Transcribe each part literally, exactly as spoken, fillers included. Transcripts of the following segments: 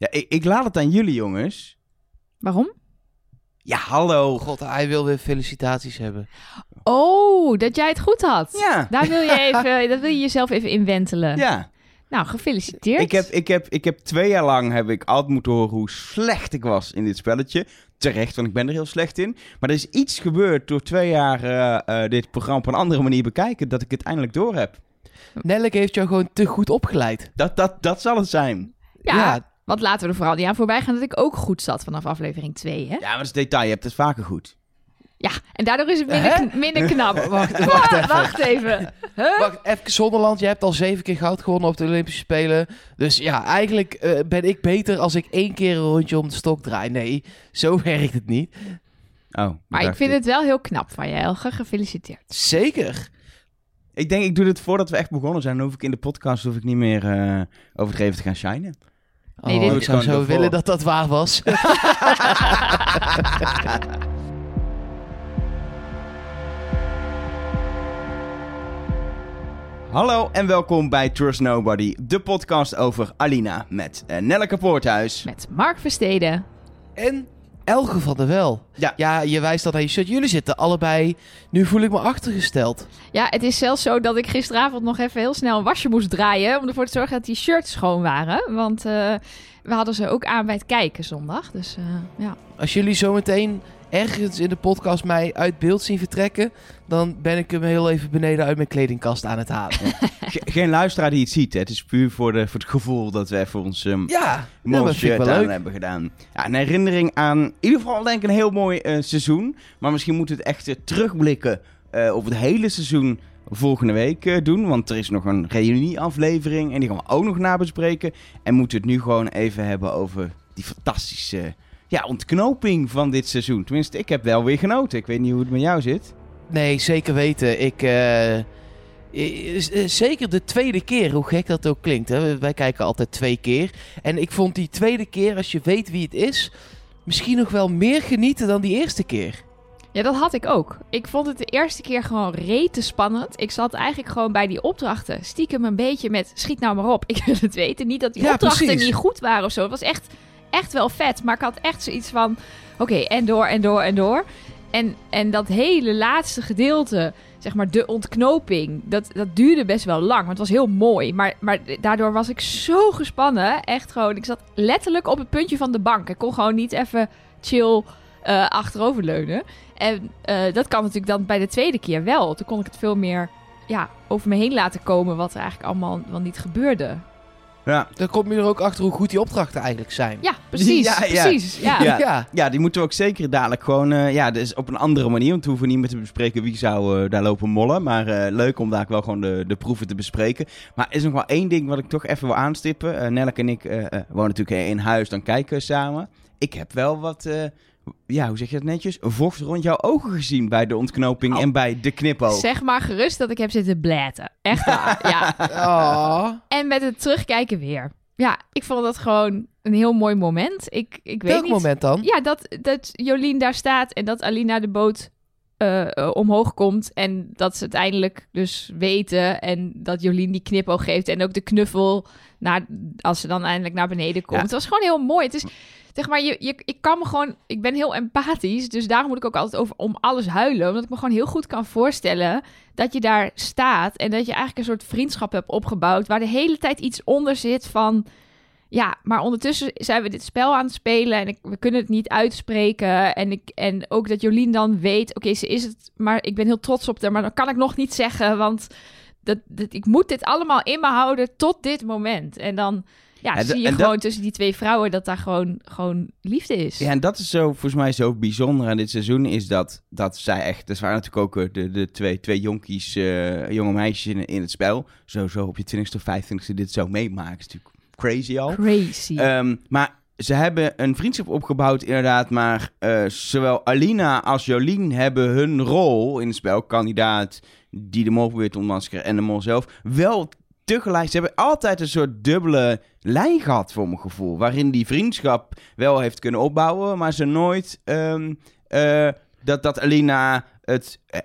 Ja, ik, ik laat het aan jullie, jongens. Waarom? Ja, hallo. God, hij wil weer felicitaties hebben. Oh, dat jij het goed had. Ja. Daar wil je even, dat wil je jezelf even inwentelen. Ja. Nou, gefeliciteerd. Ik heb, ik, heb, ik heb twee jaar lang heb ik altijd moeten horen hoe slecht ik was in dit spelletje. Terecht, want ik ben er heel slecht in. Maar er is iets gebeurd door twee jaar uh, uh, dit programma op een andere manier bekijken, dat ik het eindelijk door heb. Nelleke heeft jou gewoon te goed opgeleid. Dat, dat, dat zal het zijn. Ja, Ja. want laten we er vooral niet aan voorbij gaan dat ik ook goed zat vanaf aflevering twee, hè? Ja, maar dat is detail. Je hebt het vaker goed. Ja, en daardoor is het minder, Hè? kn- minder knap. Wacht, wacht even. Wacht even. Huh? Wacht, even Zonderland, je hebt al zeven keer goud gewonnen op de Olympische Spelen. Dus ja, eigenlijk uh, ben ik beter als ik één keer een rondje om de stok draai. Nee, zo werkt het niet. Oh, Maar ik vind het wel heel knap van je, Elge. Gefeliciteerd. Zeker. Ik denk, ik doe dit voordat we echt begonnen zijn. Dan hoef ik in de podcast hoef ik niet meer uh, overdreven te gaan shinen. Nee, Oh, dit- ik zou Gewoon zo ervoor. willen dat dat waar was. Hallo en welkom bij Trust Nobody, de podcast over Alina met uh, Nelleke Poorthuis. Met Mark Versteden. En Elge van der Wel. Ja. Ja, je wijst dat aan je shirt. Jullie zitten allebei. Nu voel ik me achtergesteld. Ja, het is zelfs zo dat ik gisteravond nog even heel snel een wasje moest draaien om ervoor te zorgen dat die shirts schoon waren. Want uh, we hadden ze ook aan bij het kijken zondag. Dus uh, ja. Als jullie zometeen ergens in de podcast mij uit beeld zien vertrekken, dan ben ik hem heel even beneden uit mijn kledingkast aan het halen. Ge- geen luisteraar die het ziet, hè. Het is puur voor, de, voor het gevoel dat we even ons um, Ja, ja mooi dat vind ik shirt wel aan leuk. hebben gedaan. Ja, een herinnering aan in ieder geval denk ik een heel mooi uh, seizoen. Maar misschien moeten we het echt uh, terugblikken uh, op het hele seizoen volgende week uh, doen. Want er is nog een reunieaflevering en die gaan we ook nog nabespreken. En moeten we het nu gewoon even hebben over die fantastische ja, ontknoping van dit seizoen. Tenminste, ik heb wel weer genoten. Ik weet niet hoe het met jou zit. Nee, zeker weten. Ik, uh, is, uh, zeker de tweede keer, hoe gek dat ook klinkt. Hè? Wij kijken altijd twee keer. En ik vond die tweede keer, als je weet wie het is, misschien nog wel meer genieten dan die eerste keer. Ja, dat had ik ook. Ik vond het de eerste keer gewoon rete spannend. Ik zat eigenlijk gewoon bij die opdrachten stiekem een beetje met schiet nou maar op. Ik wil het weten. Niet dat die Ja, opdrachten precies. niet goed waren of zo. Het was echt, echt wel vet. Maar ik had echt zoiets van oké, okay, en door en door en door. En, en dat hele laatste gedeelte, zeg maar de ontknoping, dat, dat duurde best wel lang. Want het was heel mooi. Maar, maar daardoor was ik zo gespannen. Echt gewoon, ik zat letterlijk op het puntje van de bank. Ik kon gewoon niet even chill uh, achteroverleunen. En uh, dat kan natuurlijk dan bij de tweede keer wel. Toen kon ik het veel meer ja, over me heen laten komen wat er eigenlijk allemaal wel niet gebeurde. Ja. Dan kom je er ook achter hoe goed die opdrachten eigenlijk zijn. Ja, precies. Ja, ja. precies. Ja. Ja. Ja. Ja, die moeten we ook zeker dadelijk gewoon, uh, ja, dus op een andere manier. Want we hoeven niet meer te bespreken wie zou uh, daar lopen mollen. Maar uh, leuk om daar wel gewoon de, de proeven te bespreken. Maar er is nog wel één ding wat ik toch even wil aanstippen. Uh, Nelleke en ik uh, uh, wonen natuurlijk in huis, dan kijken we samen. Ik heb wel wat, uh, ja, hoe zeg je dat netjes? Vocht rond jouw ogen gezien bij de ontknoping Oh. en bij de knipoog. Zeg maar gerust dat ik heb zitten blaten. Echt waar, ja. Oh. En met het terugkijken weer. Ja, ik vond dat gewoon een heel mooi moment. Ik, ik weet Welk niet. moment dan? Ja, dat, dat Jolien daar staat en dat Alina de boot uh, uh, omhoog komt. En dat ze uiteindelijk dus weten. En dat Jolien die knipoog geeft. En ook de knuffel naar, als ze dan eindelijk naar beneden komt. Ja. Het was gewoon heel mooi. Het is, zeg maar, je, je, ik kan me gewoon... Ik ben heel empathisch. Dus daarom moet ik ook altijd over om alles huilen. Omdat ik me gewoon heel goed kan voorstellen dat je daar staat. En dat je eigenlijk een soort vriendschap hebt opgebouwd. Waar de hele tijd iets onder zit van... Ja, maar ondertussen zijn we dit spel aan het spelen en ik, we kunnen het niet uitspreken. En, ik, en ook dat Jolien dan weet, oké, okay, ze is het, maar ik ben heel trots op haar, maar dat kan ik nog niet zeggen, want dat, dat, ik moet dit allemaal in me houden tot dit moment. En dan ja, En zie da- je en gewoon dat- tussen die twee vrouwen dat daar gewoon, gewoon liefde is. Ja, en dat is zo, volgens mij zo bijzonder aan dit seizoen, is dat, dat zij echt, dat waren natuurlijk ook uh, de, de twee, twee jonkies, uh, jonge meisjes in, in het spel. Zo, zo op je twintigste of vijftigste dit zo meemaken, is natuurlijk crazy al. Crazy. Um, maar ze hebben een vriendschap opgebouwd inderdaad, maar uh, zowel Alina als Jolien hebben hun rol in het spel, kandidaat die de mol probeert te ontmaskeren en de mol zelf, wel tegelijk. Ze hebben altijd een soort dubbele lijn gehad voor mijn gevoel, waarin die vriendschap wel heeft kunnen opbouwen, maar ze nooit um, uh, dat, dat Alina het... Uh,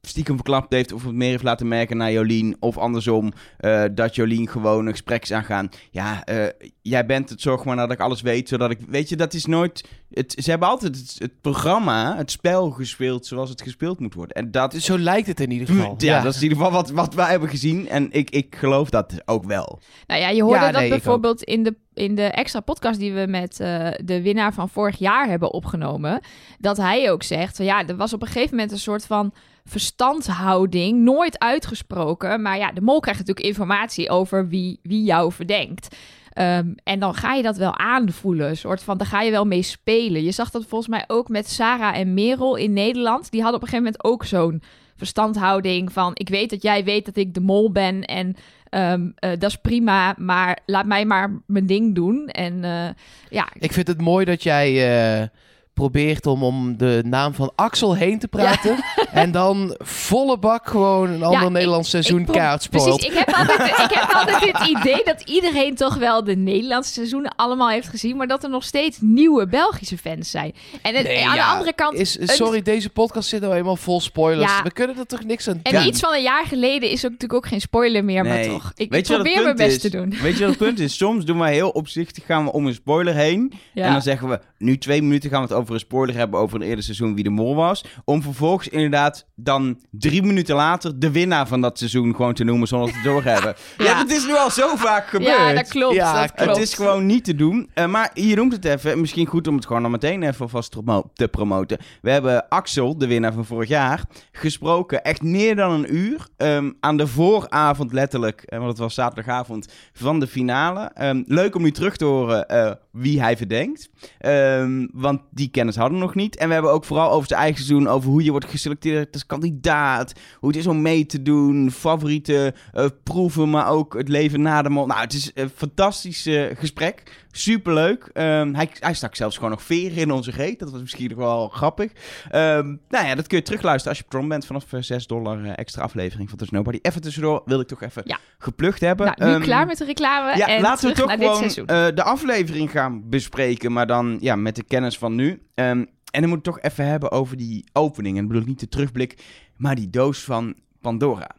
stiekem verklapt heeft of het meer heeft laten merken naar Jolien. Of andersom, uh, dat Jolien gewoon een gesprek is aangaan. Ja, uh, jij bent het, zorg maar dat ik alles weet, zodat ik... Weet je, dat is nooit... Het, ze hebben altijd het, het programma, het spel gespeeld zoals het gespeeld moet worden. En dat... Zo lijkt het in ieder geval. Ja, ja. dat is in ieder geval wat, wat wij hebben gezien. En ik, ik geloof dat ook wel. Nou ja, je hoorde Ja, dat nee, bijvoorbeeld in de, in de extra podcast die we met uh, de winnaar van vorig jaar hebben opgenomen. Dat hij ook zegt, van, ja, er was op een gegeven moment een soort van verstandhouding, nooit uitgesproken. Maar ja, de mol krijgt natuurlijk informatie over wie, wie jou verdenkt. Um, en dan ga je dat wel aanvoelen, een soort van, daar ga je wel mee spelen. Je zag dat volgens mij ook met Sarah en Merel in Nederland. Die hadden op een gegeven moment ook zo'n verstandhouding van, ik weet dat jij weet dat ik de mol ben en um, uh, dat is prima, maar laat mij maar mijn ding doen. En uh, ja. Ik vind het mooi dat jij uh, probeert om, om de naam van Axel heen te praten. Ja. En dan volle bak gewoon een ander ja, Nederlands seizoen pro- kaart spoort. Precies, ik heb, altijd, ik heb altijd het idee dat iedereen toch wel de Nederlandse seizoenen allemaal heeft gezien, maar dat er nog steeds nieuwe Belgische fans zijn. En het, nee, aan ja, de andere kant... Is, sorry, een... deze podcast zit nou eenmaal vol spoilers. Ja. We kunnen er toch niks aan doen. En iets van een jaar geleden is ook natuurlijk ook geen spoiler meer, nee. maar toch. Ik, ik probeer mijn best is? te doen. Weet je wat het punt is? Soms doen wij heel opzichtig, gaan we om een spoiler heen. Ja. En dan zeggen we, nu twee minuten gaan we het over een spoiler hebben over een eerder seizoen wie de mol was. Om vervolgens inderdaad dan drie minuten later de winnaar van dat seizoen gewoon te noemen zonder te doorhebben. ja. ja, dat is nu al zo vaak gebeurd. Ja, dat klopt. Ja, dat klopt. Het is gewoon niet te doen. Uh, maar je noemt het even, misschien goed om het gewoon al meteen even alvast te promoten. We hebben Axel, de winnaar van vorig jaar, gesproken echt meer dan een uur. Um, aan de vooravond letterlijk, uh, want het was zaterdagavond, van de finale. Um, leuk om nu terug te horen uh, wie hij verdenkt. Um, want die kennis hadden we nog niet. En we hebben ook vooral over zijn eigen seizoen, over hoe je wordt geselecteerd als kandidaat, hoe het is om mee te doen, favoriete uh, proeven, maar ook het leven na de mol. Nou, het is een fantastisch uh, gesprek. Superleuk. Um, hij, hij stak zelfs gewoon nog veren in onze reet. Dat was misschien nog wel grappig. Um, nou ja, dat kun je terugluisteren als je patron bent vanaf uh, zes dollar uh, extra aflevering van There's Nobody. Even tussendoor wil ik toch even ja. geplukt hebben. Nou, nu um, klaar met de reclame ja, en laten we toch naar gewoon dit seizoen. Uh, de aflevering gaan bespreken, maar dan ja, met de kennis van nu. Um, en dan moet ik toch even hebben over die opening. En ik bedoel niet de terugblik, maar die doos van Pandora.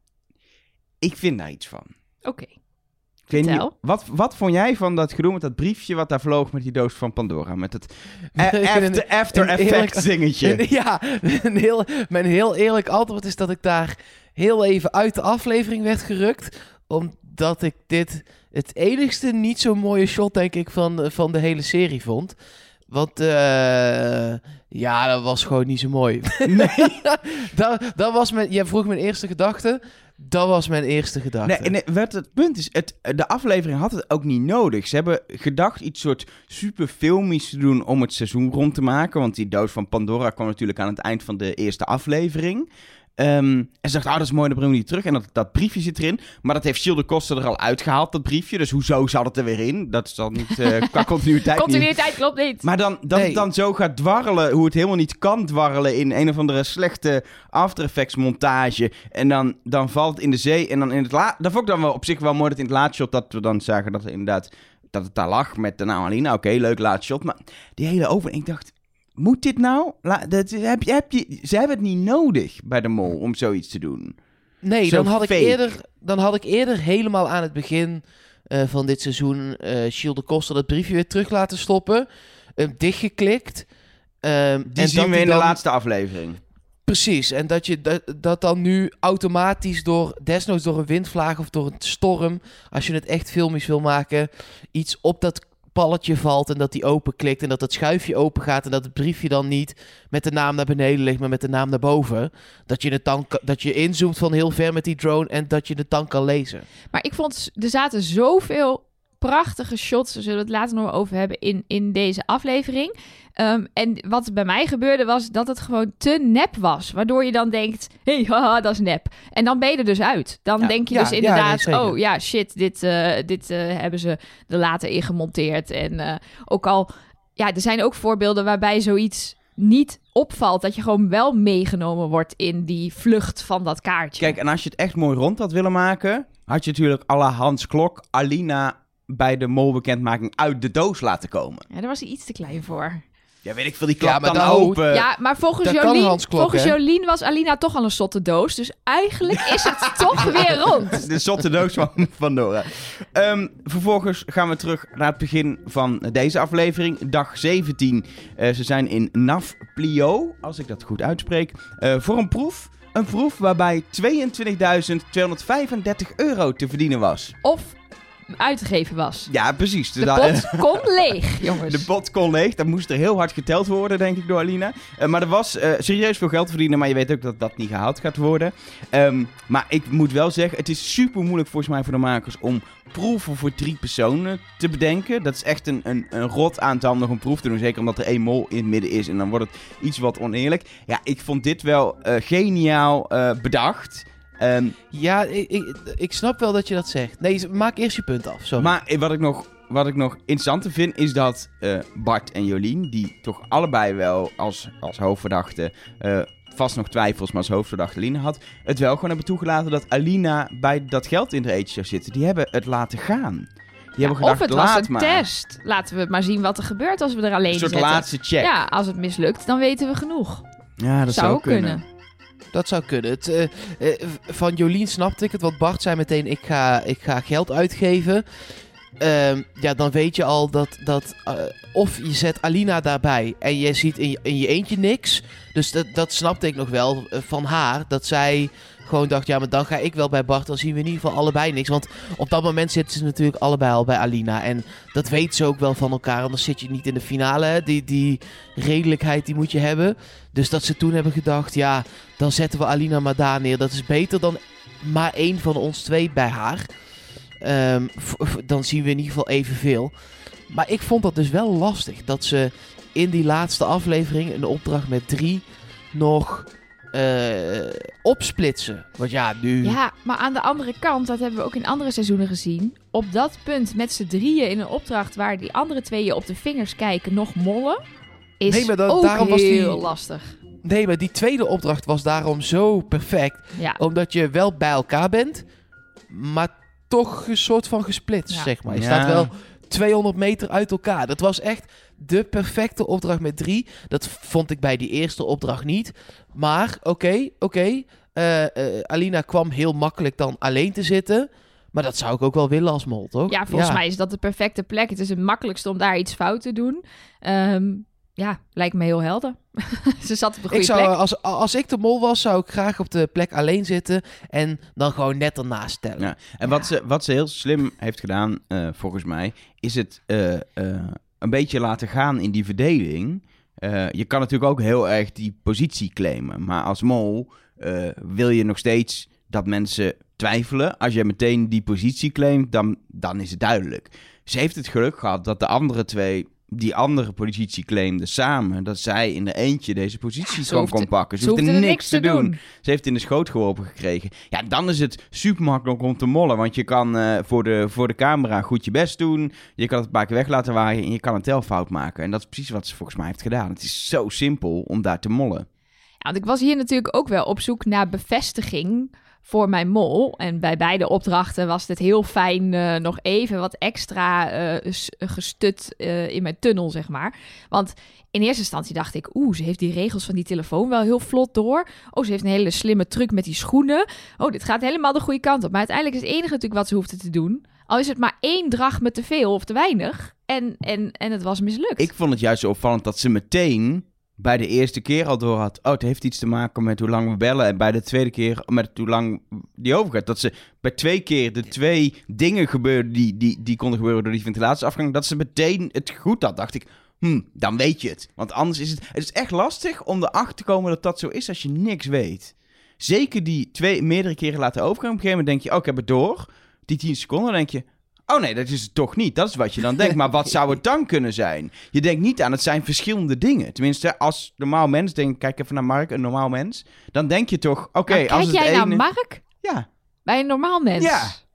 Ik vind daar iets van. Oké. Okay. Ik weet niet, wat, wat vond jij van dat gedoe met dat briefje wat daar vloog met die doos van Pandora? Met het after, after effect zingetje. Ja, een heel, mijn heel eerlijk antwoord is dat ik daar heel even uit de aflevering werd gerukt. Omdat ik dit het enigste niet zo mooie shot, denk ik, van, van de hele serie vond. Want uh, ja, dat was gewoon niet zo mooi. Nee. dat, dat was mijn, jij vroeg mijn eerste gedachte. Dat was mijn eerste gedachte. Nee, en het, het punt is, het, de aflevering had het ook niet nodig. Ze hebben gedacht iets soort super filmisch te doen om het seizoen rond te maken. Want die doos van Pandora kwam natuurlijk aan het eind van de eerste aflevering. Um, en ze dacht, ah, oh, dat is mooi, dan brengen we die terug. En dat, dat briefje zit erin. Maar dat heeft Gilles de Koster er al uitgehaald, dat briefje. Dus hoezo zat het er weer in? Dat is dan niet uh, qua continuïteit Continuïteit niet. klopt niet. Maar dan, dat nee. het dan zo gaat dwarrelen, hoe het helemaal niet kan dwarrelen in een of andere slechte After Effects montage. En dan, dan valt het in de zee. En dan in het la- dat vond ik dan wel op zich wel mooi dat in het laatste shot dat we dan zagen dat, er inderdaad, dat het daar lag met de naam Alina. Oké, okay, leuk laatste shot. Maar die hele opening, ik dacht... Moet dit nou? La, dat, heb je, heb je, ze hebben het niet nodig bij de mol om zoiets te doen. Nee, Zo dan had, ik eerder, dan had ik eerder helemaal aan het begin uh, van dit seizoen uh, Gilles de Koster dat briefje weer terug laten stoppen. Uh, dichtgeklikt. Uh, die en zien we in dan, de laatste aflevering. Precies. En dat je dat, dat dan nu automatisch door, desnoods door een windvlaag of door een storm, als je het echt filmisch wil maken, iets op dat palletje valt en dat die open klikt en dat het schuifje open gaat en dat het briefje dan niet met de naam naar beneden ligt, maar met de naam naar boven. Dat je het dan dat je inzoomt van heel ver met die drone en dat je het dan kan lezen. Maar ik vond, er zaten zoveel prachtige shots, daar zullen we het later nog over hebben in, in deze aflevering. Um, en wat bij mij gebeurde was dat het gewoon te nep was. Waardoor je dan denkt, hé, hey, haha, dat is nep. En dan ben je er dus uit. Dan ja, denk je ja, dus inderdaad, ja, nee, oh ja, shit, dit, uh, dit uh, hebben ze er later in gemonteerd. En uh, ook al, ja, er zijn ook voorbeelden waarbij zoiets niet opvalt. Dat je gewoon wel meegenomen wordt in die vlucht van dat kaartje. Kijk, en als je het echt mooi rond had willen maken, had je natuurlijk à la Hans Klok, Alina bij de molbekendmaking uit de doos laten komen. Ja, daar was hij iets te klein voor. Ja, weet ik veel, die klap Ja, maar dan nou- open. Ja, maar volgens dat kan Jolien, Hans Klok, volgens hè? Jolien was Alina toch al een zotte doos. Dus eigenlijk is het toch weer rond. De zotte doos van, van Nora. Um, vervolgens gaan we terug naar het begin van deze aflevering. Dag zeventien. Uh, ze zijn in Nafplio, als ik dat goed uitspreek, uh, voor een proef. Een proef waarbij tweeëntwintigduizend tweehonderdvijfendertig euro te verdienen was. Of uitgegeven was. Ja, precies. De pot kon leeg, jongens. De pot kon leeg. Dat moest er heel hard geteld worden, denk ik, door Alina. Uh, maar er was uh, serieus veel geld verdienen, maar je weet ook dat dat niet gehaald gaat worden. Um, maar ik moet wel zeggen, het is super moeilijk volgens mij voor de makers om proeven voor drie personen te bedenken. Dat is echt een, een, een rot aantal om nog een proef te doen. Zeker omdat er één mol in het midden is en dan wordt het iets wat oneerlijk. Ja, ik vond dit wel uh, geniaal uh, bedacht. Um, Ja, ik, ik, ik snap wel dat je dat zegt. Nee, maak eerst je punt af. Sorry. Maar wat ik nog, wat ik nog interessanter vind, is dat uh, Bart en Jolien, die toch allebei wel als, als hoofdverdachte, uh, vast nog twijfels, maar als hoofdverdachte Alina had, het wel gewoon hebben toegelaten dat Alina bij dat geld in de eten zou zitten. Die hebben het laten gaan. Die hebben of gedacht, het was laat een maar. test. Laten we maar zien wat er gebeurt als we er alleen Een soort zetten. laatste check. Ja, als het mislukt, dan weten we genoeg. Ja, dat zou, zou kunnen. kunnen. Dat zou kunnen. Het, uh, uh, van Jolien snapte ik het, want Bart zei meteen, ik ga, ik ga geld uitgeven. Uh, ja, dan weet je al dat, dat uh, of je zet Alina daarbij en je ziet in je, in je eentje niks. Dus dat, dat snapte ik nog wel uh, van haar, dat zij gewoon dacht, ja, maar dan ga ik wel bij Bart, dan zien we in ieder geval allebei niks. Want op dat moment zitten ze natuurlijk allebei al bij Alina. En dat weten ze ook wel van elkaar, anders zit je niet in de finale. Hè? Die, die redelijkheid die moet je hebben. Dus dat ze toen hebben gedacht, ja, dan zetten we Alina maar daar neer. Dat is beter dan maar één van ons twee bij haar. Um, f- f- dan zien we in ieder geval evenveel. Maar ik vond dat dus wel lastig. Dat ze in die laatste aflevering een opdracht met drie nog uh, opsplitsen. Want ja, nu... Ja, maar aan de andere kant, dat hebben we ook in andere seizoenen gezien. Op dat punt met z'n drieën in een opdracht waar die andere tweeën op de vingers kijken nog mollen, is Nee, maar dat- ook daarom was die- heel lastig. Nee, maar die tweede opdracht was daarom zo perfect. Ja. Omdat je wel bij elkaar bent, maar toch een soort van gesplitst, Ja. zeg maar. Je Ja. staat wel tweehonderd meter uit elkaar. Dat was echt de perfecte opdracht met drie. Dat vond ik bij die eerste opdracht niet. Maar, oké, okay, oké. Okay. Uh, uh, Alina kwam heel makkelijk dan alleen te zitten. Maar dat zou ik ook wel willen als mol, toch? Ja, volgens mij is dat de perfecte plek. Het is het makkelijkste om daar iets fout te doen. Um, ja, lijkt me heel helder. Ze zat op de goede ik zou, plek. Als, als ik de mol was, zou ik graag op de plek alleen zitten en dan gewoon net ernaast stellen. Ja. En wat, ze, wat ze heel slim heeft gedaan, uh, volgens mij, is het uh, uh, een beetje laten gaan in die verdeling. Uh, je kan natuurlijk ook heel erg die positie claimen. Maar als mol uh, wil je nog steeds dat mensen twijfelen. Als je meteen die positie claimt, dan, dan is het duidelijk. Ze heeft het geluk gehad dat de andere twee die andere positie claimden samen, dat zij in de eentje deze positie Ze gewoon hoefde- kon pakken. Ze, Ze hoefde hoefden er niks te doen. Ze heeft in de schoot geworpen gekregen. Ja, dan is het super makkelijk om te mollen. Want je kan uh, voor, de, voor de camera goed je best doen. Je kan het een paar keer weg laten waaien en je kan een telfout maken. En dat is precies wat ze volgens mij heeft gedaan. Het is zo simpel om daar te mollen. Ja, want ik was hier natuurlijk ook wel op zoek naar bevestiging voor mijn mol. En bij beide opdrachten was het heel fijn uh, nog even wat extra uh, s- gestut uh, in mijn tunnel, zeg maar. Want in eerste instantie dacht ik, oeh, ze heeft die regels van die telefoon wel heel vlot door. Oh, ze heeft een hele slimme truc met die schoenen. Oh, dit gaat helemaal de goede kant op. Maar uiteindelijk is het enige natuurlijk wat ze hoefde te doen. Al is het maar één drachme te veel of te weinig. En, en, en het was mislukt. Ik vond het juist zo opvallend dat ze meteen bij de eerste keer al door had, oh, het heeft iets te maken met hoe lang we bellen. En bij de tweede keer met hoe lang die overgaat. Dat ze bij twee keer de twee dingen gebeurden die, die, die konden gebeuren door die ventilatieafgang. Dat ze meteen het goed had. Dacht ik, hm, dan weet je het. Want anders is het, het is echt lastig om erachter te komen dat dat zo is als je niks weet. Zeker die twee meerdere keren laten overgaan. Op een gegeven moment denk je, oh, ik heb het door. Die tien seconden, dan denk je, oh nee, dat is het toch niet. Dat is wat je dan denkt. Maar wat zou het dan kunnen zijn? Je denkt niet aan, het zijn verschillende dingen. Tenminste, als normaal mens, denk, kijk even naar Mark, een normaal mens. Dan denk je toch, oké, Nou, als kijk het jij ene... naar Mark? Ja. Bij een normaal mens? Ja.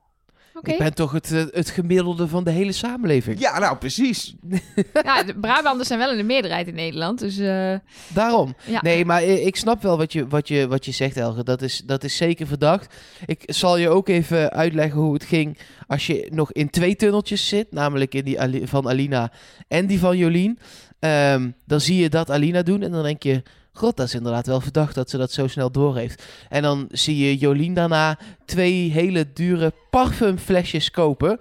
Oké. Ik ben toch het, eh, het gemiddelde van de hele samenleving. Ja, nou precies. Ja, de Brabanders zijn wel in de meerderheid in Nederland, dus... Uh, Daarom. ja. Nee, maar eh, ik snap wel wat je, wat je, wat je zegt, Elge. Dat is, dat is zeker verdacht. Ik zal je ook even uitleggen hoe het ging als je nog in twee tunneltjes zit. Namelijk in die Ali- van Alina en die van Jolien. Um, dan zie je dat Alina doen en dan denk je... God, dat is inderdaad wel verdacht dat ze dat zo snel doorheeft. En dan zie je Jolien daarna twee hele dure parfumflesjes kopen...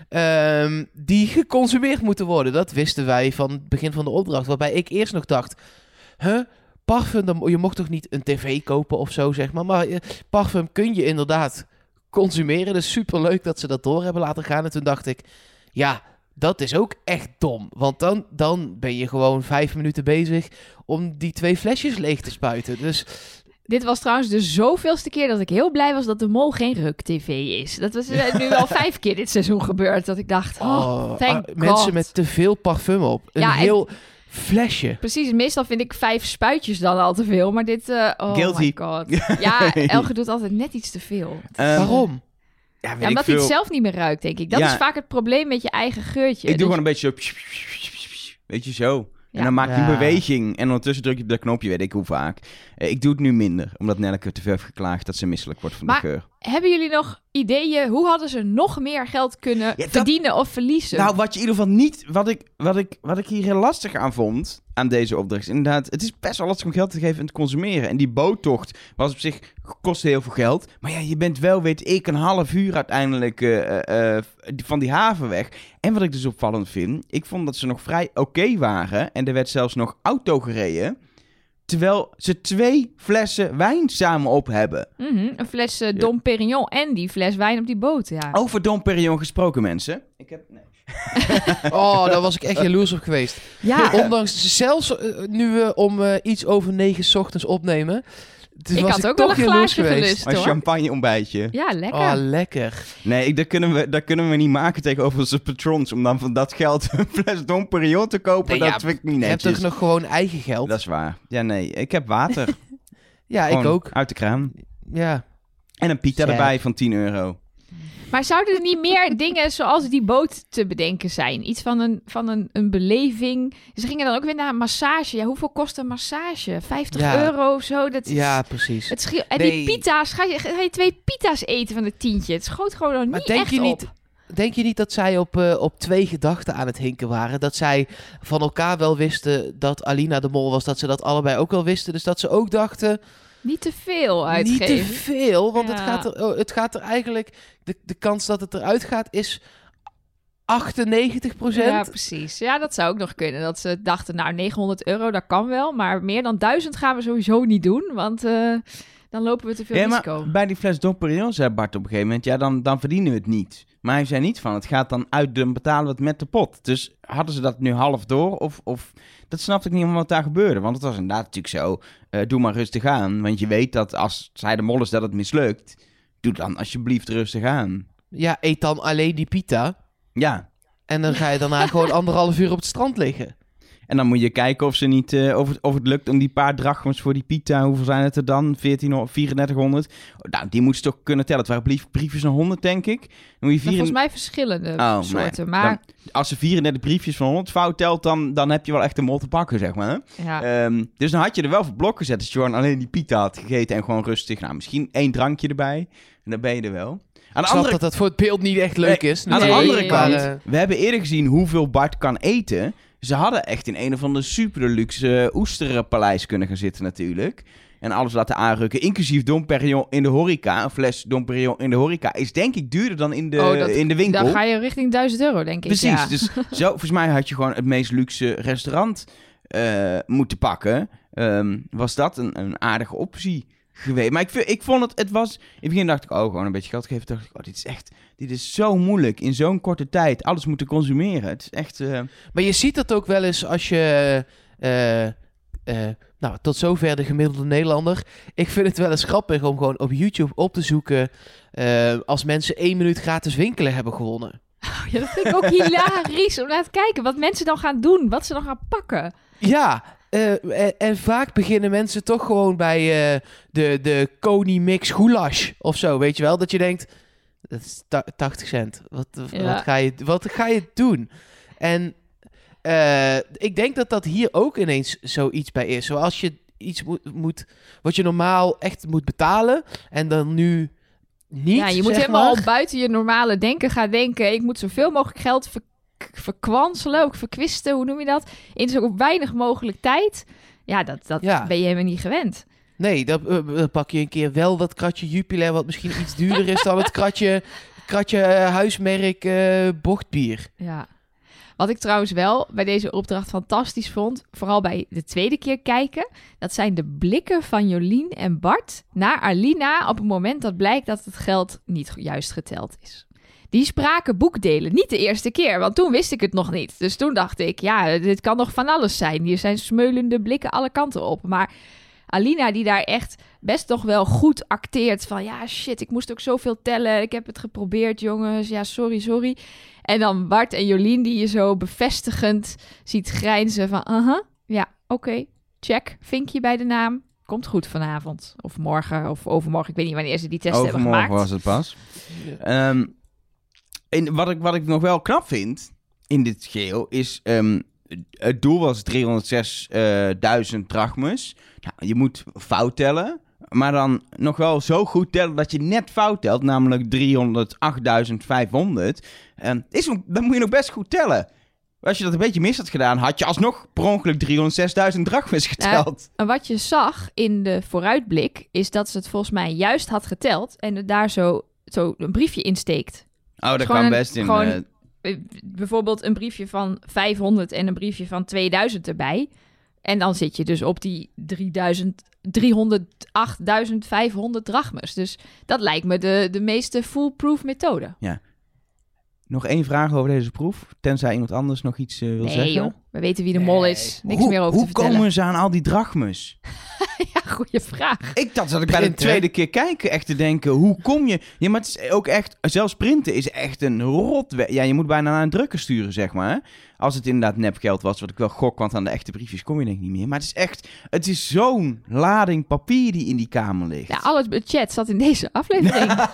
Um, die geconsumeerd moeten worden. Dat wisten wij van het begin van de opdracht. Waarbij ik eerst nog dacht... Huh? Parfum, dan, je mocht toch niet een tv kopen of zo, zeg maar. Maar uh, parfum kun je inderdaad consumeren. Dus superleuk dat ze dat door hebben laten gaan. En toen dacht ik... Ja, dat is ook echt dom. Want dan, dan ben je gewoon vijf minuten bezig... om die twee flesjes leeg te spuiten. Dus... Dit was trouwens de zoveelste keer dat ik heel blij was dat de Mol geen Ruk-tv is. Dat was uh, nu al vijf keer dit seizoen gebeurd. Dat ik dacht, oh, oh thank uh, mensen God. met te veel parfum op. Een Ja, heel flesje. Precies, meestal vind ik vijf spuitjes dan al te veel. Maar dit, uh, oh Guilty. my God. Ja, Elge doet altijd net iets te veel. Um, Waarom? Ja, weet Ja, ik omdat veel. hij het zelf niet meer ruikt, denk ik. Dat Ja. is vaak het probleem met je eigen geurtje. Ik doe Dus- gewoon een beetje zo... Weet je, zo. En Ja. dan maak je een Ja. beweging. En ondertussen druk je op dat knopje, weet ik hoe vaak. Uh, ik doe het nu minder. Omdat Nelleke te veel heeft geklaagd dat ze misselijk wordt van Maar- de geur. Hebben jullie nog ideeën? Hoe hadden ze nog meer geld kunnen dat- verdienen of verliezen? Nou, wat je in ieder geval niet... Wat ik, wat ik, wat ik hier heel lastig aan vond... aan deze opdracht is inderdaad... Het is best wel lastig om geld te geven en te consumeren. En die boottocht was op zich... kostte heel veel geld. Maar ja, je bent wel, weet ik... een half uur uiteindelijk... Uh, uh, van die haven weg. En wat ik dus opvallend vind... Ik vond dat ze nog vrij oké waren. En er werd zelfs nog auto gereden... Terwijl ze twee flessen wijn samen op hebben. Mhm, een fles uh, Dom Perignon en die fles wijn op die boot, ja. Over Dom Perignon gesproken, mensen. Ik heb... Nee. Oh, daar was ik echt jaloers op geweest. Ja, Ondanks zelfs uh, nu we om uh, iets over negen 's ochtends opnemen. Dus ik was had ik ook wel toch een jaloers glaasje geweest. gelust, Een hoor. champagne ontbijtje. Ja, lekker. Oh, lekker. Nee, ik, dat, kunnen we, dat kunnen we niet maken tegenover onze patrons. Om dan van dat geld een fles Dom Perignon te kopen. Nee, dat ja, vind ik niet Je netjes. hebt toch nog gewoon eigen geld? Dat is waar. Ja, nee. Ik heb water. Ja, Gewoon ik ook. Uit de kraan. Ja. En een pita Sad. erbij van tien euro. Maar zouden er niet meer dingen zoals die boot te bedenken zijn? Iets van een, van een, een beleving. Ze gingen dan ook weer naar een massage. Ja, hoeveel kost een massage? vijftig Ja. euro of zo? Dat is, Ja, precies. het scheelt. En Nee. die pita's, ga je, ga je twee pita's eten van het tientje? Het schoot gewoon nog Maar niet denk echt je op. niet- Denk je niet dat zij op, uh, op twee gedachten aan het hinken waren? Dat zij van elkaar wel wisten dat Alina de mol was. Dat ze dat allebei ook wel wisten. Dus dat ze ook dachten... Niet te veel uitgeven. Niet te veel, want het, Ja. gaat er, oh, het gaat er eigenlijk... De, de kans dat het eruit gaat is achtennegentig procent. Ja, precies. Ja, dat zou ook nog kunnen. Dat ze dachten, nou, negenhonderd euro, dat kan wel. Maar meer dan duizend gaan we sowieso niet doen. Want uh, dan lopen we te veel Ja, risico. maar bij die fles Dom Perignon zei Bart op een gegeven moment... Ja, dan, dan verdienen we het niet. Maar hij zei niet van, het gaat dan uit, dan betalen we het met de pot. Dus hadden ze dat nu half door? Of, of dat snapte ik niet wat daar gebeurde. Want het was inderdaad natuurlijk zo, uh, doe maar rustig aan. Want je weet dat als zij de mol is dat het mislukt... Doe dan alsjeblieft rustig aan. Ja, eet dan alleen die pita. Ja. En dan ga je daarna gewoon anderhalf uur op het strand liggen. En dan moet je kijken of, ze niet, uh, of, het, of het lukt om die paar drachms voor die pita... Hoeveel zijn het er dan? veertien, vierentdertighonderd? Nou, die moet ze toch kunnen tellen. Het waren brief, briefjes van honderd, denk ik. Dan moet je vier... Maar volgens mij verschillende Oh, soorten. nee. Maar Dan, als ze vierendertig briefjes van honderd fout telt... Dan, dan heb je wel echt een mol te pakken, zeg maar. ja. Um, dus dan had je er wel voor blok gezet... als je gewoon alleen die pita had gegeten... en gewoon rustig... Nou, misschien één drankje erbij... En dan ben je er wel. Aan de Ik snap andere, dat dat voor het beeld niet echt leuk Nee, is. aan de Nee. andere kant, Maar, uh, we hebben eerder gezien hoeveel Bart kan eten. Ze hadden echt in een of andere super luxe oesterpaleis kunnen gaan zitten natuurlijk. En alles laten aanrukken, inclusief Dom Perignon in de horeca. Een fles Dom Perignon in de horeca is denk ik duurder dan in de, Oh, dat- in de winkel. dan ga je richting duizend euro, denk ik. Precies, Ja. dus zo, volgens mij had je gewoon het meest luxe restaurant uh, moeten pakken. Um, was dat een, een aardige optie geweest. Maar ik, vind, ik vond het, het was... In het begin dacht ik, oh, gewoon een beetje geld geven. Toen dacht ik, oh, dit is echt... Dit is zo moeilijk. In zo'n korte tijd alles moeten consumeren. Het is echt... Uh... Maar je ziet dat ook wel eens als je... Uh, uh, nou, tot zover de gemiddelde Nederlander. Ik vind het wel eens grappig om gewoon op YouTube op te zoeken... Uh, als mensen één minuut gratis winkelen hebben gewonnen. Ja, dat vind ik ook hilarisch om naar te kijken. Wat mensen dan gaan doen. Wat ze dan gaan pakken. Ja, uh, en, en vaak beginnen mensen toch gewoon bij uh, de, de Koni Mix Goulash of zo, weet je wel? Dat je denkt, Dat is ta- tachtig cent. Wat, Ja. wat, ga je, wat ga je doen? En uh, ik denk dat dat hier ook ineens zoiets bij is. Zoals je iets moet, moet... Wat je normaal echt moet betalen. En dan nu niet, Ja, je moet zeg helemaal maar. buiten je normale denken gaan denken. Ik moet zoveel mogelijk geld ver- verkwanselen, ook verkwisten, hoe noem je dat? In zo weinig mogelijk tijd. Ja, dat, dat Ja. ben je helemaal niet gewend. Nee, dan, uh, dan pak je een keer wel dat kratje Jupiler... wat misschien iets duurder is dan het kratje, kratje uh, huismerk uh, bochtbier. Ja. Wat ik trouwens wel bij deze opdracht fantastisch vond, vooral bij de tweede keer kijken, dat zijn de blikken van Jolien en Bart naar Alina op het moment dat blijkt dat het geld niet juist geteld is. Die spraken boekdelen, niet de eerste keer, want toen wist ik het nog niet. Dus toen dacht ik, ja, dit kan nog van alles zijn. Hier zijn smeulende blikken alle kanten op. Maar Alina die daar echt best toch wel goed acteert van, ja shit, ik moest ook zoveel tellen. Ik heb het geprobeerd, jongens. Ja, sorry, sorry. En dan Bart en Jolien die je zo bevestigend ziet grijnzen van... Uh-huh, ja, oké, okay, check, vinkje bij de naam. Komt goed vanavond. Of morgen of overmorgen. Ik weet niet wanneer ze die test hebben gemaakt. Overmorgen was het pas. Ja. Um, en wat, ik, wat ik nog wel knap vind in dit geheel is... Um, het doel was driehonderdzesduizend drachmes. Nou, je moet fout tellen... Maar dan nog wel zo goed tellen dat je net fout telt, namelijk driehonderdachtduizend vijfhonderd. En is, dan moet je nog best goed tellen. Als je dat een beetje mis had gedaan, had je alsnog per ongeluk driehonderdzesduizend drachmes geteld. Uh, en wat je zag in de vooruitblik, is dat ze het volgens mij juist had geteld en er daar zo, zo een briefje in steekt. Oh, dat dus kan een, best in... Gewoon, uh... bijvoorbeeld een briefje van vijfhonderd en een briefje van tweeduizend erbij. En dan zit je dus op die drieduizend... driehonderdachtduizend vijfhonderd drachmes. Dus dat lijkt me de, de meeste foolproof methode. Ja. Nog één vraag over deze proef. Tenzij iemand anders nog iets uh, wil nee, zeggen. Joh, we weten wie de mol is. Niks hoe, meer over hoe te vertellen. Hoe komen ze aan al die drachmes? Ja, goede vraag. Ik dacht dat ik bij de tweede keer kijken echt te denken, hoe kom je... Ja, maar het is ook echt... Zelfs printen is echt een rotwerk. Ja, je moet bijna naar een drukker sturen, zeg maar. Als het inderdaad nepgeld was, wat ik wel gok, want aan de echte briefjes kom je denk ik niet meer. Maar het is echt... Het is zo'n lading papier die in die kamer ligt. Ja, al het budget zat in deze aflevering.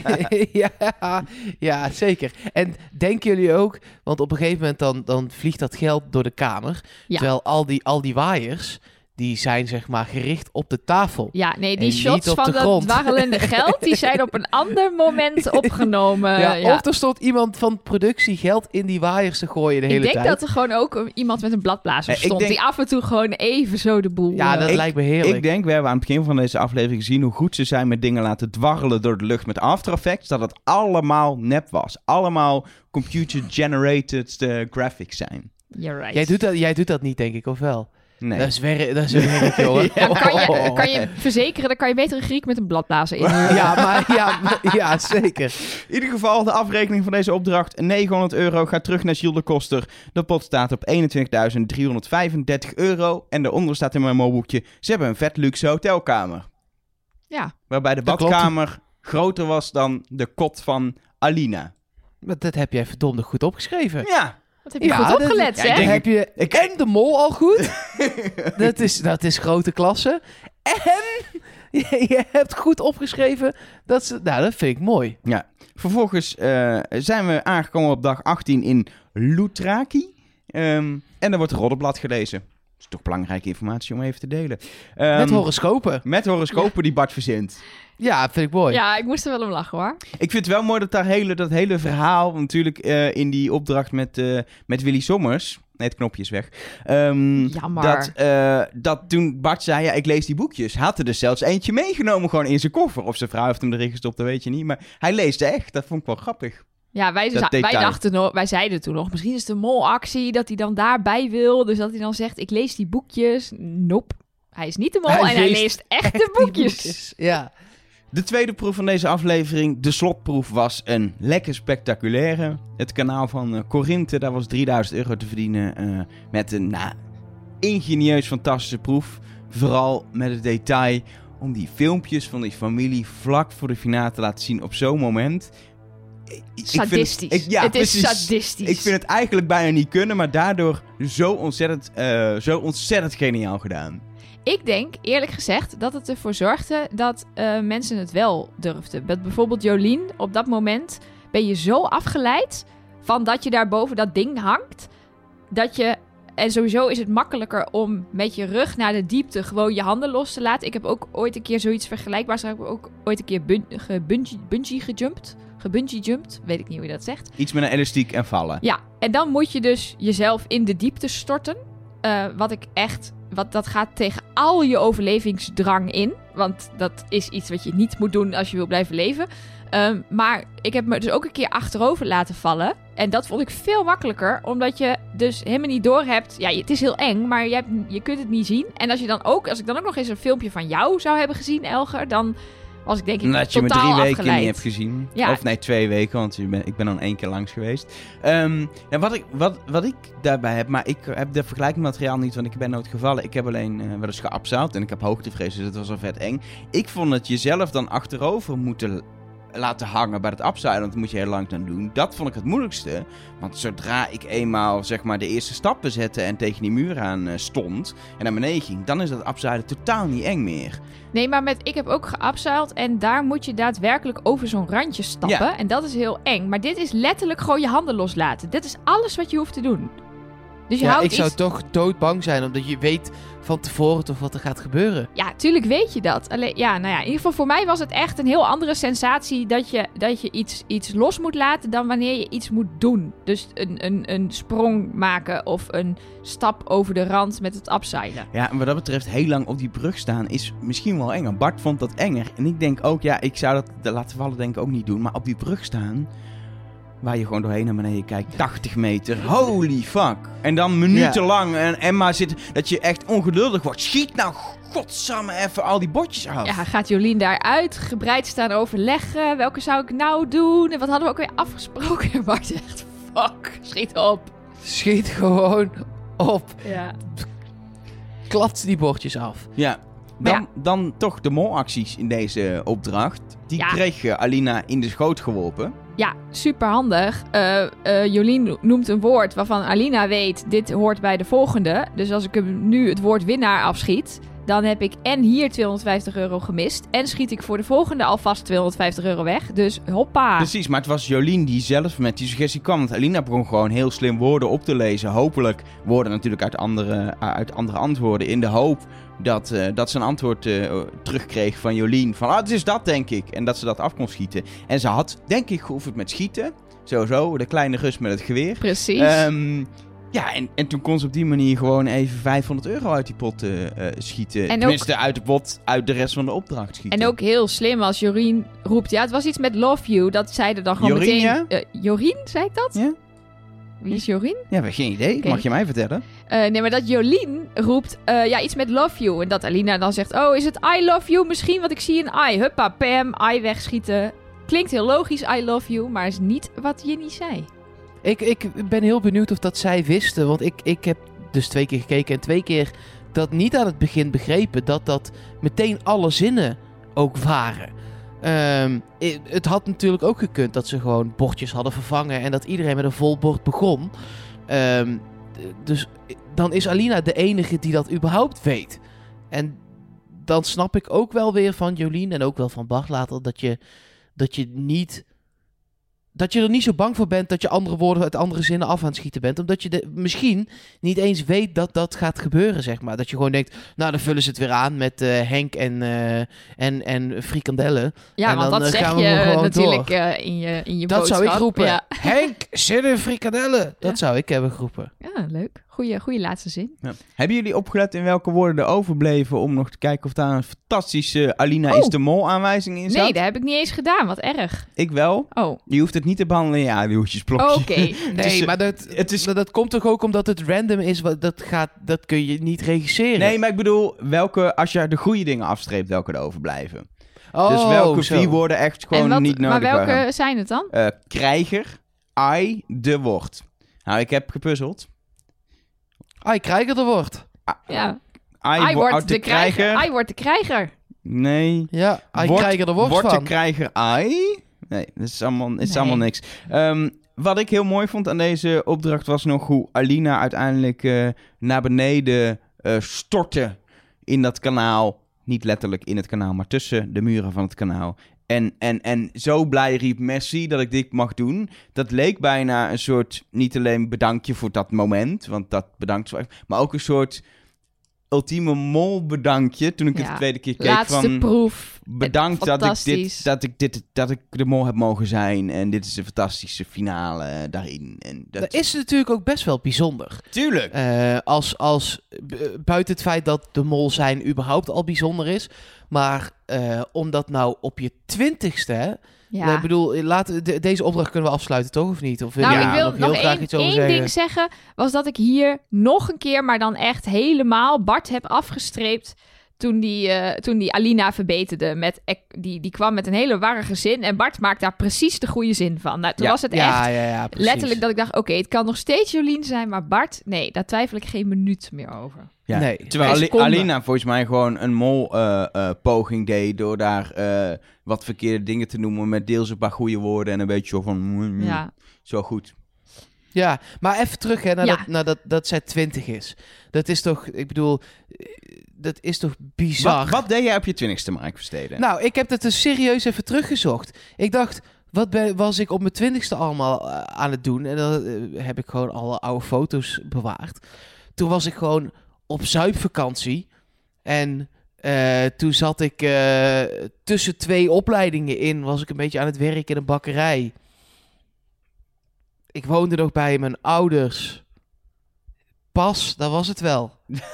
ja, ja, zeker. En denken jullie ook... Want op een gegeven moment dan, dan vliegt dat geld door de kamer. Ja. Terwijl al die, al die waaiers... die zijn zeg maar gericht op de tafel. Ja, nee, die en shots van dat dwarrelende geld... die zijn op een ander moment opgenomen. Ja, ja. Of er stond iemand van productie geld in die waaiers te gooien de ik hele tijd. Ik denk dat er gewoon ook iemand met een bladblazer Eh, stond... denk... die af en toe gewoon even zo de boel... Ja, dat ik, lijkt me heerlijk. Ik denk, we hebben aan het begin van deze aflevering gezien... hoe goed ze zijn met dingen laten dwarrelen door de lucht met After Effects... dat het allemaal nep was. Allemaal computer-generated uh, graphics zijn. You're right. Jij doet, dat, jij doet dat niet, denk ik, of wel? Nee. Dat is werk, dat is werk, jongen. Ja, kan, je, kan je verzekeren, dan kan je beter een Griek met een bladblazer in. Ja, maar ja, ja, zeker. In ieder geval, de afrekening van deze opdracht, negenhonderd euro, gaat terug naar Jules de Koster. De pot staat op eenentwintigduizend driehonderdvijfendertig euro. En daaronder staat in mijn mobielboekje, ze hebben een vet luxe hotelkamer. Ja. Waarbij de Dat badkamer klopt. groter was dan de kot van Alina. Maar dat heb jij verdomd goed opgeschreven. Ja. Wat heb je Ja, goed opgelet, dat, hè? ja, heb je ik, en de mol al goed. dat, is, dat is grote klasse. En je, je hebt goed opgeschreven. Dat ze, nou, dat vind ik mooi. Ja. Vervolgens uh, zijn we aangekomen op dag achttien in Loutraki. Um, en er wordt een roddelblad gelezen. Dat is toch belangrijke informatie om even te delen. Um, met horoscopen. Met horoscopen ja. die Bart verzint. Ja, vind ik mooi. Ja, ik moest er wel om lachen, hoor. Ik vind het wel mooi dat daar hele, dat hele verhaal... natuurlijk uh, in die opdracht met, uh, met Willy Sommers... Nee, het knopje is weg. Um, Jammer. Dat, uh, dat toen Bart zei, ja, ik lees die boekjes... had er dus zelfs eentje meegenomen gewoon in zijn koffer. Of zijn vrouw heeft hem erin gestopt, dat weet je niet. Maar hij leesde echt. Dat vond ik wel grappig. Ja, wij, za- wij dachten nog, wij zeiden toen nog... misschien is het een molactie dat hij dan daarbij wil. Dus dat hij dan zegt, ik lees die boekjes. Nope. Hij is niet de mol hij en leest hij leest echt de boekjes. boekjes. Ja. De tweede proef van deze aflevering, de slotproef, was een lekker spectaculaire. Het kanaal van uh, Corinthe, daar was drieduizend euro te verdienen uh, met een nou, ingenieus fantastische proef. Vooral met het detail om die filmpjes van die familie vlak voor de finale te laten zien op zo'n moment. Ik, sadistisch. Ik, ja, het is precies, sadistisch. Ik vind het eigenlijk bijna niet kunnen, maar daardoor zo ontzettend, uh, zo ontzettend geniaal gedaan. ik denk, eerlijk gezegd, dat het ervoor zorgde dat uh, mensen het wel durfden. Dat bijvoorbeeld Jolien, op dat moment ben je zo afgeleid van dat je daar boven dat ding hangt, dat je... En sowieso is het makkelijker om met je rug naar de diepte gewoon je handen los te laten. Ik heb ook ooit een keer zoiets vergelijkbaars. Ik heb ook ooit een keer bun- gebungee, bungee gejumpt. Gebungee jumped. Weet ik niet hoe je dat zegt. Iets met een elastiek en vallen. Ja, en dan moet je dus jezelf in de diepte storten. Uh, wat ik echt... Wat, dat gaat tegen al je overlevingsdrang in. Want dat is iets wat je niet moet doen als je wil blijven leven. Um, maar ik heb me dus ook een keer achterover laten vallen. En dat vond ik veel makkelijker. Omdat je dus helemaal niet doorhebt. Ja, het is heel eng, maar je, hebt, je kunt het niet zien. En als, je dan ook, als ik dan ook nog eens een filmpje van jou zou hebben gezien, Elger, dan was ik denk ik dat je me totaal drie weken afgeleid. niet hebt gezien. Ja. Of nee, twee weken, want ik ben, ik ben dan één keer langs geweest. Um, ja, wat, ik, wat, wat ik daarbij heb, maar ik heb de vergelijkingsmateriaal niet, want ik ben nooit gevallen. Ik heb alleen uh, wel eens geabseild en ik heb hoogtevrees, dus dat was al vet eng. Ik vond het jezelf dan achterover moeten laten hangen bij het abseilen, want dat moet je heel lang dan doen. Dat vond ik het moeilijkste, want zodra ik eenmaal zeg maar de eerste stappen zette en tegen die muur aan uh, stond en naar beneden ging, dan is dat abseilen totaal niet eng meer. Nee, maar met, ik heb ook geabseild en daar moet je daadwerkelijk over zo'n randje stappen. Ja. En dat is heel eng. Maar dit is letterlijk gewoon je handen loslaten. Dit is alles wat je hoeft te doen. Dus je ja, houdt ik zou iets... toch doodbang zijn, omdat je weet van tevoren toch wat er gaat gebeuren. Ja, tuurlijk weet je dat. Alleen, ja, nou ja, in ieder geval voor mij was het echt een heel andere sensatie dat je, dat je iets, iets los moet laten dan wanneer je iets moet doen. Dus een, een, een sprong maken of een stap over de rand met het abseilen. Ja, en wat dat betreft heel lang op die brug staan is misschien wel enger. Bart vond dat enger. En ik denk ook, ja, ik zou dat de laten vallen denk ik ook niet doen. Maar op die brug staan, waar je gewoon doorheen naar beneden kijkt, tachtig meter, holy fuck. En dan minutenlang ja. en Emma zit, dat je echt ongeduldig wordt. Schiet nou godsamme even al die bordjes af. Ja, gaat Jolien daaruit gebreid staan overleggen? Welke zou ik nou doen? En wat hadden we ook weer afgesproken? Bart echt, fuck, schiet op. Schiet gewoon op. Ja. Klapt die bordjes af. Ja. Dan, ja. dan toch de molacties in deze opdracht. Die ja. kreeg je Alina in de schoot geworpen. Ja, super handig. Uh, uh, Jolien noemt een woord waarvan Alina weet, dit hoort bij de volgende. Dus als ik hem nu het woord winnaar afschiet, dan heb ik en hier tweehonderdvijftig euro gemist. En schiet ik voor de volgende alvast tweehonderdvijftig euro weg. Dus hoppa. Precies, maar het was Jolien die zelf met die suggestie kwam. Want Alina begon gewoon heel slim woorden op te lezen. Hopelijk woorden natuurlijk uit andere, uit andere antwoorden. In de hoop dat, uh, dat ze een antwoord uh, terugkreeg van Jolien. Van, ah, het is dat denk ik. En dat ze dat af kon schieten. En ze had, denk ik, geoefend met schieten. Sowieso, de kleine Rus met het geweer. Precies. Um, Ja, en, en toen kon ze op die manier gewoon even vijfhonderd euro uit die pot uh, uh, schieten. En Tenminste, ook, uit de pot, uit de rest van de opdracht schieten. En ook heel slim als Jorien roept, ja, het was iets met Love You. Dat zeiden dan gewoon Jorien, meteen... Ja? Uh, Jorien, zei ik dat? Ja. Wie is Jorien? Ja, we hebben geen idee. Okay. Mag je mij vertellen? Uh, nee, maar dat Jolien roept, uh, ja, iets met Love You. En dat Alina dan zegt, oh, is het I love you misschien? Want ik zie een I. Huppa, pam, I wegschieten. Klinkt heel logisch, I love you, maar is niet wat Jenny zei. Ik, ik ben heel benieuwd of dat zij wisten. Want ik, ik heb dus twee keer gekeken en twee keer dat niet aan het begin begrepen. Dat dat meteen alle zinnen ook waren. Um, het had natuurlijk ook gekund dat ze gewoon bordjes hadden vervangen. En dat iedereen met een vol bord begon. Um, dus dan is Alina de enige die dat überhaupt weet. En dan snap ik ook wel weer van Jolien en ook wel van Bart later. Dat je, dat je niet... Dat je er niet zo bang voor bent dat je andere woorden uit andere zinnen af aan het schieten bent. Omdat je de, misschien niet eens weet dat dat gaat gebeuren, zeg maar. Dat je gewoon denkt, nou dan vullen ze het weer aan met uh, Henk en, uh, en, en frikandellen. Ja, en want dan, dat uh, zeg gaan we je natuurlijk uh, in je, in je dat boodschap. zou ik roepen. Ja. Henk, zin in frikandellen. Dat ja. zou ik hebben geroepen. Ja, leuk. Goeie, goeie laatste zin. Ja. Hebben jullie opgelet in welke woorden er overbleven om nog te kijken of daar een fantastische Alina oh. is de Mol aanwijzing in zat? Nee, dat heb ik niet eens gedaan. Wat erg. Ik wel. Oh. Je hoeft het niet te behandelen in je aluhoedjesblokje. Oh, oké. Okay. Nee, is, maar dat, het is... dat, dat komt toch ook omdat het random is. Dat, gaat, dat kun je niet regisseren. Nee, maar ik bedoel, welke, als je de goede dingen afstreept, welke er overblijven. Oh, dus welke zo. vier woorden echt gewoon wat, niet nodig Maar welke waren. zijn het dan? Uh, krijger, I, de woord. Nou, ik heb gepuzzeld. I krijger de woord. Ja. I, I wo- word de, de krijger. krijger. I word de krijger. Nee. Ja, I word, krijger er woord word van. Word de krijger I? Nee, dat is allemaal, is nee. allemaal niks. Um, wat ik heel mooi vond aan deze opdracht was nog hoe Alina uiteindelijk uh, naar beneden uh, stortte in dat kanaal. Niet letterlijk in het kanaal, maar tussen de muren van het kanaal. En, en, en zo blij riep Messi dat ik dit mag doen. Dat leek bijna een soort, niet alleen bedankje voor dat moment, want dat bedankt zo echt, maar ook een soort ultieme mol bedankje toen ik Ja. het de tweede keer keek. Laatste van, proef. bedankt dat ik, dit, Fantastisch. dat, ik dit, dat ik de mol heb mogen zijn. En dit is een fantastische finale daarin. En dat, Dat is natuurlijk ook best wel bijzonder. Tuurlijk. Uh, als, als, b- buiten het feit dat de mol zijn überhaupt al bijzonder is. Maar uh, omdat nou op je twintigste... Hè, Ja. ik bedoel, laten, de, deze opdracht kunnen we afsluiten, toch? Of niet? Of wil Nou, je ik wil nog nog heel graag één, iets over één zeggen? ding zeggen. Was dat ik hier nog een keer, maar dan echt helemaal Bart heb afgestreept. Toen die, uh, toen die Alina verbeterde. Met, ek- die, die kwam met een hele warrige zin. En Bart maakt daar precies de goede zin van. Nou, toen Ja. was het Ja, echt ja, ja, precies. letterlijk dat ik dacht... Oké, het kan nog steeds Jolien zijn, maar Bart... Nee, daar twijfel ik geen minuut meer over. Ja. Nee. Terwijl Geen Ali- seconde. Alina volgens mij gewoon een mol-poging deed... door daar eh, wat verkeerde dingen te noemen... met deels een paar goede woorden en een beetje zo van... mm, mm, Ja. Zo goed. Ja, maar even terug hè, naar, Ja. dat, naar dat, dat zij twintig is. Dat is toch, ik bedoel, eh, dat is toch bizar. Wat, wat deed jij op je twintigste, Mark Versteden? Nou, ik heb dat dus serieus even teruggezocht. Ik dacht, wat ben, was ik op mijn twintigste allemaal eh, aan het doen? En dan eh, heb ik gewoon alle oude foto's bewaard. Toen was ik gewoon op zuipvakantie. En eh, toen zat ik eh, tussen twee opleidingen in. Was ik een beetje aan het werk in een bakkerij. Ik woonde nog bij mijn ouders. Pas, dat was het wel.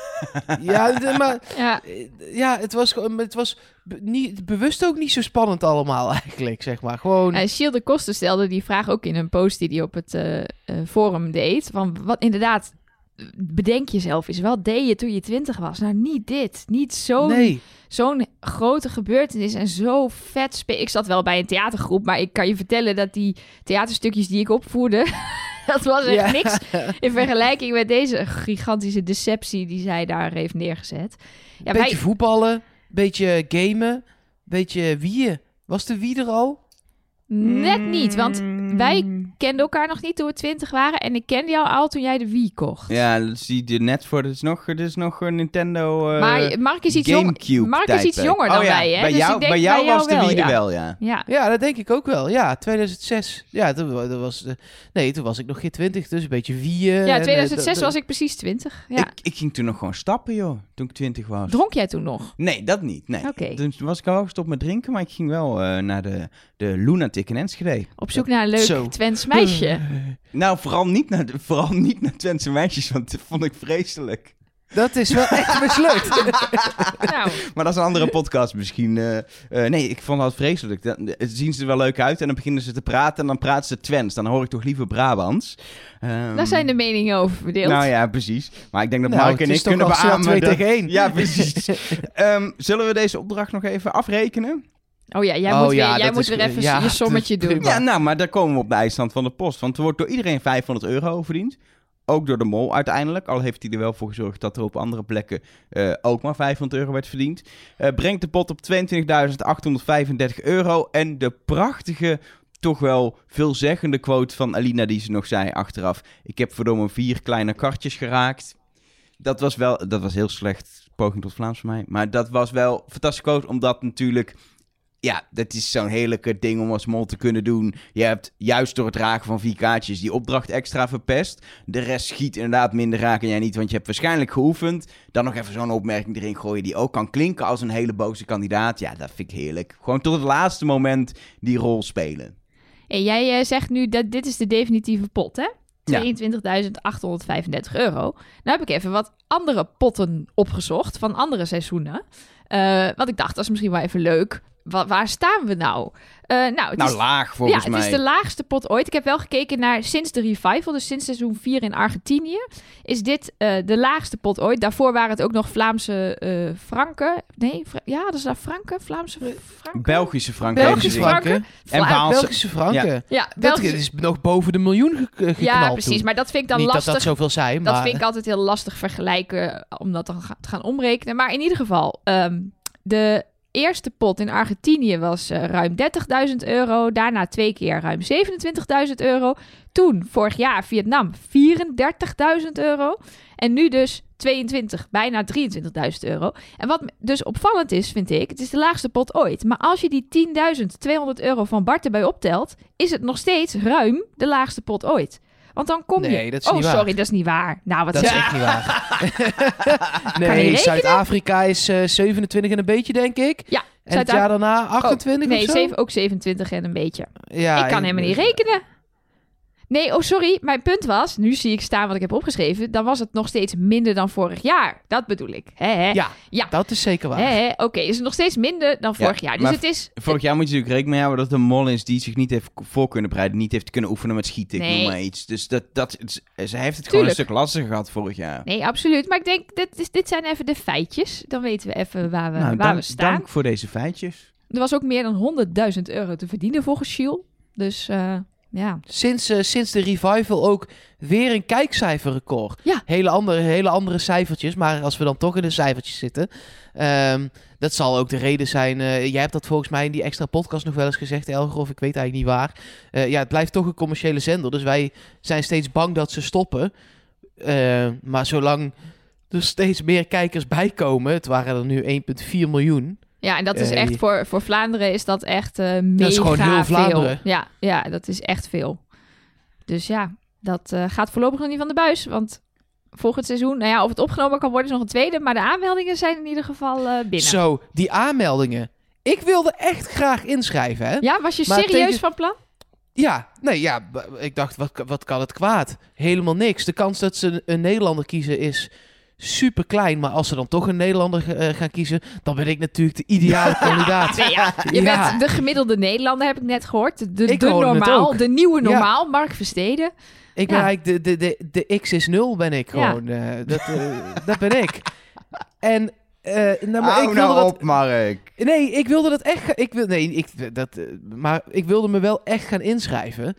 ja, d- maar Ja, eh, ja, het was gewoon, het was be- niet, bewust ook niet zo spannend allemaal eigenlijk, zeg maar. Gewoon. en Gilles de Koster stelde die vraag ook in een post die hij op het eh, eh, forum deed. Van wat inderdaad, bedenk jezelf eens, wat deed je toen je twintig was? Nou, niet dit. Niet zo'n, nee. zo'n grote gebeurtenis en zo vet spe- Ik zat wel bij een theatergroep, maar ik kan je vertellen dat die theaterstukjes die ik opvoerde, dat was echt Ja. niks in vergelijking met deze gigantische deceptie die zij daar heeft neergezet. Ja, beetje wij- voetballen, beetje gamen, beetje wieën. Was de wie er al? net niet, want wij Mm. kenden elkaar nog niet toen we twintig waren. En ik kende jou al toen jij de Wii kocht. Ja, dat is die de net voor. Dat is nog, dat is nog een Nintendo. eh, maar Mark is iets, jong, GameCube Mark is iets tijdperk. jonger dan oh, ja. wij, hè? Bij Dus jou, ik denk bij jou was de wel, Wii er ja. wel, ja. Ja. Ja, dat denk ik ook wel. Ja, tweeduizend zes. Ja, toen, wa- dat was, eh, nee, toen was ik nog geen twintig, dus een beetje wieën. Ja, en, tweeduizend zes eh, d- d- was ik precies twintig. Ja. Ik, ik ging toen nog gewoon stappen, joh. Toen ik twintig was. Dronk jij toen nog? Nee, dat niet. Nee. Oké. Toen was ik al wel gestopt met drinken, maar ik ging wel eh, naar de, de Lunatic in Enschede. Op zoek naar een leuk Zo. Twents meisje. Nou, vooral niet naar, de, vooral niet naar Twentse meisjes, want dat vond ik vreselijk. Dat is wel echt mislukt. Nou, Maar dat is een andere podcast misschien. eh, eh, nee, ik vond dat vreselijk. Dan dan zien ze er wel leuk uit en dan beginnen ze te praten en dan praten ze Twents. Dan hoor ik toch liever Brabants. Ehm, daar zijn de meningen over verdeeld. Nou ja, precies. Maar ik denk dat Nou, Mark het en is ik toch kunnen al snel beamen twee dat- tegen één. Ja, precies. Ehm, zullen we deze opdracht nog even afrekenen? Oh ja, jij Oh moet, ja, weer, jij dat moet is- weer even ja, je sommetje dat is doen. prima. Ja, nou, maar daar komen we op de eindstand van de post. Want er wordt door iedereen vijfhonderd euro verdiend. Ook door de mol uiteindelijk. Al heeft hij er wel voor gezorgd dat er op andere plekken eh, ook maar vijfhonderd euro werd verdiend. Eh, brengt de pot op tweeëntwintigduizend achthonderdvijfendertig euro. En de prachtige, toch wel veelzeggende quote van Alina die ze nog zei achteraf. Ik heb verdomme vier kleine kartjes geraakt. Dat was wel, dat was heel slecht, poging tot Vlaams voor mij. Maar dat was wel een fantastische quote, omdat natuurlijk... Ja, dat is zo'n heerlijke ding om als mol te kunnen doen. Je hebt juist door het raken van vier kaartjes die opdracht extra verpest. De rest schiet inderdaad minder raken jij niet, want je hebt waarschijnlijk geoefend. Dan nog even zo'n opmerking erin gooien die ook kan klinken als een hele boze kandidaat. Ja, dat vind ik heerlijk. Gewoon tot het laatste moment die rol spelen. En jij eh, zegt nu dat dit is de definitieve pot, hè? Ja. tweeëntwintigduizend achthonderdvijfendertig euro. Nou heb ik even wat andere potten opgezocht van andere seizoenen. Eh want ik dacht, dat is misschien wel even leuk. Wa- waar staan we nou? Eh, nou, het Nou, is, laag volgens ja, mij. het is de laagste pot ooit. Ik heb wel gekeken naar sinds de revival, dus sinds seizoen vier in Argentinië. Is dit eh, de laagste pot ooit? Daarvoor waren het ook nog Vlaamse eh, franken. Nee, Fra- ja, dat is daar franken? Vlaamse franken? Belgische franken. Belgische heeft ze franken. En Vla- Waalse- Belgische franken. Ja, Dat Belgische... is nog boven de miljoen ge- geknald Ja, precies. toen. Maar dat vind ik dan Niet lastig. dat dat zoveel zijn, maar... Dat vind ik altijd heel lastig vergelijken om dat dan ga- te gaan omrekenen. Maar in ieder geval, ehm, de eerste pot in Argentinië was eh, ruim dertigduizend euro. Daarna twee keer ruim zevenentwintigduizend euro. Toen, vorig jaar, Vietnam, vierendertigduizend euro. En nu dus tweeëntwintig, bijna drieëntwintigduizend euro. En wat dus opvallend is, vind ik, het is de laagste pot ooit. Maar als je die tienduizend tweehonderd euro van Bart erbij optelt, is het nog steeds ruim de laagste pot ooit. Want dan kom je... Nee, dat is oh, niet waar. sorry, dat is niet waar. Nou, wat Dat zeg is echt niet waar. je nee, rekenen? Zuid-Afrika is uh, zevenentwintig en een beetje, denk ik. Ja, En het jaar daarna achtentwintig oh, nee, of zo? zeven, ook zevenentwintig en een beetje. Ja, ik kan helemaal niet rekenen. Nee, oh sorry, mijn punt was, nu zie ik staan wat ik heb opgeschreven, dan was het nog steeds minder dan vorig jaar. Dat bedoel ik. Hè, hè? Ja, ja, dat is zeker waar. Hè, hè? Oké, okay, is het nog steeds minder dan vorig Ja, jaar. Dus maar het is... Vorig jaar moet je natuurlijk rekening mee houden dat de mol is die zich niet heeft voor kunnen bereiden, niet heeft kunnen oefenen met schieten, ik Nee. noem maar iets. Dus dat, dat, ze heeft het gewoon Tuurlijk. een stuk lastiger gehad vorig jaar. Nee, absoluut. Maar ik denk, dit, is, dit zijn even de feitjes. Dan weten we even waar we, nou, waar dank, we staan. dank voor deze feitjes. Er was ook meer dan honderdduizend euro te verdienen volgens Jules. Dus uh, ja. Sinds, uh, sinds de revival ook weer een kijkcijferrecord. Ja. Hele andere, hele andere cijfertjes, maar als we dan toch in de cijfertjes zitten. Um, dat zal ook de reden zijn. Uh, jij hebt dat volgens mij in die extra podcast nog wel eens gezegd, Elger, of ik weet eigenlijk niet waar. Uh, ja, het blijft toch een commerciële zender, dus wij zijn steeds bang dat ze stoppen. Uh, maar zolang er steeds meer kijkers bijkomen, het waren er nu één komma vier miljoen... Ja, en dat is Hey. echt voor, voor Vlaanderen is dat echt uh, mega Dat is gewoon heel Vlaanderen. veel. Ja, ja, dat is echt veel. Dus ja, dat uh, gaat voorlopig nog niet van de buis. Want volgend seizoen, nou ja, of het opgenomen kan worden is nog een tweede. Maar de aanmeldingen zijn in ieder geval uh, binnen. Zo, die aanmeldingen. Ik wilde echt graag inschrijven, hè? Ja, was je Maar serieus tegen- van plan? Ja, nee, ja, b- ik dacht, wat, wat kan het kwaad? Helemaal niks. De kans dat ze een Nederlander kiezen is super klein. Maar als ze dan toch een Nederlander uh, gaan kiezen, dan ben ik natuurlijk de ideale kandidaat. Nee, ja. Je Ja. bent de gemiddelde Nederlander, heb ik net gehoord. De, Ik de hoorde het normaal, ook. de nieuwe Ja. normaal, Mark Versteden. Ik ben Ja. eigenlijk de, de, de, de X is nul, ben ik Ja. gewoon. Uh, dat, uh, dat ben ik. En, uh, nou, maar Hou ik wilde nou dat... op, Mark. Nee, ik wilde dat echt... ga- Ik wil, nee, ik, dat, eh, maar ik wilde me wel echt gaan inschrijven.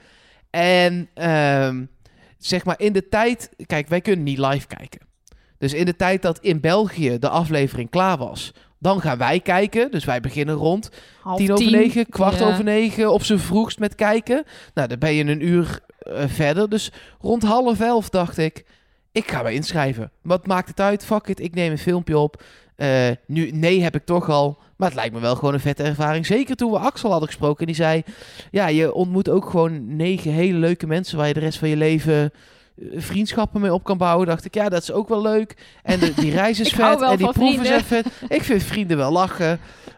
En ehm, zeg maar in de tijd... Kijk, wij kunnen niet live kijken. Dus in de tijd dat in België de aflevering klaar was... Dan gaan wij kijken. Dus wij beginnen rond Half tien over tien. negen, kwart Ja. over negen... op z'n vroegst met kijken. Nou, dan ben je een uur uh, verder. Dus rond half elf dacht ik... Ik ga me inschrijven. Wat maakt het uit? Fuck it, ik neem een filmpje op. Uh, nu, nee heb ik toch al. Maar het lijkt me wel gewoon een vette ervaring. Zeker toen we Axel hadden gesproken. En die zei... Ja, je ontmoet ook gewoon negen hele leuke mensen... waar je de rest van je leven uh, vriendschappen mee op kan bouwen. Dacht ik, ja, dat is ook wel leuk. En de, die reis is Ik hou vet. wel En die van proeven zijn vrienden. vet. Ik vind vrienden wel lachen.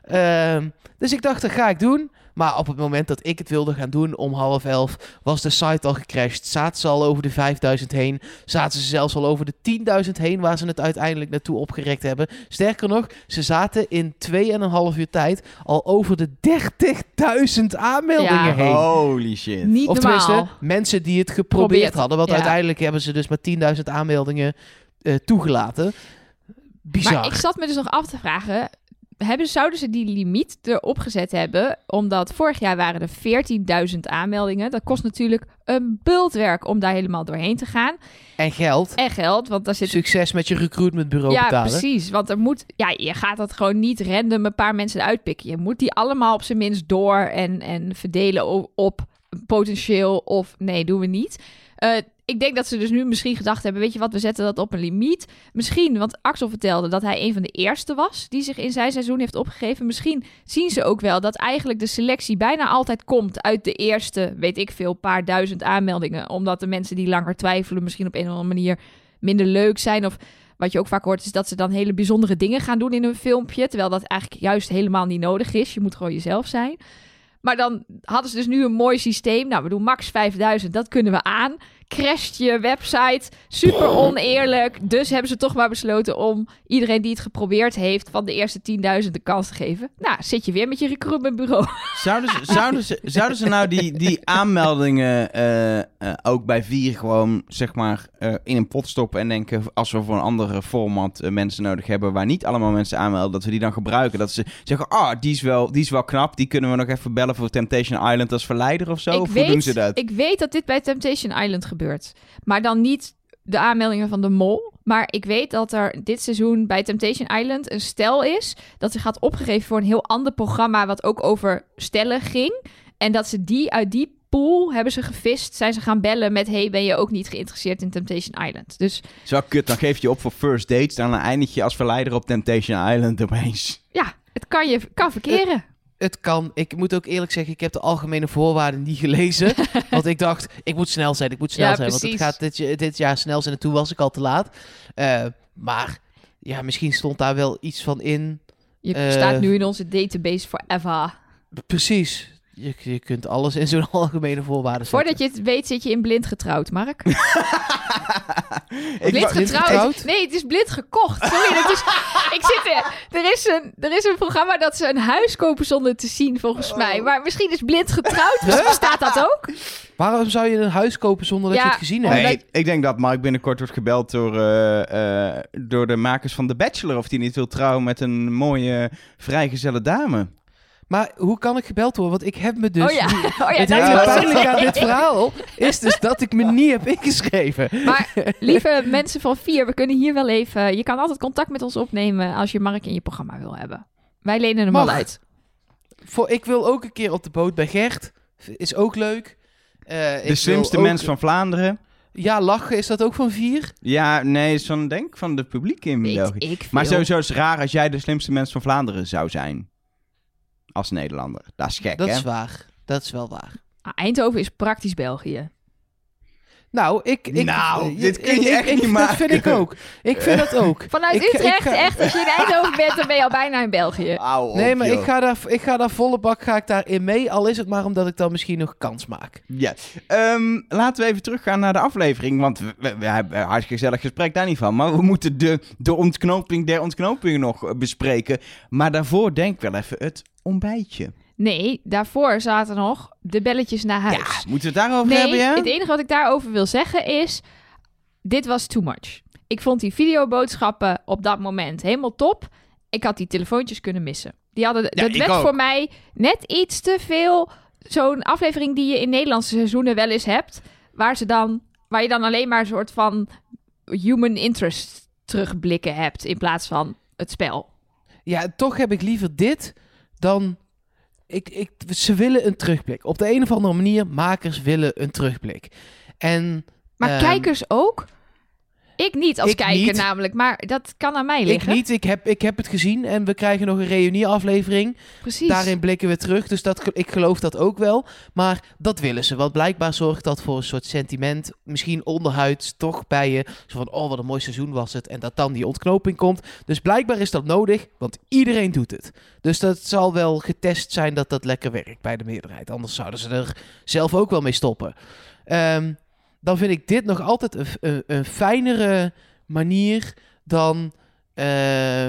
Um, dus ik dacht, dat ga ik doen. Maar op het moment dat ik het wilde gaan doen om half elf... was de site al gecrashed. Zaten ze al over de vijfduizend heen. Zaten ze zelfs al over de tienduizend heen... waar ze het uiteindelijk naartoe opgerekt hebben. Sterker nog, ze zaten in twee en een half uur tijd... al over de dertigduizend aanmeldingen Ja. heen. Holy shit. Niet Of normaal. tenminste, mensen die het geprobeerd Probeert. hadden. Want Ja. uiteindelijk hebben ze dus maar tienduizend aanmeldingen uh, toegelaten. Bizar. Maar ik zat me dus nog af te vragen... Hebben, zouden ze die limiet erop gezet hebben? Omdat vorig jaar waren er veertienduizend aanmeldingen. Dat kost natuurlijk een bultwerk om daar helemaal doorheen te gaan. En geld. En geld, want daar zit... Succes met je recruitmentbureau Ja, betalen. precies. Want er moet... Ja, je gaat dat gewoon niet random een paar mensen uitpikken. Je moet die allemaal op zijn minst door en, en verdelen op, op potentieel of... Nee, doen we niet. Uh, ik denk dat ze dus nu misschien gedacht hebben... weet je wat, we zetten dat op een limiet. Misschien, want Axel vertelde dat hij een van de eerste was... die zich in zijn seizoen heeft opgegeven. Misschien zien ze ook wel dat eigenlijk de selectie bijna altijd komt... uit de eerste, weet ik veel, paar duizend aanmeldingen. Omdat de mensen die langer twijfelen... misschien op een of andere manier minder leuk zijn... of wat je ook vaak hoort is dat ze dan hele bijzondere dingen gaan doen in een filmpje... terwijl dat eigenlijk juist helemaal niet nodig is. Je moet gewoon jezelf zijn. Maar dan hadden ze dus nu een mooi systeem. Nou, we doen max vijfduizend, dat kunnen we aan. Crasht je website, super oneerlijk. Dus hebben ze toch maar besloten om iedereen die het geprobeerd heeft... van de eerste tienduizend de kans te geven. Nou, zit je weer met je recruitmentbureau. Zouden ze, zouden ze, zouden ze nou die, die aanmeldingen uh, uh, ook bij vier gewoon zeg maar uh, in een pot stoppen en denken... als we voor een andere format uh, mensen nodig hebben waar niet allemaal mensen aanmelden... dat we die dan gebruiken. Dat ze zeggen, ah, oh, die, is wel, die is wel knap. Die kunnen we nog even bellen voor Temptation Island als verleider of zo. Ik of hoe weet, doen ze dat? Ik weet dat dit bij Temptation Island gebeurt. Maar dan niet de aanmeldingen van de mol. Maar ik weet dat er dit seizoen bij Temptation Island een stel is... dat zich had opgegeven voor een heel ander programma... wat ook over stellen ging. En dat ze die uit die pool hebben ze gevist. Zijn ze gaan bellen met... hey, ben je ook niet geïnteresseerd in Temptation Island? Dus Zo kut, dan geef je op voor first dates. Dan eindig je als verleider op Temptation Island opeens. ja, het kan je kan verkeren. Het kan. Ik moet ook eerlijk zeggen, ik heb de algemene voorwaarden niet gelezen. Want ik dacht, ik moet snel zijn, ik moet snel Ja, zijn. Want het precies. gaat dit, ja- dit jaar snel zijn en toen was ik al te laat. Uh, maar ja, misschien stond daar wel iets van in. Je Eh. staat nu in onze database forever. Precies. Je, je kunt alles in zo'n algemene voorwaarden zetten. Voordat je het weet zit je in blind getrouwd, Mark. Ik Blind wa- blind getrouwd? getrouwd? Nee, het is blind gekocht. Sorry, het is, ik zit er. Er is, een, er is een programma dat ze een huis kopen zonder te zien, volgens mij. Maar misschien is blind getrouwd. Misschien bestaat dat ook. Waarom zou je een huis kopen zonder dat Ja, je het gezien omdat- hebt? Nee, ik denk dat Mark binnenkort wordt gebeld door, eh, eh, door de makers van The Bachelor. Of die niet wil trouwen met een mooie vrijgezelle dame. Maar hoe kan ik gebeld worden? Want ik heb me dus... oh ja, oh ja het dat hele was pijnlijke aan dit het. verhaal is dus dat ik me niet heb ingeschreven. Maar lieve mensen van vier, we kunnen hier wel even... Je kan altijd contact met ons opnemen als je Mark in je programma wil hebben. Wij lenen hem Mag. al uit. Voor, ik wil ook een keer op de boot bij Gert. Is ook leuk. Eh, ik De wil slimste ook- mens van Vlaanderen. Ja, lachen, is dat ook van vier? Ja, nee, is van, denk van de publiek in Weet België. ik veel. Maar sowieso is het raar als jij de slimste mens van Vlaanderen zou zijn. Als Nederlander. Dat is gek, Dat hè? is waar. Dat is wel waar. Ah, Eindhoven is praktisch België. Nou, ik... ik Nou, eh, dit kun je ik- echt ik- niet Dat maken. vind ik ook. Ik vind dat ook. Vanuit Ik- ik Utrecht, ga- echt, als je in Eindhoven bent, dan ben je al bijna in België. Auw op, Nee, maar joh. ik ga, daar, ik ga daar volle bak ga ik daarin mee. Al is het maar omdat ik dan misschien nog kans maak. Ja. Ehm, laten we even teruggaan naar de aflevering. Want we, we, we hebben een hartstikke gezellig gesprek daar niet van. Maar we moeten de, de ontknoping der ontknoping nog eh, bespreken. Maar daarvoor denk wel even het ontbijtje. Nee, daarvoor zaten nog de belletjes naar huis. Ja, moeten we het daarover nee, hebben, ja? het enige wat ik daarover wil zeggen is... Dit was too much. Ik vond die videoboodschappen op dat moment helemaal top. Ik had die telefoontjes kunnen missen. Die hadden, Ja, dat ik werd ook. voor mij net iets te veel... Zo'n aflevering die je in Nederlandse seizoenen wel eens hebt... Waar, ze dan, waar je dan alleen maar een soort van human interest terugblikken hebt... in plaats van het spel. Ja, toch heb ik liever dit dan... Ik, ik, ze willen een terugblik. Op de een of andere manier, makers willen een terugblik. En... Maar Ehm, kijkers ook? Ik niet als ik kijker niet. namelijk, maar dat kan aan mij Ik liggen. niet, ik heb, ik heb het gezien en we krijgen nog een reunieaflevering. Precies. Daarin blikken we terug, dus dat, ik geloof dat ook wel. Maar dat willen ze, want blijkbaar zorgt dat voor een soort sentiment. Misschien onderhuids toch bij je. Zo van, oh wat een mooi seizoen was het. En dat dan die ontknoping komt. Dus blijkbaar is dat nodig, want iedereen doet het. Dus dat zal wel getest zijn dat dat lekker werkt bij de meerderheid. Anders zouden ze er zelf ook wel mee stoppen. Ehm... dan vind ik dit nog altijd een, een, een fijnere manier dan, uh, uh,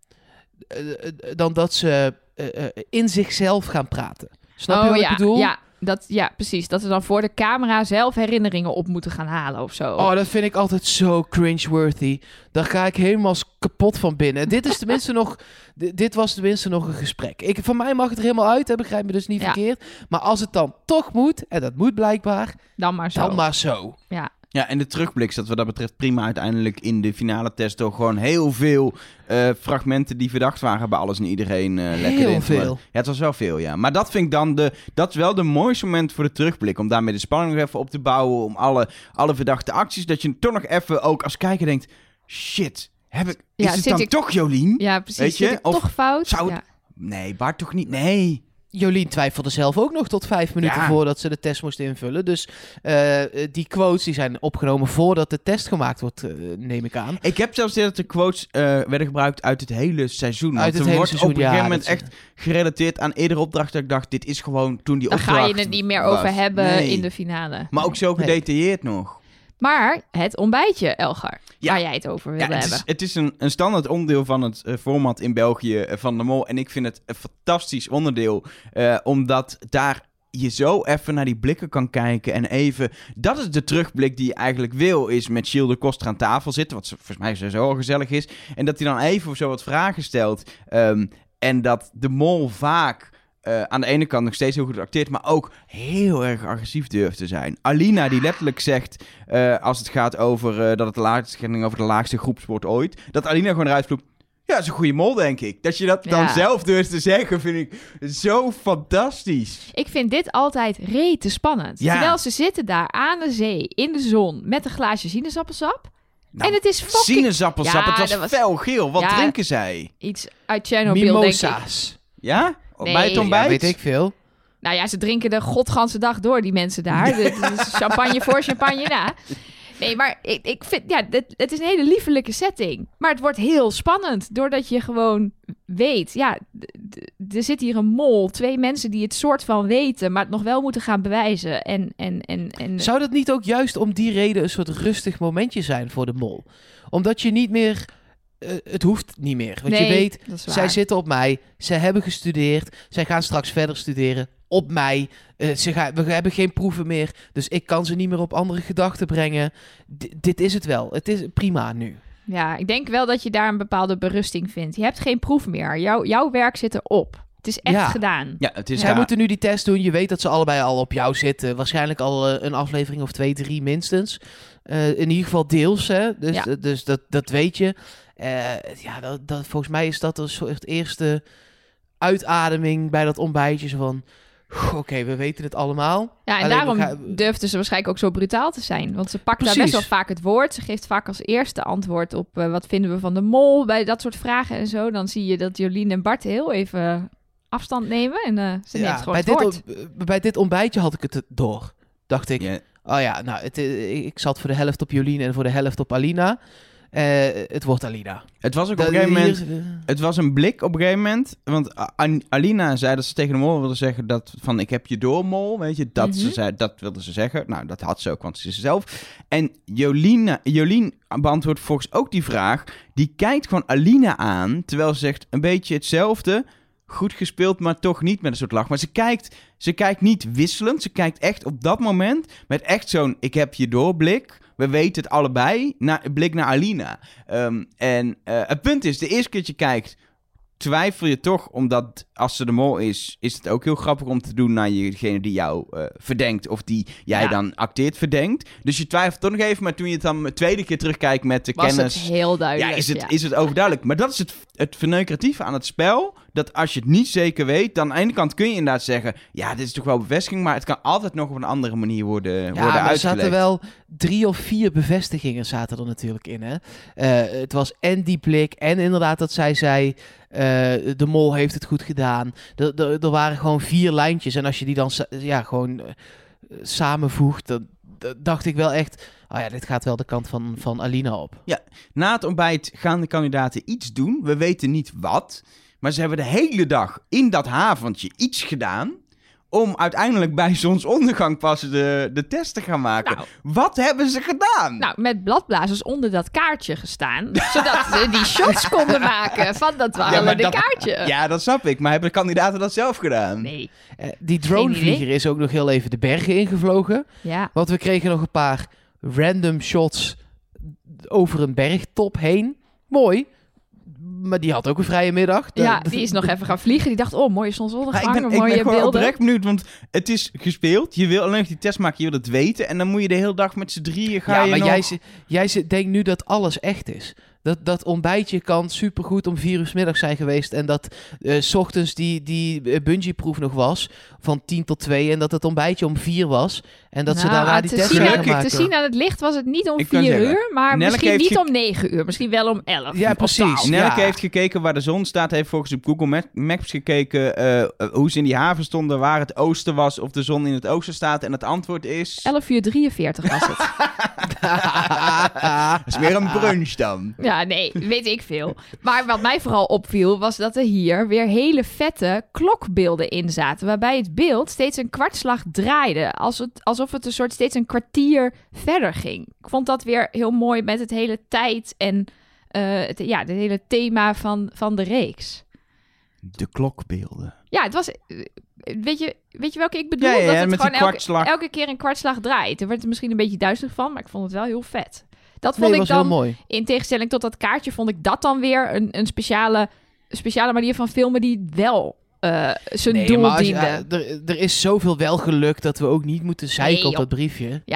dan dat ze uh, uh, in zichzelf gaan praten. Snap oh, je wat ja, ik bedoel? Ja, dat, ja, precies. Dat ze dan voor de camera zelf herinneringen op moeten gaan halen of zo. Oh, dat vind ik altijd zo cringe-worthy. Daar ga ik helemaal kapot van binnen. Dit is tenminste nog... D- dit was tenminste nog een gesprek. Ik, van mij mag het er helemaal uit, hè, begrijp me dus niet Ja. verkeerd. Maar als het dan toch moet, en dat moet blijkbaar, Dan maar zo. dan maar zo. Ja. Ja, en de terugblik zat wat dat betreft prima uiteindelijk in de finale test door gewoon heel veel uh, fragmenten die verdacht waren bij alles en iedereen uh, lekker Heel in te veel. worden. Ja, het was wel veel, ja. Maar dat vind ik dan de, dat is wel de mooiste moment voor de terugblik. Om daarmee de spanning nog even op te bouwen. Om alle, alle verdachte acties. Dat je toch nog even ook als kijker denkt, shit, heb ik, is Ja, het zit dan ik- toch Jolien? Ja, precies. Weet je? Zit ik Of toch fout? zou het- Ja. Nee, Bart toch niet? Nee. Jolien twijfelde zelf ook nog tot vijf minuten Ja. voordat ze de test moest invullen. Dus uh, die quotes die zijn opgenomen voordat de test gemaakt wordt, uh, neem ik aan. Ik heb zelfs idee dat de quotes uh, werden gebruikt uit het hele seizoen. Uit Want het er hele wordt seizoen, op een ja, gegeven moment dat is- echt gerelateerd aan eerdere opdrachten. Dat ik dacht, dit is gewoon toen die Daar opdracht ga je het niet meer was. over hebben Nee. in de finale. Maar ook zo Nee. gedetailleerd nog. Maar het ontbijtje, Elgar, Ja. waar jij het over wilde Ja, het hebben. is, het is een, een standaard onderdeel van het uh, format in België uh, van de Mol. En ik vind het een fantastisch onderdeel. Uh, omdat daar je zo even naar die blikken kan kijken. En even... Dat is de terugblik die je eigenlijk wil. Is met Gilles de Koster aan tafel zitten. Wat volgens mij sowieso al gezellig is. En dat hij dan even of zo wat vragen stelt. Um, en dat de Mol vaak... Uh, aan de ene kant nog steeds heel goed acteert, maar ook heel erg agressief durft te zijn. Alina die letterlijk zegt, uh, als het gaat over uh, dat het de laagste ging over de laagste groepsport ooit, dat Alina gewoon eruit vloept. Ja, dat is een goede mol, denk ik. Dat je dat dan Ja. zelf durft te zeggen, vind ik zo fantastisch. Ik vind dit altijd rete spannend. Ja. Terwijl ze zitten daar aan de zee, in de zon, met een glaasje sinaasappelsap. Nou, en het is fucking Sinaasappelsap, Ja, het was, dat was- felgeel. Wat Ja. drinken zij? iets uit Chernobyl, denk ik. Mimosa's. Ja? Nee. Bij het Ja, ontbijt? Ja, weet ik veel. Nou ja, ze drinken de godganse dag door, die mensen daar. Het is champagne voor, champagne na. Nee, maar ik, ik vind, ja, het, het is een hele liefelijke setting. Maar het wordt heel spannend, doordat je gewoon weet, ja, d- d- er zit hier een mol, twee mensen die het soort van weten, maar het nog wel moeten gaan bewijzen. En, en, en, en Zou dat niet ook juist om die reden een soort rustig momentje zijn voor de mol? Omdat je niet meer... eh, het hoeft niet meer. Want nee, je weet, dat is waar. zij zitten op mij. Zij hebben gestudeerd. Zij gaan straks verder studeren op mij. Eh, ze gaan, we hebben geen proeven meer. Dus ik kan ze niet meer op andere gedachten brengen. D- dit is het wel. Het is prima nu. Ja, ik denk wel dat je daar een bepaalde berusting vindt. Je hebt geen proef meer. Jouw, jouw werk zit erop. Het is echt Ja. gedaan. Ja, het is Zij daar. moeten nu die test doen. Je weet dat ze allebei al op jou zitten. Waarschijnlijk al eh, een aflevering of twee, drie minstens. Eh, in ieder geval deels. Hè? Dus, Ja. eh, dus dat, dat weet je. Eh, ja, dat, dat, volgens mij is dat een soort eerste uitademing bij dat ontbijtje. Zo van, oké, okay, we weten het allemaal. Ja, en Alleen, daarom we gaan- durfde ze waarschijnlijk ook zo brutaal te zijn. Want ze pakt daar Precies. best wel vaak het woord. Ze geeft vaak als eerste antwoord op eh, wat vinden we van de mol. Bij dat soort vragen en zo. Dan zie je dat Jolien en Bart heel even afstand nemen. En eh, ze neemt gewoon bij, het dit, woord. on- bij dit ontbijtje had ik het door. Dacht ik, Ja, oh ja, nou, het, eh, ik zat voor de helft op Jolien en voor de helft op Alina. Eh, het wordt Alina. het was ook op Dat- een gegeven moment... hier, eh, Het was een blik op een gegeven moment. Want A- An- Alina zei dat ze tegen de mol wilde zeggen dat van ik heb je door, mol. Weet je, dat, Mhm. ze zei, dat wilde ze zeggen. Nou, dat had ze ook, want ze is ze zelf. En Jolien, Jolien beantwoordt volgens ook die vraag. Die kijkt gewoon Alina aan, terwijl ze zegt een beetje hetzelfde. Goed gespeeld, maar toch niet met een soort lach. Maar ze kijkt, ze kijkt niet wisselend. Ze kijkt echt op dat moment met echt zo'n ik heb je door blik. We weten het allebei. Na, blik naar Alina. Ehm, en eh, het punt is, de eerste keer dat je kijkt, twijfel je toch, omdat als ze de mol is, is het ook heel grappig om te doen naar degene die jou eh, verdenkt, of die jij Ja. dan acteert verdenkt. Dus je twijfelt toch nog even, maar toen je het dan de tweede keer terugkijkt met de Was kennis... het heel duidelijk. Ja, is het, ja. is het overduidelijk. Maar dat is het, het verneukeratieve aan het spel. Dat als je het niet zeker weet, dan aan de ene kant kun je inderdaad zeggen, ja, dit is toch wel bevestiging, maar het kan altijd nog op een andere manier worden, Ja, worden maar er uitgelegd. zaten wel drie of vier bevestigingen zaten er natuurlijk in. Hè? Eh, het was en die blik en inderdaad dat zij zei, eh, de mol heeft het goed gedaan. Er, er, er waren gewoon vier lijntjes en als je die dan sa- ja, gewoon eh, samenvoegt, dan, dan dacht ik wel echt, oh ja, dit gaat wel de kant van, van Alina op. Na het ontbijt gaan de kandidaten iets doen. We weten niet wat. Maar ze hebben de hele dag in dat haventje iets gedaan om uiteindelijk bij zonsondergang pas de, de test te gaan maken. Nou. Wat hebben ze gedaan? Nou, met bladblazers onder dat kaartje gestaan. Zodat ze die shots konden maken van dat Ja, waren maar de dat- kaartje. Ja, dat snap ik. Maar hebben de kandidaten dat zelf gedaan? Nee. Eh, die dronevlieger is ook nog heel even de bergen ingevlogen. Ja. Want we kregen nog een paar random shots over een bergtop heen. Mooi. Maar die had ook een vrije middag. Ja, Dat- die is nog even gaan vliegen. Die dacht, oh, mooie Maar zonsondergang, ik ben, ik ben mooie gewoon beelden. oprecht benieuwd, want het is gespeeld. Je wil alleen nog die test maken, je wil het weten. En dan moet je de hele dag met z'n drieën gaan. Ja, je maar nog... jij, zi- jij zi- denkt nu dat alles echt is. Dat, dat ontbijtje kan supergoed om vier uur 's middag zijn geweest. En dat eh, 's ochtends die, die eh, bungee-proef nog was. Van tien tot twee. En dat het ontbijtje om vier was. En dat ze Nou, daarna die te test zien zijn aan- gaan Kijk, maken. Te zien aan het licht was het niet om Ik kan vier zeggen, uur, maar Nelleke misschien heeft niet ge- om negen uur. Misschien wel om elf. Ja, of precies. twaalf. Nelleke Ja. heeft gekeken waar de zon staat. Heeft volgens op Google Ma- Maps gekeken eh, eh, hoe ze in die haven stonden. Waar het oosten was. Of de zon in het oosten staat. En het antwoord is... elf uur drieënveertig was het. Dat is weer een brunch dan. Ja, nee, weet ik veel. Maar wat mij vooral opviel, was dat er hier weer hele vette klokbeelden in zaten. Waarbij het beeld steeds een kwartslag draaide. Als het, alsof het een soort steeds een kwartier verder ging. Ik vond dat weer heel mooi met het hele tijd en eh het, ja, het hele thema van, van de reeks. De klokbeelden. Ja, het was... eh, Weet je, weet je welke ik bedoel? Ja, ja, ja, dat het met die gewoon elke, kwartslag. elke keer een kwartslag draait. Er werd er misschien een beetje duizelig van, maar ik vond het wel heel vet. Dat Nee, vond was ik dan... heel mooi. In tegenstelling tot dat kaartje vond ik dat dan weer een, een speciale, speciale manier van filmen die wel eh, zijn Nee, doel maar als je- diende. eh, er, er is zoveel wel gelukt dat we ook niet moeten zeiken Nee, op joh. dat briefje. Ja,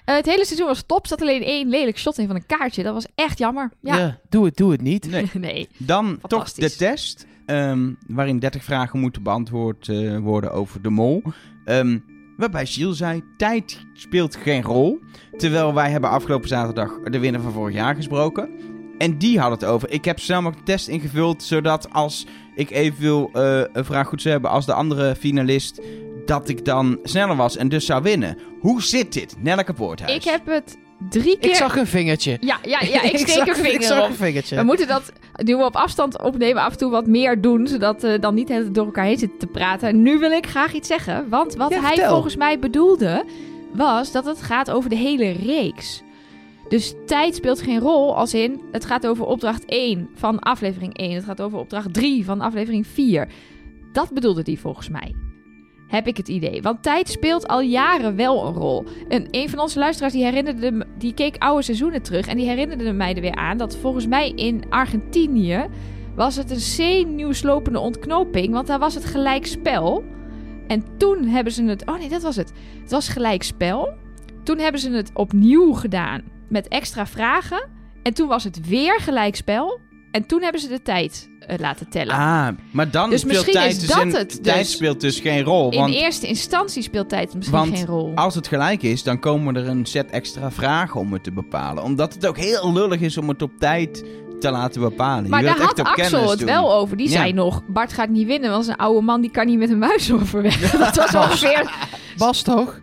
Uh, het hele seizoen was top. Er zat alleen één lelijk shot in van een kaartje. Dat was echt jammer. Ja, Ja, doe het, doe het niet. Nee. nee. Dan toch de Fantastisch. test, um, waarin dertig vragen moeten beantwoord uh, worden over de mol. Um, waarbij Gilles zei, tijd speelt geen rol. Terwijl wij hebben afgelopen zaterdag de winnaar van vorig jaar gesproken. En die had het over. Ik heb snel de test ingevuld, zodat als ik evenveel uh, een vraag goed zou hebben als de andere finalist, dat ik dan sneller was en dus zou winnen. Hoe zit dit, Nelleke Poorthuis? Ik heb het drie keer... Ik zag een vingertje. Ja, ja, ja ik steek zag, een vinger Ik zag op. een vingertje. We moeten dat, nu we op afstand opnemen, af en toe wat meer doen, zodat we uh, dan niet het door elkaar heen zitten te praten. Nu wil ik graag iets zeggen, want wat Ja, hij vertel. volgens mij bedoelde, was dat het gaat over de hele reeks. Dus tijd speelt geen rol, als in, het gaat over opdracht één van aflevering één. Het gaat over opdracht drie van aflevering vier. Dat bedoelde hij volgens mij. Heb ik het idee. Want tijd speelt al jaren wel een rol. En een van onze luisteraars die herinnerde me, die keek oude seizoenen terug. En die herinnerde mij er weer aan dat volgens mij in Argentinië was het een zenuwslopende ontknoping. Want daar was het gelijkspel. En toen hebben ze het... Oh nee, dat was het. Het was gelijkspel. Toen hebben ze het opnieuw gedaan met extra vragen. En toen was het weer gelijkspel. En toen hebben ze de tijd uh, laten tellen. Ah, maar dan Dus speelt misschien tijd is dus dat een- het tijd dus. speelt dus geen rol. In Want eerste instantie speelt tijd misschien Want geen rol. als het gelijk is, dan komen er een set extra vragen om het te bepalen. Omdat het ook heel lullig is om het op tijd te laten bepalen. Maar Je daar wilt echt had op Axel kennis het doen. wel over. Die Ja. zei nog, Bart gaat niet winnen, want een oude man die kan niet met een muis overweg. Dat was ongeveer... Bas toch?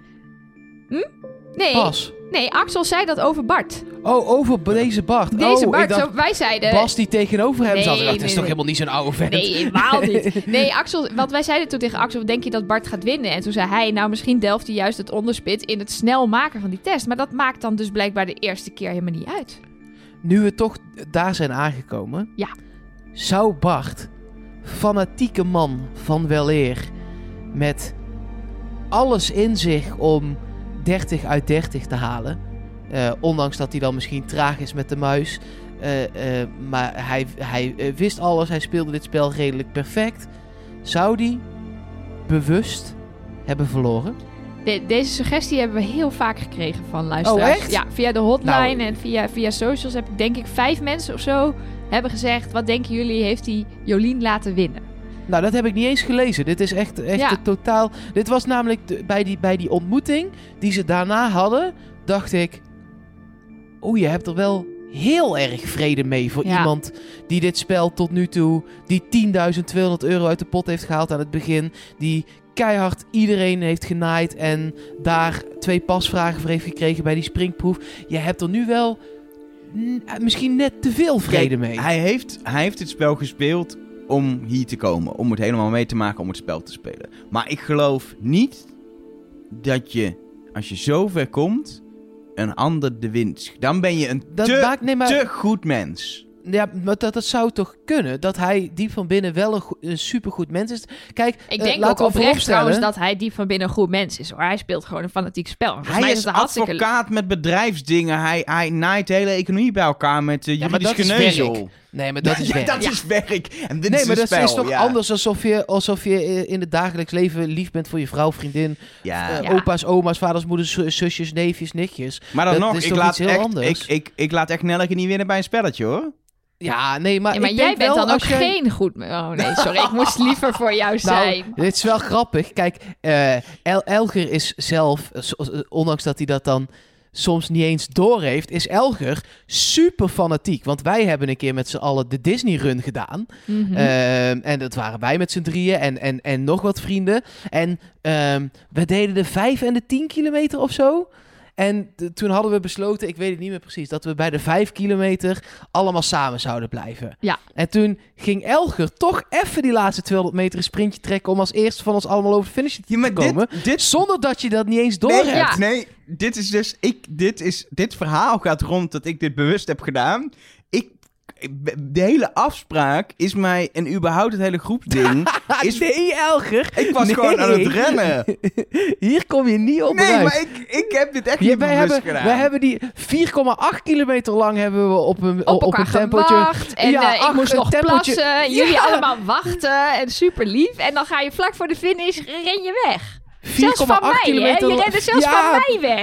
Nee, Bas. nee, Axel zei dat over Bart. Oh, over deze Bart. Deze oh, Bart, ik dacht, zo, wij zeiden... Bas die tegenover hem Nee, zat. Ik dacht, nee, dat is nee. toch helemaal niet zo'n oude vent? Nee, helemaal niet. Nee, Axel, want wij zeiden toen tegen Axel, denk je dat Bart gaat winnen? En toen zei hij, nou misschien delft hij juist het onderspit in het snel maken van die test. Maar dat maakt dan dus blijkbaar de eerste keer helemaal niet uit. Nu we toch daar zijn aangekomen. Ja. Zou Bart, fanatieke man van weleer, met alles in zich om dertig uit dertig te halen. Uh, ondanks dat hij dan misschien traag is met de muis. Uh, uh, maar hij, hij uh, wist alles. Hij speelde dit spel redelijk perfect. Zou die bewust hebben verloren? De, deze suggestie hebben we heel vaak gekregen van luisteraars. Oh, echt? Ja, via de hotline Nou. en via, via socials heb ik denk ik vijf mensen of zo hebben gezegd, wat denken jullie, heeft hij Jolien laten winnen? Nou, dat heb ik niet eens gelezen. Dit is echt, echt Ja. een totaal... Dit was namelijk de- bij, die, bij die ontmoeting die ze daarna hadden, dacht ik... Oeh, je hebt er wel heel erg vrede mee voor Ja. iemand die dit spel tot nu toe... die tienduizend tweehonderd euro uit de pot heeft gehaald aan het begin. Die keihard iedereen heeft genaaid en daar twee pasvragen voor heeft gekregen bij die springproef. Je hebt er nu wel mm, misschien net te veel vrede Kijk, mee. Hij heeft, hij heeft het spel gespeeld om hier te komen. Om het helemaal mee te maken om het spel te spelen. Maar ik geloof niet dat je, als je zo ver komt, een ander de winst. Dan ben je een Dat te, maakt- nee, maar- te goed mens. Ja, maar dat, dat zou toch kunnen? Dat hij diep van binnen wel een, go- een supergoed mens is. Kijk, Ik eh, denk laten ook we oprecht vooropstellen- trouwens dat hij diep van binnen een goed mens is hoor. Hij speelt gewoon een fanatiek spel. Volgens Hij mij is het een hartstikke- advocaat met bedrijfsdingen. Hij, hij naait de hele economie bij elkaar met uh, Ja, maar juridisch dat is geneuzel. werk. Nee, maar dat is Ja, werk. dat Ja. is werk. En dit Nee, is maar een dat spel. is toch ja. anders alsof je, alsof je eh, in het dagelijks leven lief bent voor je vrouw, vriendin, Ja. eh, Ja. opa's, oma's, vaders, moeders, zu- zusjes, neefjes, nichtjes. Maar dan Dat nog, is ik toch laat, iets heel echt, anders? ik, ik, ik laat echt Nelleke niet winnen bij een spelletje hoor. Ja, nee, maar, Ja, maar ik jij denk bent wel dan ook als jij- geen goed... Oh nee, sorry. Ik moest liever voor jou zijn. Nou, dit is wel grappig. Kijk, eh, El- Elger is zelf, eh, so- eh, ondanks dat hij dat dan soms niet eens doorheeft, is Elger super fanatiek. Want wij hebben een keer met z'n allen de Disney Run gedaan. Mhm. Ehm, en dat waren wij met z'n drieën en, en, en nog wat vrienden. En ehm, we deden de vijf en de tien kilometer of zo. En t- toen hadden we besloten, ik weet het niet meer precies, dat we bij de vijf kilometer allemaal samen zouden blijven. Ja. En toen ging Elger toch even die laatste tweehonderd meter een sprintje trekken om als eerste van ons allemaal over de finish te Ja, maar komen. dit, dit Zonder dat je dat niet eens door nee, hebt. Ja. nee, dit is dus, ik, dit is, dit verhaal gaat rond dat ik dit bewust heb gedaan. Ik, de hele afspraak is mij, en überhaupt het hele groepsding, is, Nee, Elger. ik was Nee. gewoon aan het rennen. Hier kom je niet op Nee, uit. maar ik, ik heb dit echt Ja, niet wij, bewust hebben, gedaan. wij hebben die vier komma acht kilometer lang hebben we op een, op op elkaar een tempootje. gewacht. En Ja, eh, ik ach, moest een nog tempootje. plassen. En jullie Ja. allemaal wachten. En super lief. En dan ga je vlak voor de finish, ren je weg. vier Zelfs komma van acht mij, hè? kilometer. Je rende zelfs Ja, van mij weg.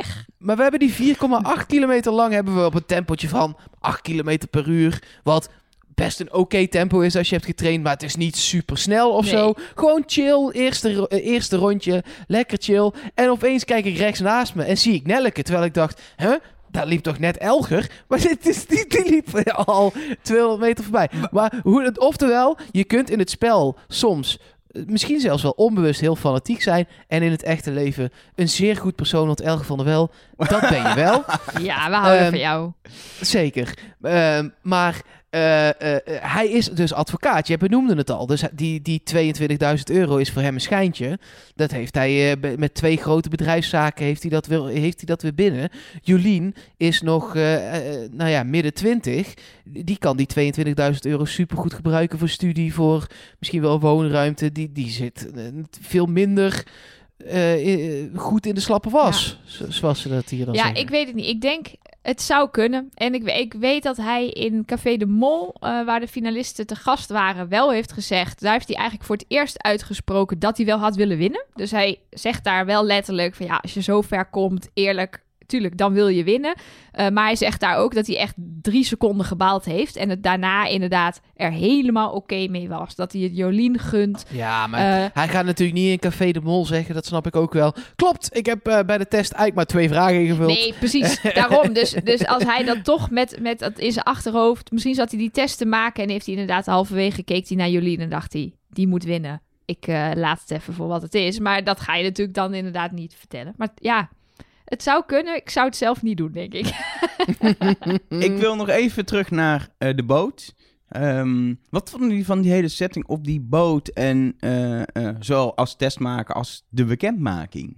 Maar we hebben die vier komma acht kilometer lang hebben we op een tempootje van acht kilometer per uur. Wat best een oké okay tempo is als je hebt getraind, maar het is niet super snel of Nee. zo. Gewoon chill, eerste, uh, eerste rondje, lekker chill. En opeens kijk ik rechts naast me en zie ik Nelleke, terwijl ik dacht, huh? Daar liep toch net Elger? Maar dit is, die, die liep al tweehonderd meter voorbij. Maar hoe het, oftewel, je kunt in het spel soms misschien zelfs wel onbewust heel fanatiek zijn en in het echte leven een zeer goed persoon, want Elger van der Wel, dat ben je wel. Ja, we houden Um, van jou. Zeker. Um, maar uh, uh, uh, hij is dus advocaat. Je benoemde het al. Dus die, die tweeëntwintigduizend euro is voor hem een schijntje. Dat heeft hij uh, met twee grote bedrijfszaken heeft hij dat weer, heeft hij dat weer binnen. Jolien is nog uh, uh, nou ja, midden twintig. Die kan die tweeëntwintigduizend euro supergoed gebruiken voor studie, voor misschien wel woonruimte. Die, die zit uh, veel minder uh, goed in de slappe was. Ja. Zo, zoals ze dat hier dan Ja, zeggen. ik weet het niet. Ik denk, het zou kunnen. En ik, ik weet dat hij in Café de Mol, uh, waar de finalisten te gast waren, wel heeft gezegd. Daar heeft hij eigenlijk voor het eerst uitgesproken dat hij wel had willen winnen. Dus hij zegt daar wel letterlijk van ja, als je zo ver komt, eerlijk, tuurlijk, dan wil je winnen. Uh, maar hij zegt daar ook dat hij echt drie seconden gebaald heeft. En het daarna inderdaad er helemaal oké okay mee was. Dat hij het Jolien gunt. Ja, maar Uh, hij gaat natuurlijk niet in Café de Mol zeggen. Dat snap ik ook wel. Klopt, ik heb uh, bij de test eigenlijk maar twee vragen ingevuld. Nee, precies. Daarom. Dus, dus als hij dat toch met, met dat in zijn achterhoofd... Misschien zat hij die test te maken en heeft hij inderdaad halverwege keek hij naar Jolien en dacht hij, die moet winnen. Ik uh, laat het even voor wat het is. Maar dat ga je natuurlijk dan inderdaad niet vertellen. Maar ja... Het zou kunnen. Ik zou het zelf niet doen, denk ik. Ik wil nog even terug naar uh, de boot. Um, wat vonden jullie van die hele setting op die boot en uh, uh, zowel als testmaken als de bekendmaking?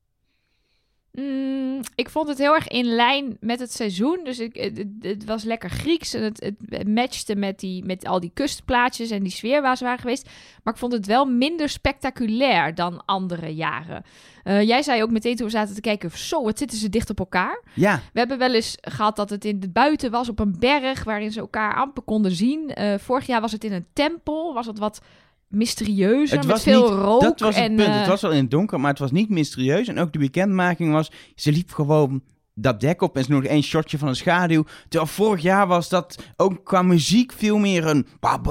Mm, ik vond het heel erg in lijn met het seizoen. Dus ik, het, het was lekker Grieks. En het, het matchte met, die, met al die kustplaatjes en die sfeer waar ze waren geweest. Maar ik vond het wel minder spectaculair dan andere jaren. Uh, jij zei ook meteen toen we zaten te kijken, zo, wat zitten ze dicht op elkaar. Ja. We hebben wel eens gehad dat het in de buiten was op een berg waarin ze elkaar amper konden zien. Uh, vorig jaar was het in een tempel, was het wat mysterieuzer, Het met was veel niet, rook. dat was het en, punt. uh, Het was wel in het donker, maar het was niet mysterieus. En ook de bekendmaking was, ze liep gewoon dat dek op en ze nog één shotje van een schaduw. Terwijl vorig jaar was dat ook qua muziek veel meer een...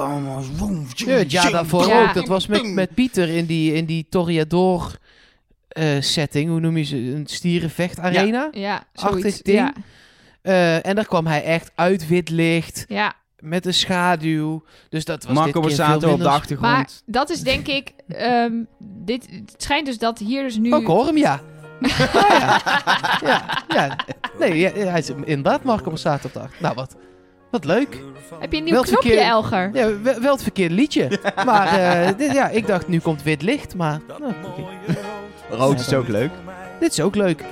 Ja, ja daarvoor Ja. ook. Dat was met, met Pieter in die, in die Toreador uh, setting. Hoe noem je ze? Een stierenvechtarena? ja, achtig zoiets. ding. Ja, Uh, en daar kwam hij echt uit wit licht. ja. Met een schaduw. Dus dat was Marco dit keer veel Borsato op de minder... achtergrond. Maar dat is denk ik... Um, dit, het schijnt dus dat hier dus nu... Ook hoor hem, ja. Oh, ja. ja, ja. Nee, ja, hij is inderdaad Marco Borsato op de achtergrond. Nou, wat, wat leuk. Heb je een nieuw Wel het knopje, verkeer- Elger? Ja, wel, wel het verkeerde liedje. Maar uh, dit, ja, ik dacht, nu komt wit licht. Maar nou, okay. Rood is ook leuk. Dit is ook leuk.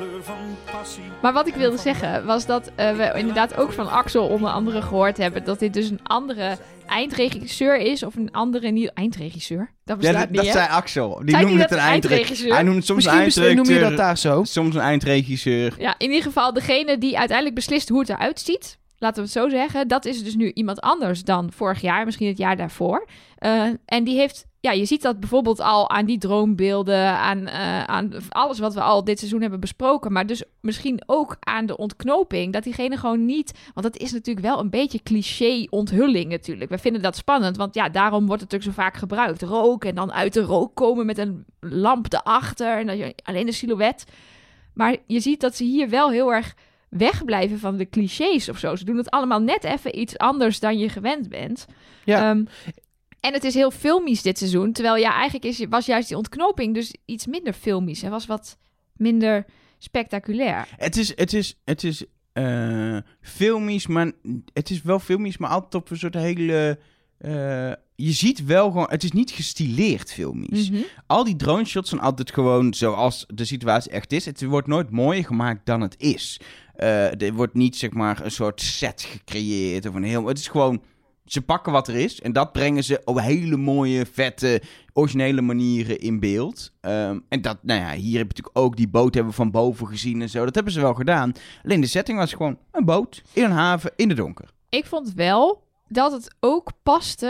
Maar wat ik wilde zeggen was dat uh, we inderdaad ook van Axel onder andere gehoord hebben dat dit dus een andere eindregisseur is of een andere nieuw eindregisseur. Dat Ja, bestaat dat, niet, dat hè? zei Axel. Die Zei noemde die het dat een eindregisseur. eindregisseur? Hij noemt soms een Misschien noem je eindredacteur, dat daar zo. soms een eindregisseur. Ja, in ieder geval degene die uiteindelijk beslist hoe het eruit ziet. Laten we het zo zeggen. Dat is dus nu iemand anders dan vorig jaar, misschien het jaar daarvoor. Uh, en die heeft, ja, je ziet dat bijvoorbeeld al aan die droombeelden, aan, uh, aan alles wat we al dit seizoen hebben besproken. Maar dus misschien ook aan de ontknoping. Dat diegene gewoon niet, want dat is natuurlijk wel een beetje cliché onthulling natuurlijk. We vinden dat spannend, want ja, daarom wordt het natuurlijk zo vaak gebruikt. Rook en dan uit de rook komen met een lamp erachter en dan je alleen een silhouet. Maar je ziet dat ze hier wel heel erg wegblijven van de clichés of zo. Ze doen het allemaal net even iets anders dan je gewend bent. Ja. Um, en het is heel filmisch dit seizoen. Terwijl ja, eigenlijk is, was juist die ontknoping dus iets minder filmisch. En was wat minder spectaculair. Het is, het is, het is uh, filmisch, maar het is wel filmisch, maar altijd op een soort hele... Uh, je ziet wel gewoon, het is niet gestileerd filmisch. Mm-hmm. Al die drone shots zijn altijd gewoon zoals de situatie echt is. Het wordt nooit mooier gemaakt dan het is. Uh, er wordt niet, zeg maar, een soort set gecreëerd of een heel... Het is gewoon, ze pakken wat er is en dat brengen ze op hele mooie, vette, originele manieren in beeld. Um, en dat, nou ja, hier heb je natuurlijk ook die boot hebben we van boven gezien en zo. Dat hebben ze wel gedaan. Alleen de setting was gewoon een boot in een haven in het donker. Ik vond wel dat het ook paste,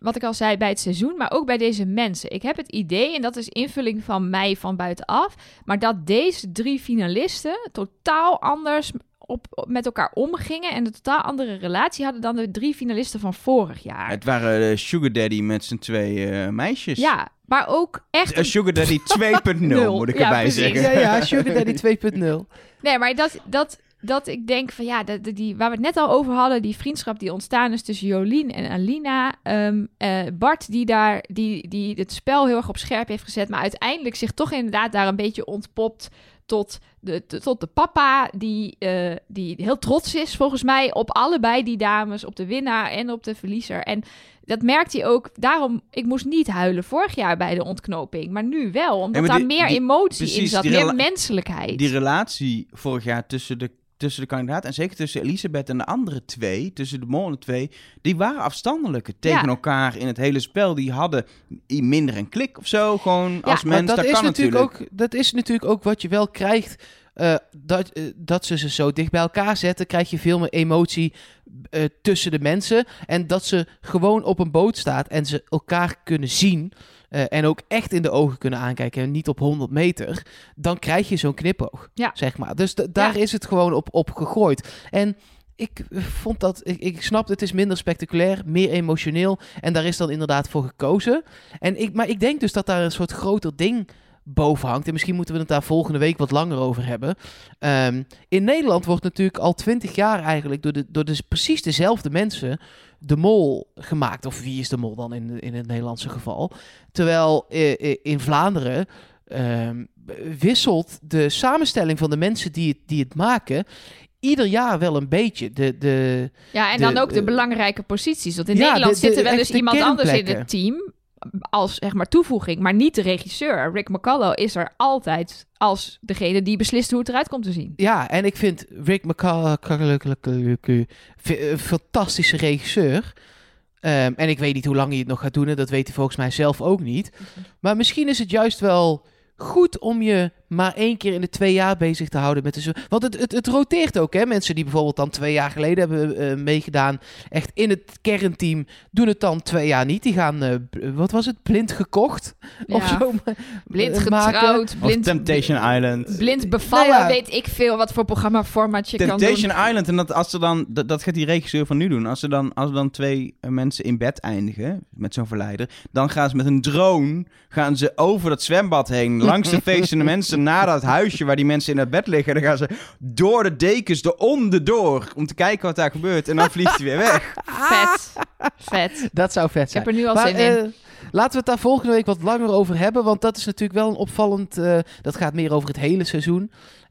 wat ik al zei, bij het seizoen, maar ook bij deze mensen. Ik heb het idee, en dat is invulling van mij van buitenaf, maar dat deze drie finalisten totaal anders op, op, met elkaar omgingen en een totaal andere relatie hadden dan de drie finalisten van vorig jaar. Het waren de Sugar Daddy met zijn twee uh, meisjes. Ja, maar ook echt... Een... Sugar Daddy twee punt nul, moet ik ja, erbij precies. zeggen. Ja, ja, Sugar Daddy twee punt nul. Nee, maar dat... dat Dat ik denk van ja, dat, die, waar we het net al over hadden, die vriendschap die ontstaan is tussen Jolien en Alina. Um, uh, Bart die daar die, die het spel heel erg op scherp heeft gezet, maar uiteindelijk zich toch inderdaad daar een beetje ontpopt tot de, de, tot de papa die, uh, die heel trots is volgens mij op allebei die dames, op de winnaar en op de verliezer. En dat merkte hij ook. Daarom, ik moest niet huilen vorig jaar bij de ontknoping, maar nu wel, omdat ja, daar die, meer die, emotie precies, in zat, meer rela- menselijkheid. Die relatie vorig jaar tussen de tussen de kandidaten, en zeker tussen Elisabeth en de andere twee, tussen de mol en de twee, die waren afstandelijker tegen ja. elkaar in het hele spel. Die hadden minder een klik of zo, gewoon Ja, als mens. dat, dat is kan natuurlijk natuurlijk. ook, dat is natuurlijk ook wat je wel krijgt. Uh, dat, uh, dat ze ze zo dicht bij elkaar zetten, krijg je veel meer emotie uh, tussen de mensen. En dat ze gewoon op een boot staat en ze elkaar kunnen zien. Uh, en ook echt in de ogen kunnen aankijken en niet op honderd meter. Dan krijg je zo'n knipoog, ja. zeg maar. Dus d- daar ja. is het gewoon op, op gegooid. En ik vond dat, ik, ik snap het is minder spectaculair, meer emotioneel. En daar is dan inderdaad voor gekozen. En ik, maar ik denk dus dat daar een soort groter ding boven hangt. En misschien moeten we het daar volgende week wat langer over hebben. Um, in Nederland wordt natuurlijk al twintig jaar eigenlijk door, de, door de, precies dezelfde mensen de mol gemaakt. Of wie is de mol dan in, in het Nederlandse geval? Terwijl uh, in Vlaanderen um, wisselt de samenstelling van de mensen die het, die het maken ieder jaar wel een beetje. De, de, ja, en de, dan ook de uh, belangrijke posities. Want in ja, Nederland de, de, zit er wel eens iemand anders in kernplekken. het team als zeg maar toevoeging, maar niet de regisseur. Rick McCullough is er altijd als degene die beslist hoe het eruit komt te zien. Ja, en ik vind Rick McCullough een fantastische regisseur. Um, en ik weet niet hoe lang hij het nog gaat doen. En dat weet hij volgens mij zelf ook niet. Maar misschien is het juist wel goed om je maar één keer in de twee jaar bezig te houden met de zo. Want het, het, het roteert ook, hè. Mensen die bijvoorbeeld dan twee jaar geleden hebben uh, meegedaan, echt in het kernteam, doen het dan twee jaar niet. Die gaan, uh, wat was het, blind gekocht? Ja. Of zo. Blind uh, getrouwd, blind, of Temptation Island. Blind bevallen, nou ja. weet ik veel wat voor programma-format je Temptation kan doen. Temptation Island, en dat, als er dan, dat, dat gaat die regisseur van nu doen. Als er dan, als er dan twee uh, mensen in bed eindigen, met zo'n verleider, dan gaan ze met een drone, gaan ze over dat zwembad heen, langs de feestende mensen, naar dat huisje waar die mensen in het bed liggen. Dan gaan ze door de dekens, eronder door, om te kijken wat daar gebeurt. En dan vliegt hij weer weg. Vet. Vet. Dat zou vet zijn. Ik heb er nu al maar, zin in. Uh, laten we het daar volgende week wat langer over hebben. Want dat is natuurlijk wel een opvallend. Uh, dat gaat meer over het hele seizoen.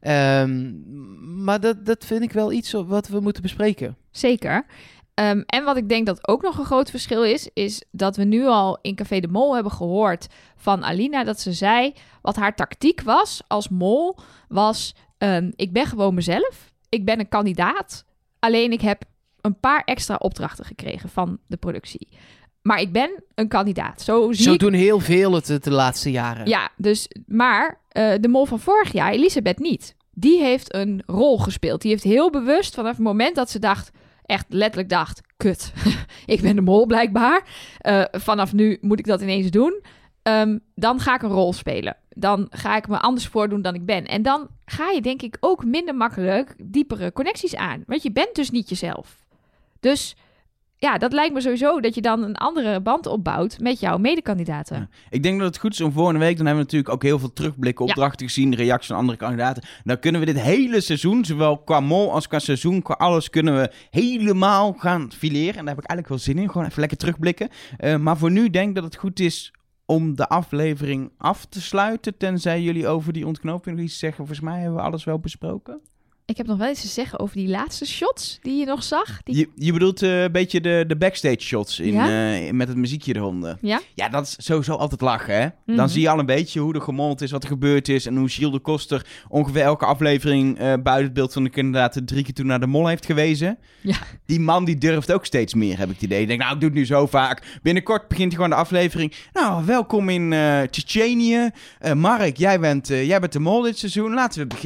Um, maar dat, dat vind ik wel iets wat we moeten bespreken. Zeker. Um, en wat ik denk dat ook nog een groot verschil is, is dat we nu al in Café de Mol hebben gehoord van Alina dat ze zei wat haar tactiek was als mol, was um, ik ben gewoon mezelf, ik ben een kandidaat, alleen ik heb een paar extra opdrachten gekregen van de productie. Maar ik ben een kandidaat. Zo, zie Zo ik... doen heel veel het de laatste jaren. Ja, dus, maar uh, de mol van vorig jaar, Elisabeth niet. Die heeft een rol gespeeld. Die heeft heel bewust vanaf het moment dat ze dacht, echt letterlijk dacht, kut, ik ben de mol blijkbaar. Uh, vanaf nu moet ik dat ineens doen. Um, dan ga ik een rol spelen. Dan ga ik me anders voordoen dan ik ben. En dan ga je denk ik ook minder makkelijk diepere connecties aan. Want je bent dus niet jezelf. Dus ja, dat lijkt me sowieso dat je dan een andere band opbouwt met jouw medekandidaten. Ja. Ik denk dat het goed is om volgende week, dan hebben we natuurlijk ook heel veel terugblikken, opdrachten ja. gezien, reacties van andere kandidaten. Dan kunnen we dit hele seizoen, zowel qua mol als qua seizoen, qua alles, kunnen we helemaal gaan fileren. En daar heb ik eigenlijk wel zin in, gewoon even lekker terugblikken. Uh, maar voor nu denk ik dat het goed is om de aflevering af te sluiten, tenzij jullie over die ontknoping iets zeggen. Volgens mij hebben we alles wel besproken. Ik heb nog wel iets te zeggen over die laatste shots die je nog zag. Die... Je, je bedoelt uh, een beetje de, de backstage shots in, ja? uh, met het muziekje eronder. Ja? Ja, dat is sowieso altijd lachen, hè? Mm-hmm. Dan zie je al een beetje hoe er gemold is, wat er gebeurd is en hoe Gilles de Koster ongeveer elke aflevering uh, buiten het beeld van de kandidaten drie keer toe naar de mol heeft gewezen. Ja. Die man die durft ook steeds meer, heb ik het idee. Ik denk, nou, ik doe het nu zo vaak. Binnenkort begint hij gewoon de aflevering. Nou, welkom in uh, Tsjetsjenië. Uh, Mark, jij bent, uh, jij bent de mol dit seizoen. Laten we beginnen.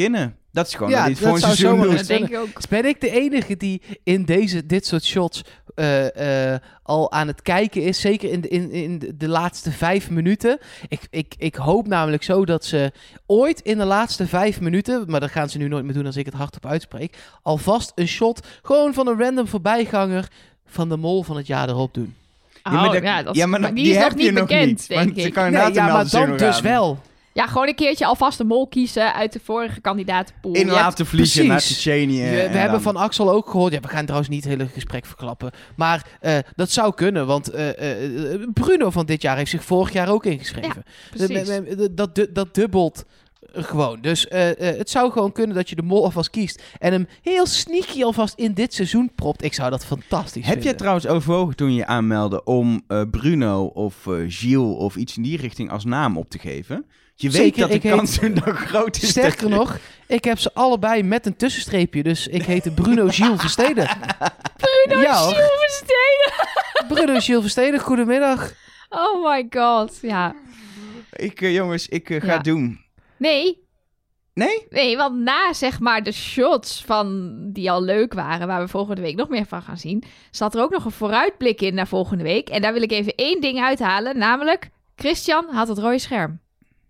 Dat is gewoon Ja, dat hij het dat voor een zou seizoen zomaar doet. Dat denk ik ook. Dus ben ik de enige die in deze, dit soort shots uh, uh, al aan het kijken is? Zeker in de, in, in de, de laatste vijf minuten. Ik, ik, ik hoop namelijk zo dat ze ooit in de laatste vijf minuten... maar dat gaan ze nu nooit meer doen als ik het hardop uitspreek... alvast een shot gewoon van een random voorbijganger... van de mol van het jaar erop doen. Oh, Ja, maar dat- ja, dat, ja, maar maar die die is heb nog je niet nog bekend, niet, denk want ik. ze kan- Nee, Inderdaad, ja, een maar half dan seizoen dus gaan. wel. Ja, gewoon een keertje alvast de mol kiezen uit de vorige kandidatenpool. In Je hebt- laten vliegen naar precies. Tsjetsjenië. Je- we en hebben dan- van Axel ook gehoord... Ja, we gaan trouwens niet het hele gesprek verklappen. Maar uh, dat zou kunnen, want uh, uh, Bruno van dit jaar... heeft zich vorig jaar ook ingeschreven. Precies. De- me- me- Dat, dat, dat dubbelt gewoon. Dus uh, uh, het zou gewoon kunnen dat je de mol alvast kiest... en hem heel sneaky alvast in dit seizoen propt. Ik zou dat fantastisch Heb jij vinden. trouwens overwogen toen je aanmeldde om uh, Bruno of uh, Gilles of iets in die richting als naam op te geven? Je weet Zeker, dat de ik heet- kans er nog groot is. Sterker dat je- nog, ik heb ze allebei met een tussenstreepje. Dus ik heette Bruno Gilles Versteden. Bruno Ja, hoor. Gilles Versteden. Bruno Gilles Versteden, goedemiddag. Oh my god, ja. Ik, uh, jongens, ik uh, ga Ja. het doen. Nee, Nee? nee, want na zeg maar de shots van die al leuk waren, waar we volgende week nog meer van gaan zien, zat er ook nog een vooruitblik in naar volgende week. En daar wil ik even één ding uithalen, namelijk Christian had het rode scherm.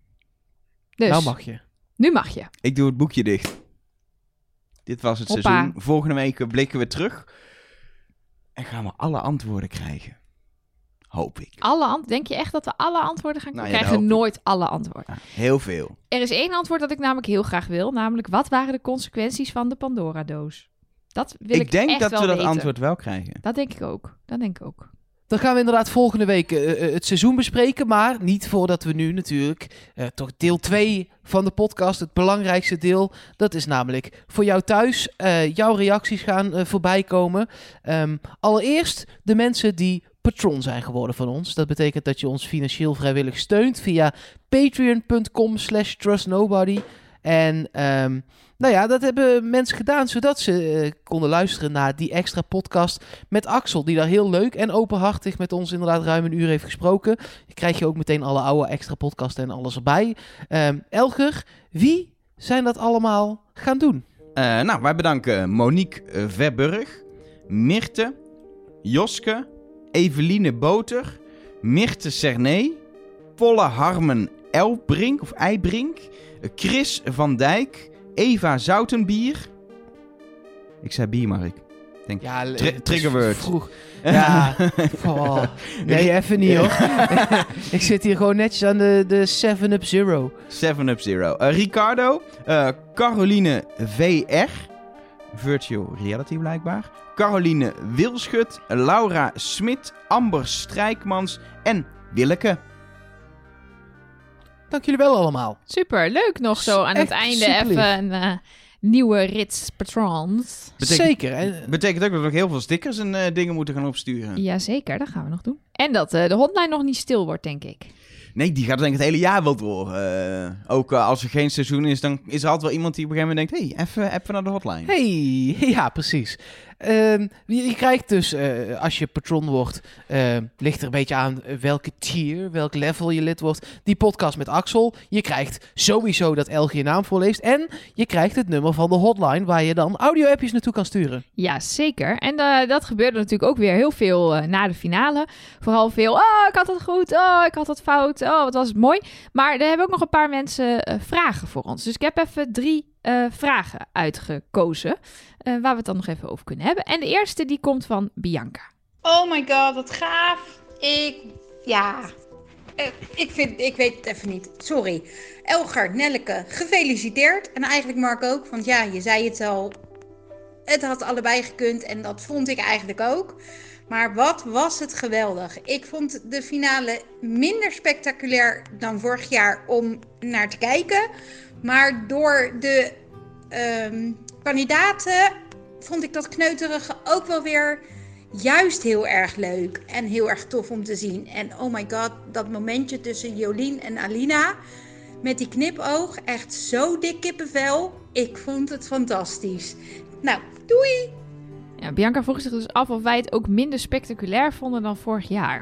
Dus, Nou mag je. nu mag je. Ik doe het boekje dicht. Dit was het Hoppa. seizoen. Volgende week uh, blikken we terug. En gaan we alle antwoorden krijgen. Hoop ik. Alle ant- Denk je echt dat we alle antwoorden gaan Nou krijgen? ja, We dat krijgen hoop ik. nooit alle antwoorden. Ja, heel veel. Er is één antwoord dat ik namelijk heel graag wil, namelijk wat waren de consequenties van de Pandora-doos? Dat wil ik, Ik denk echt dat wel we dat weten. antwoord wel krijgen. Dat denk ik ook. Dat denk ik ook. Dan gaan we inderdaad volgende week uh, uh, het seizoen bespreken. Maar niet voordat we nu natuurlijk uh, toch deel twee van de podcast, het belangrijkste deel. Dat is namelijk voor jou thuis. Uh, jouw reacties gaan uh, voorbij komen. Um, allereerst de mensen die patron zijn geworden van ons. Dat betekent dat je ons financieel vrijwillig steunt via patreon.com slash trustnobody. En um, nou ja, dat hebben mensen gedaan zodat ze uh, konden luisteren naar die extra podcast met Axel, die daar heel leuk en openhartig met ons inderdaad ruim een uur heeft gesproken. Dan krijg je ook meteen alle oude extra podcasten en alles erbij. Um, Elger, wie zijn dat allemaal gaan doen? Uh, nou, wij bedanken Monique uh, Verburg, Mirte, Joske, Eveline Boter, Mirte Cernay, Polle Harmen Elbrink of Eibrink, Chris van Dijk, Eva Zoutenbier. Ik zei bier, Mark. Denk. Ja, Tri- het is triggerword. Vroeg. Ja, oh, nee, even niet hoor. Ik zit hier gewoon netjes aan de, de seven up Zero. seven up Zero. Uh, Ricardo, uh, Caroline V R, Virtual Reality blijkbaar. Caroline Wilschut, Laura Smit, Amber Strijkmans en Willeke. Dank jullie wel allemaal. Super, leuk nog zo aan het Echt einde superlief. even een uh, nieuwe rits patrons. Betekent- Zeker. En, Betekent ook dat we nog heel veel stickers en uh, dingen moeten gaan opsturen. Jazeker, dat gaan we nog doen. En dat uh, de hotline nog niet stil wordt, denk ik. Nee, die gaat denk ik het hele jaar wel door. Uh, ook uh, als er geen seizoen is, dan is er altijd wel iemand die op een gegeven moment denkt... Hé, hey, even, even naar de hotline. hey, ja, precies. Um, je, je krijgt dus, uh, als je patron wordt, uh, ligt er een beetje aan welke tier, welk level je lid wordt, die podcast met Axel. Je krijgt sowieso dat Elge je naam voorleest en je krijgt het nummer van de hotline waar je dan audio-appjes naartoe kan sturen. Ja, zeker. En uh, dat gebeurde natuurlijk ook weer heel veel uh, na de finale. Vooral veel, oh, ik had het goed, oh, ik had het fout, oh, wat was het mooi. Maar er hebben ook nog een paar mensen uh, vragen voor ons. Dus ik heb even drie uh, vragen uitgekozen, uh, waar we het dan nog even over kunnen hebben. En de eerste, die komt van Bianca. Oh my god, wat gaaf. Ik, ja, uh, ik vind, ik weet het even niet. Sorry. Elger, Nelleke, gefeliciteerd. En eigenlijk Mark ook, want ja, je zei het al. Het had allebei gekund en dat vond ik eigenlijk ook. Maar wat was het geweldig. Ik vond de finale minder spectaculair dan vorig jaar om naar te kijken. Maar door de um, kandidaten vond ik dat kneuterige ook wel weer juist heel erg leuk. En heel erg tof om te zien. En oh my god, dat momentje tussen Jolien en Alina met die knipoog. Echt zo dik kippenvel. Ik vond het fantastisch. Nou, doei! Ja, Bianca vroeg zich dus af of wij het ook minder spectaculair vonden dan vorig jaar.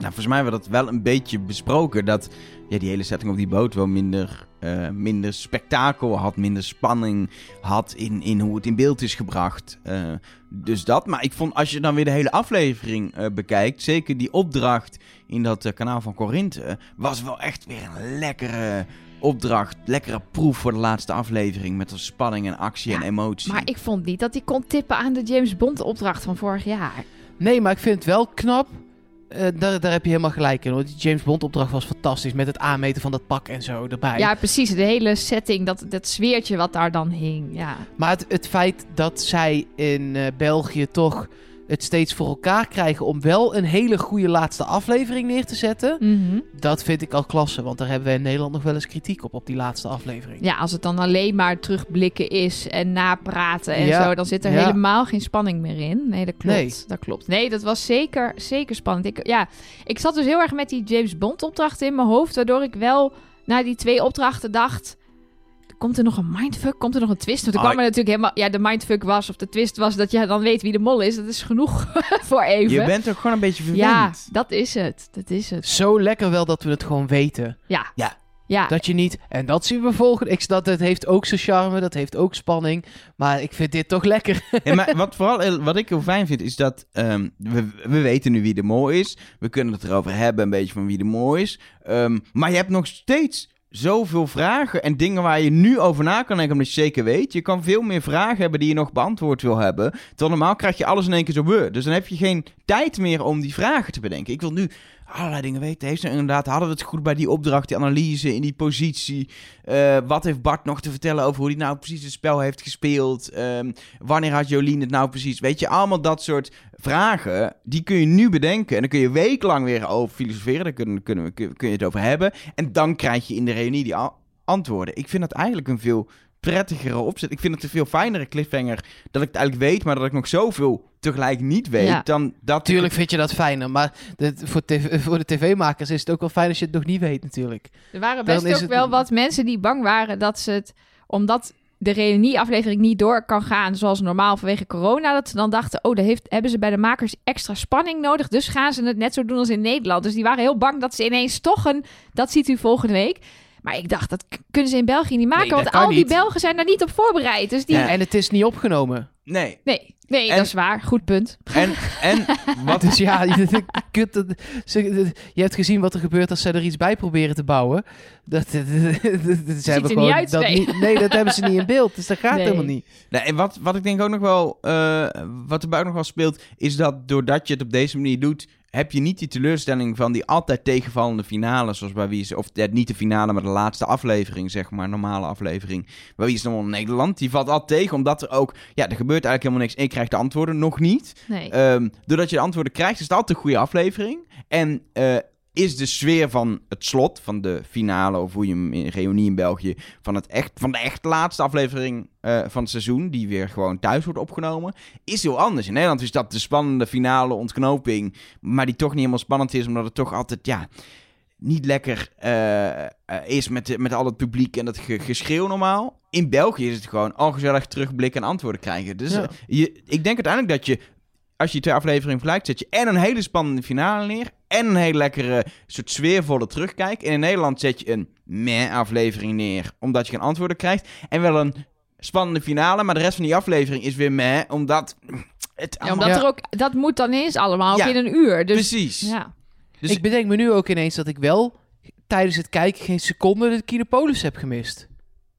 Nou, volgens mij werd dat wel een beetje besproken. Dat ja, die hele setting op die boot wel minder, uh, minder spektakel had. Minder spanning had in, in hoe het in beeld is gebracht. Uh, dus dat. Maar ik vond, als je dan weer de hele aflevering uh, bekijkt. Zeker die opdracht in dat uh, kanaal van Corinthe. Was wel echt weer een lekkere opdracht. Lekkere proef voor de laatste aflevering. Met de spanning en actie ja, en emotie. Maar ik vond niet dat hij kon tippen aan de James Bond opdracht van vorig jaar. Nee, maar ik vind het wel knap. Uh, daar, daar heb je helemaal gelijk in, hoor. Die James Bond opdracht was fantastisch. Met het aanmeten van dat pak en zo erbij. Ja, precies. De hele setting, dat, dat sfeertje wat daar dan hing. Ja. Maar het, het feit dat zij in uh, België toch het steeds voor elkaar krijgen om wel een hele goede laatste aflevering neer te zetten. Mm-hmm. Dat vind ik al klasse. Want daar hebben we in Nederland nog wel eens kritiek op, op die laatste aflevering. Ja, als het dan alleen maar terugblikken is en napraten en ja, zo, dan zit er ja. helemaal geen spanning meer in. Nee, dat klopt. Nee. Dat klopt. Nee, dat was zeker, zeker spannend. Ik, ja, ik zat dus heel erg met die James Bond opdrachten in mijn hoofd, waardoor ik wel naar die twee opdrachten dacht, komt er nog een mindfuck? Komt er nog een twist? Want er Oh, kwam er natuurlijk helemaal... Ja, de mindfuck was, of de twist was, dat je dan weet wie de mol is. Dat is genoeg voor even. Je bent ook gewoon een beetje verwend. Ja, dat is het. Dat is het. Zo lekker wel dat we het gewoon weten. Ja. Ja. Ja. Dat je niet... En dat zien we volgende... Ik, dat, het heeft ook zijn charme, dat heeft ook spanning. Maar ik vind dit toch lekker. Ja, maar wat, vooral, wat ik heel fijn vind, is dat um, we, we weten nu wie de mol is. We kunnen het erover hebben, een beetje van wie de mol is. Um, maar je hebt nog steeds zoveel vragen en dingen waar je nu over na kan denken, omdat je zeker weet. Je kan veel meer vragen hebben die je nog beantwoord wil hebben. Terwijl normaal krijg je alles in één keer zo we. Dus dan heb je geen tijd meer om die vragen te bedenken. Ik wil nu allerlei dingen weten. Heeft ze inderdaad, hadden we het goed bij die opdracht, die analyse, in die positie? Uh, wat heeft Bart nog te vertellen over hoe hij nou precies het spel heeft gespeeld? Um, wanneer had Jolien het nou precies? Weet je, allemaal dat soort vragen, die kun je nu bedenken. En dan kun je wekenlang weer over filosoferen. Daar kunnen, kunnen we, kun je het over hebben. En dan krijg je in de reunie die a- antwoorden. Ik vind dat eigenlijk een veel prettigere opzet. Ik vind het een veel fijnere cliffhanger dat ik het eigenlijk weet, maar dat ik nog zoveel tegelijk niet weet. Ja. Dan dat Tuurlijk ik... vind je dat fijner, maar de, voor, tv, voor de tv-makers is het ook wel fijn als je het nog niet weet natuurlijk. Er waren Dan best is ook het- wel wat mensen die bang waren dat ze het, omdat de reunieaflevering niet door kan gaan zoals normaal vanwege corona, dat ze dan dachten, oh, daar heeft, hebben ze bij de makers extra spanning nodig, dus gaan ze het net zo doen als in Nederland. Dus die waren heel bang dat ze ineens toch een, dat ziet u volgende week. Maar ik dacht, dat k- kunnen ze in België niet maken, Nee, dat want kan al die niet. Belgen zijn daar niet op voorbereid. Dus die... Ja. En het is niet opgenomen. Nee. Nee, nee En- dat is waar. Goed punt. En, en wat Dus ja, je, kunt dat- ze- je hebt gezien wat er gebeurt als ze er iets bij proberen te bouwen. Dat, dat, dat, dat, ze hebben er gewoon niet uit, dat nee. niet, nee, dat hebben ze niet in beeld. Dus dat gaat Nee. helemaal niet. Nee, en wat, wat ik denk ook nog wel, uh, wat erbij ook nog wel speelt, is dat doordat je het op deze manier doet, heb je niet die teleurstelling van die altijd tegenvallende finale, zoals bij Wie is, of ja, niet de finale, maar de laatste aflevering, zeg maar, normale aflevering. Bij Wie is nog in Nederland, die valt altijd tegen, omdat er ook, ja, er gebeurt eigenlijk helemaal niks en je krijgt de antwoorden nog niet. Nee. Um, doordat je de antwoorden krijgt, is het altijd een goede aflevering. En uh, is de sfeer van het slot, van de finale, of hoe je hem in reunie in België, van, het echt, van de echt laatste aflevering uh, van het seizoen, die weer gewoon thuis wordt opgenomen, is heel anders. In Nederland is dat de spannende finale ontknoping, maar die toch niet helemaal spannend is, omdat het toch altijd, ja, niet lekker uh, uh, is met, met al het publiek en dat ge- geschreeuw normaal. In België is het gewoon al gezellig terugblikken en antwoorden krijgen. Dus Ja. uh, je, ik denk uiteindelijk dat je, als je die twee afleveringen vergelijkt, zet je en een hele spannende finale neer en een hele lekkere soort sfeervolle terugkijk. En in Nederland zet je een meh aflevering neer, omdat je geen antwoorden krijgt. En wel een spannende finale, maar de rest van die aflevering is weer meh, omdat het Ja, allemaal... omdat Ja. er ook, dat moet dan eens allemaal ook Ja, in een uur. Dus, Precies. ja. Dus ik bedenk me nu ook ineens dat ik wel tijdens het kijken geen seconde de Kinopolis heb gemist.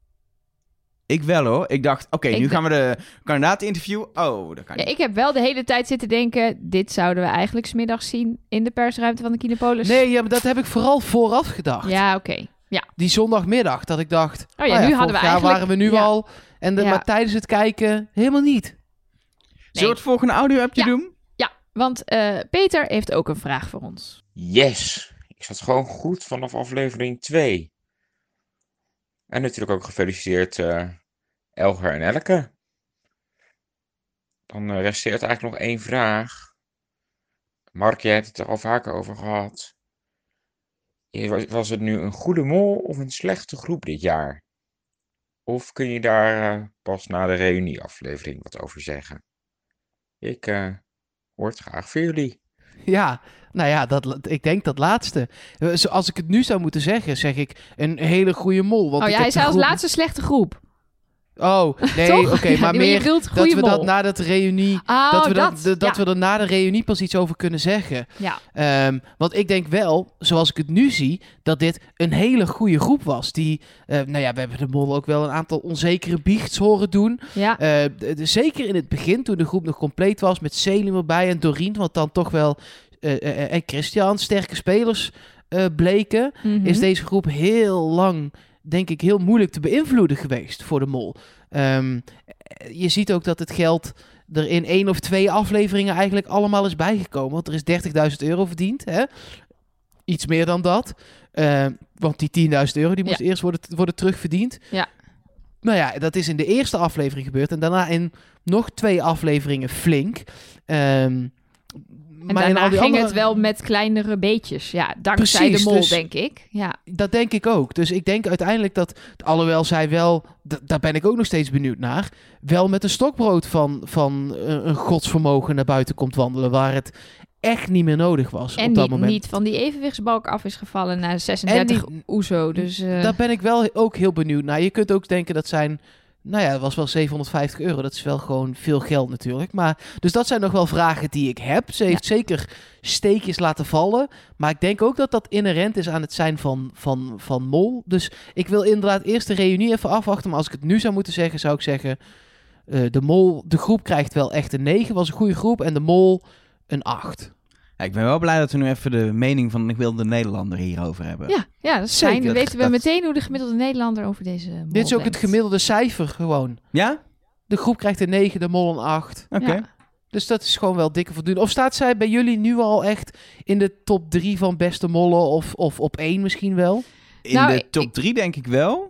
ik wel hoor. Ik dacht, oké, okay, Ik nu d- gaan we de kandidaat interviewen. Oh, dat kan Ja, niet. ik heb wel de hele tijd zitten denken, dit zouden we eigenlijk 's middags zien in de persruimte van de Kinopolis. Nee, ja, maar dat heb ik vooral vooraf gedacht. Ja, oké. Ja. Die zondagmiddag, dat ik dacht, Oh ja, oh nu vorig hadden we jaar eigenlijk- waren we nu ja. al. En de, Ja. Maar tijdens het kijken helemaal niet. Zullen we het volgende audio-appje Ja. doen? Ja, want eh, Peter heeft ook een vraag voor ons. Yes, ik zat gewoon goed vanaf aflevering twee. En natuurlijk ook gefeliciteerd uh, Elger en Elke. Dan uh, resteert eigenlijk nog één vraag. Mark, jij hebt het er al vaker over gehad. Was, was het nu een goede mol of een slechte groep dit jaar? Of kun je daar uh, pas na de reunieaflevering wat over zeggen? Ik uh, hoor het graag van jullie. Ja, nou ja, dat, ik denk dat laatste. Als ik het nu zou moeten zeggen, zeg ik een hele goede mol. Want oh ik ja, heb hij zei de als groep... laatste slechte groep. Oh, nee, oké, okay, Ja, maar maar je meer bedoelt dat goede we mol. dat na dat reunie... Oh, dat we, dat, dat, de- dat ja. we er na de reunie pas iets over kunnen zeggen. Ja. Um, want ik denk wel, zoals ik het nu zie, dat dit een hele goede groep was. Die, uh, nou ja, we hebben de mol ook wel een aantal onzekere biechts horen doen. Ja. Uh, de, de, zeker in het begin, toen de groep nog compleet was, met Selim erbij en Doreen, wat dan toch wel, uh, uh, en Christian, sterke spelers uh, bleken, Mm-hmm. is deze groep heel lang, denk ik, heel moeilijk te beïnvloeden geweest voor de mol. Um, je ziet ook dat het geld er in één of twee afleveringen eigenlijk allemaal is bijgekomen. Want er is dertigduizend euro verdiend. Hè? Iets meer dan dat. Uh, want die tienduizend euro die moest Ja. eerst worden, worden terugverdiend. Ja. Nou ja, dat is in de eerste aflevering gebeurd. En daarna in nog twee afleveringen flink. Um, En maar in daarna al die ging andere... het wel met kleinere beetjes. Ja, dankzij Precies, de mol, dus- denk ik. Ja. Dat denk ik ook. Dus ik denk uiteindelijk dat, alhoewel zij wel, d- daar ben ik ook nog steeds benieuwd naar, wel met een stokbrood van, van uh, een godsvermogen naar buiten komt wandelen, waar het echt niet meer nodig was En op dat niet, moment. niet van die evenwichtsbalk af is gevallen na zesendertig En niet- oezo. Dus, uh, Daar ben ik wel ook heel benieuwd naar. Je kunt ook denken dat zijn, nou ja, dat was wel zevenhonderdvijftig euro. Dat is wel gewoon veel geld natuurlijk. Maar, dus dat zijn nog wel vragen die ik heb. Ze heeft zeker steekjes laten vallen. Maar ik denk ook dat dat inherent is aan het zijn van, van, van mol. Dus ik wil inderdaad eerst de reunie even afwachten. Maar als ik het nu zou moeten zeggen, zou ik zeggen... Uh, de mol, de groep krijgt wel echt een negen. Was een goede groep. En de mol een acht. Ja, ik ben wel blij dat we nu even de mening van de gemiddelde Nederlander hierover hebben. ja, ja, dat is Zeker. fijn. Dan weten we Dat- meteen hoe de gemiddelde Nederlander over deze mol Dit is ook denkt. het gemiddelde cijfer gewoon. Ja? De groep krijgt een negen, de mol een acht. Oké. Ja. Dus dat is gewoon wel dikke voldoende. Of staat zij bij jullie nu al echt in de top drie van beste mollen? Of, of op één misschien wel? In Nou, de ik- top drie denk ik wel.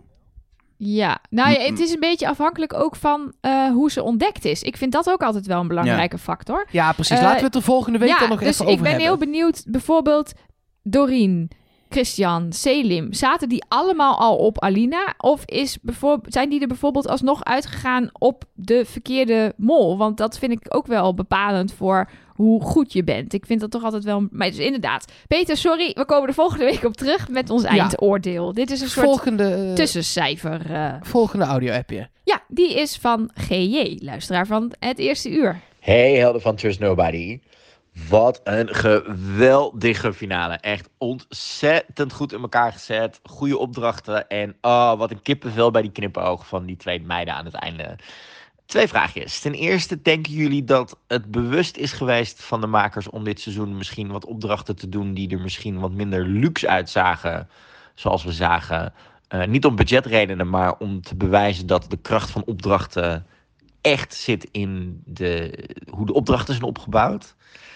Ja, nou ja, Mm-mm. het is een beetje afhankelijk ook van uh, hoe ze ontdekt is. Ik vind dat ook altijd wel een belangrijke factor. Ja, precies. Eh, Laten we het er volgende week ja, dan nog dus even ik over ben hebben. heel benieuwd. Bijvoorbeeld Doreen, Christian, Selim. Zaten die allemaal al op Alina? Of is bijvoorbeeld, zijn die er bijvoorbeeld alsnog uitgegaan op de verkeerde mol? Want dat vind ik ook wel bepalend voor hoe goed je bent. Ik vind dat toch altijd wel... Maar dus inderdaad. Peter, sorry. We komen er volgende week op terug met ons Ja. eindoordeel. Dit is een soort Volgende, uh, tussencijfer. Uh, volgende audio-appje. ja, die is van G J, luisteraar van Het Eerste Uur. Hey helden van Trust Nobody. Wat een geweldige finale. Echt ontzettend goed in elkaar gezet. Goede opdrachten. En oh, wat een kippenvel bij die knipoog van die twee meiden aan het einde. Twee vraagjes. Ten eerste, denken jullie dat het bewust is geweest van de makers om dit seizoen misschien wat opdrachten te doen die er misschien wat minder luxe uitzagen, zoals we zagen? Uh, niet om budgetredenen, maar om te bewijzen dat de kracht van opdrachten echt zit in de, hoe de opdrachten zijn opgebouwd.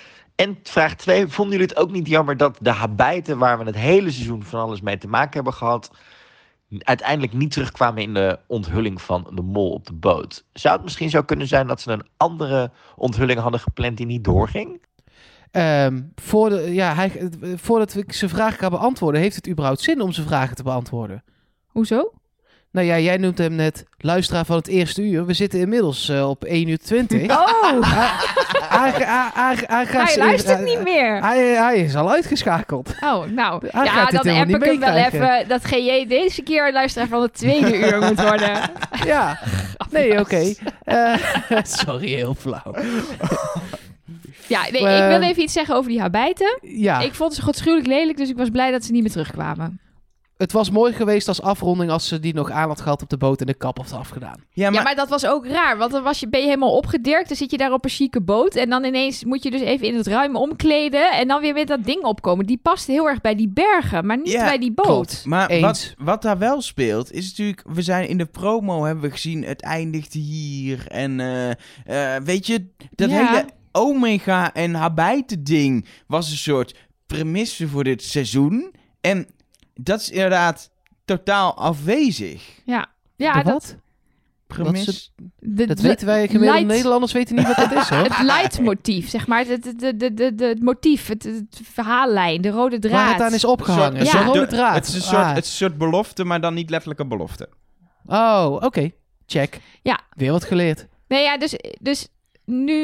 En vraag twee, vonden jullie het ook niet jammer dat de habijten waar we het hele seizoen van alles mee te maken hebben gehad, uiteindelijk niet terugkwamen in de onthulling van de mol op de boot? Zou het misschien zo kunnen zijn dat ze een andere onthulling hadden gepland die niet doorging? Um, voor de, ja, hij, voordat ik zijn vraag ga beantwoorden, heeft het überhaupt zin om zijn vragen te beantwoorden? Hoezo? Nou ja, jij noemt hem net luisteraar van Het Eerste Uur. We zitten inmiddels uh, op één uur twintig. Oh, hij, hij, hij, hij, gaat- hij luistert niet meer. Hij, hij is al uitgeschakeld. Oh, nou. Hij Ja, gaat dit dan helemaal app niet ik hem wel meekrijgen. even dat G J deze keer luisteraar van het tweede uur moet worden. Ja, nee, oké. Okay. Uh, sorry, heel flauw. Ja, nee, Uh, ik wil even iets zeggen over die habijten. Ja, Ik vond ze godschuwelijk lelijk, dus ik was blij dat ze niet meer terugkwamen. het was mooi geweest als afronding als ze die nog aan had gehad op de boot en de kap had afgedaan. Ja, maar, Ja, maar dat was ook raar, want dan was je, ben je helemaal opgedirkt, dan zit je daar op een chique boot en dan ineens moet je dus even in het ruim omkleden en dan weer met dat ding opkomen. Die past heel erg bij die bergen, maar niet Ja, bij die boot. klopt. maar Eens. wat, wat daar wel speelt, is natuurlijk... We zijn in de promo, hebben we gezien, het eindigt hier. En uh, uh, weet je, dat Ja. hele Omega en Habijten ding was een soort premisse voor dit seizoen. En dat is inderdaad totaal afwezig. Ja, ja De dat... wat? Premis. Wat is De, Dat de- weten wij gemiddelde light- Nederlanders weten niet wat dat is, hoor. Het leidmotief, zeg maar. Het, het, het, het, het, het motief, het, het verhaallijn, de rode draad. Waar het aan is opgehangen. Een Ja. Zo'n soort- rode draad. Het is, een soort, Ah. het is een soort belofte, maar dan niet letterlijke belofte. Oh, oké. Okay. Check. Ja. Weer wat geleerd. Nee, ja, dus, dus nu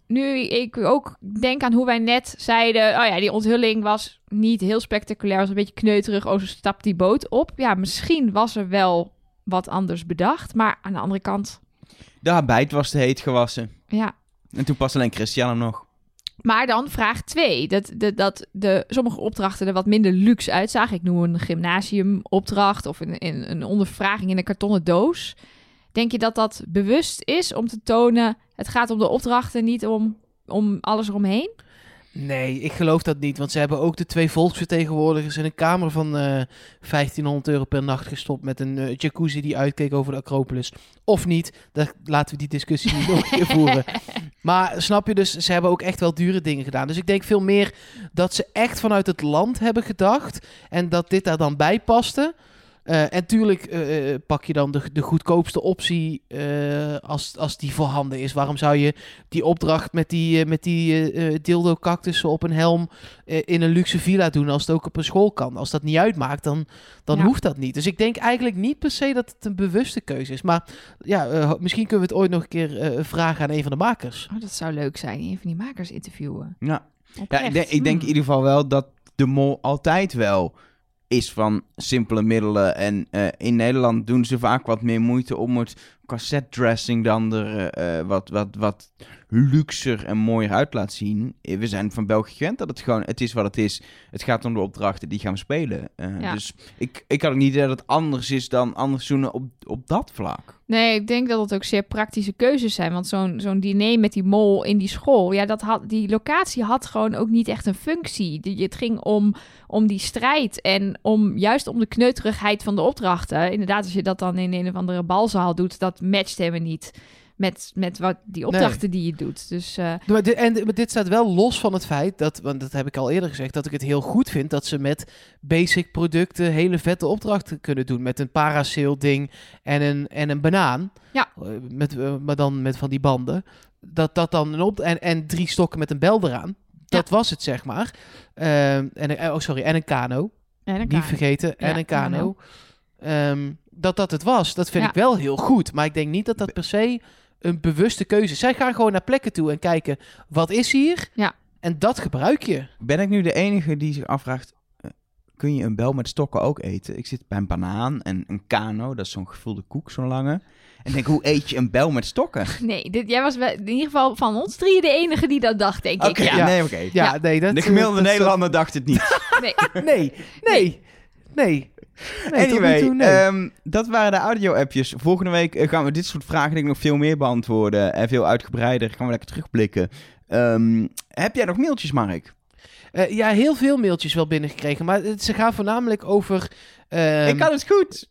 nu ik ook denk aan hoe wij net zeiden... oh ja, die onthulling was niet heel spectaculair. Was een beetje kneuterig. Oh, ze stapt die boot op. Ja, misschien was er wel wat anders bedacht. Maar aan de andere kant... De habit was te heet gewassen. Ja. En toen pas alleen Christian hem nog. Maar dan vraag twee. Dat, de, dat de, sommige opdrachten er wat minder luxe uitzagen. Ik noem een gymnasiumopdracht of een, een, een ondervraging in een kartonnen doos. Denk je dat dat bewust is om te tonen... het gaat om de opdrachten, niet om, om alles eromheen? Nee, ik geloof dat niet. Want ze hebben ook de twee volksvertegenwoordigers in een kamer van uh, vijftienhonderd euro per nacht gestopt... met een uh, jacuzzi die uitkeek over de Acropolis. Of niet, dat, laten we die discussie niet nog een keer voeren. Maar snap je dus, ze hebben ook echt wel dure dingen gedaan. Dus ik denk veel meer dat ze echt vanuit het land hebben gedacht... en dat dit daar dan bij paste... Uh, en tuurlijk uh, pak je dan de, de goedkoopste optie uh, als, als die voorhanden is. Waarom zou je die opdracht met die, uh, met die uh, dildo-cactussen op een helm uh, in een luxe villa doen als het ook op een school kan? Als dat niet uitmaakt, dan, dan ja. hoeft dat niet. Dus ik denk eigenlijk niet per se dat het een bewuste keuze is. Maar ja, uh, misschien kunnen we het ooit nog een keer uh, vragen aan een van de makers. Oh, dat zou leuk zijn, een van die makers interviewen. Ja, Oprecht. ja ik, denk, ik denk in ieder geval wel dat de mol altijd wel... is van simpele middelen. En uh, in Nederland doen ze vaak wat meer moeite om het cassettedressing dan er uh, wat, wat, wat luxer en mooier uit laat zien. We zijn van België gewend dat het gewoon, het is wat het is. Het gaat om de opdrachten die gaan we spelen. Uh, Ja. Dus ik, ik had ook niet idee dat het anders is dan anders doen op, op dat vlak. Nee, ik denk dat het ook zeer praktische keuzes zijn. Want zo'n, zo'n diner met die mol in die school... ja, dat had, die locatie had gewoon ook niet echt een functie. Die, het ging om, om die strijd en om, juist om de kneuterigheid van de opdrachten. Inderdaad, als je dat dan in een of andere balzaal doet... dat matcht helemaal niet met, met wat die opdrachten die je doet. Dus, uh, Maar dit, en maar dit staat wel los van het feit dat, want dat heb ik al eerder gezegd, dat ik het heel goed vind dat ze met basic producten hele vette opdrachten kunnen doen. Met een parasail ding en een, en een banaan. Ja. Uh, met, uh, maar dan met van die banden. Dat dat dan een op en, en drie stokken met een bel eraan. Dat Ja. was het, zeg maar. Uh, en een, oh, sorry, en een kano. en dan Niet kan- vergeten. En Ja, een kano. kano. Um, dat dat het was. Dat vind Ja. ik wel heel goed. Maar ik denk niet dat dat per se een bewuste keuze is. Zij gaan gewoon naar plekken toe en kijken, wat is hier? Ja. En dat gebruik je. Ben ik nu de enige die zich afvraagt... uh, kun je een bel met stokken ook eten? Ik zit bij een banaan en een kano. Dat is zo'n gevulde koek, zo'n lange. En denk, hoe eet je een bel met stokken? Nee, dit, jij was wel, in ieder geval van ons drieën de enige die dat dacht, denk Oké, ik. Ja. Ja. nee, oké. Ja, Ja. nee. Dat, De gemiddelde dat- dat- Nederlander dacht het niet. Nee. Nee, nee, nee. Nee, tot nu Anyway, toe, nee. ehm, dat waren de audio-appjes. Volgende week eh, gaan we dit soort vragen denk ik nog veel meer beantwoorden. En veel uitgebreider. Gaan we lekker terugblikken. Ehm, heb jij nog mailtjes, Mark? Uh, ja, heel veel mailtjes wel binnengekregen. Maar het, ze gaan voornamelijk over... ehm, ik had het goed.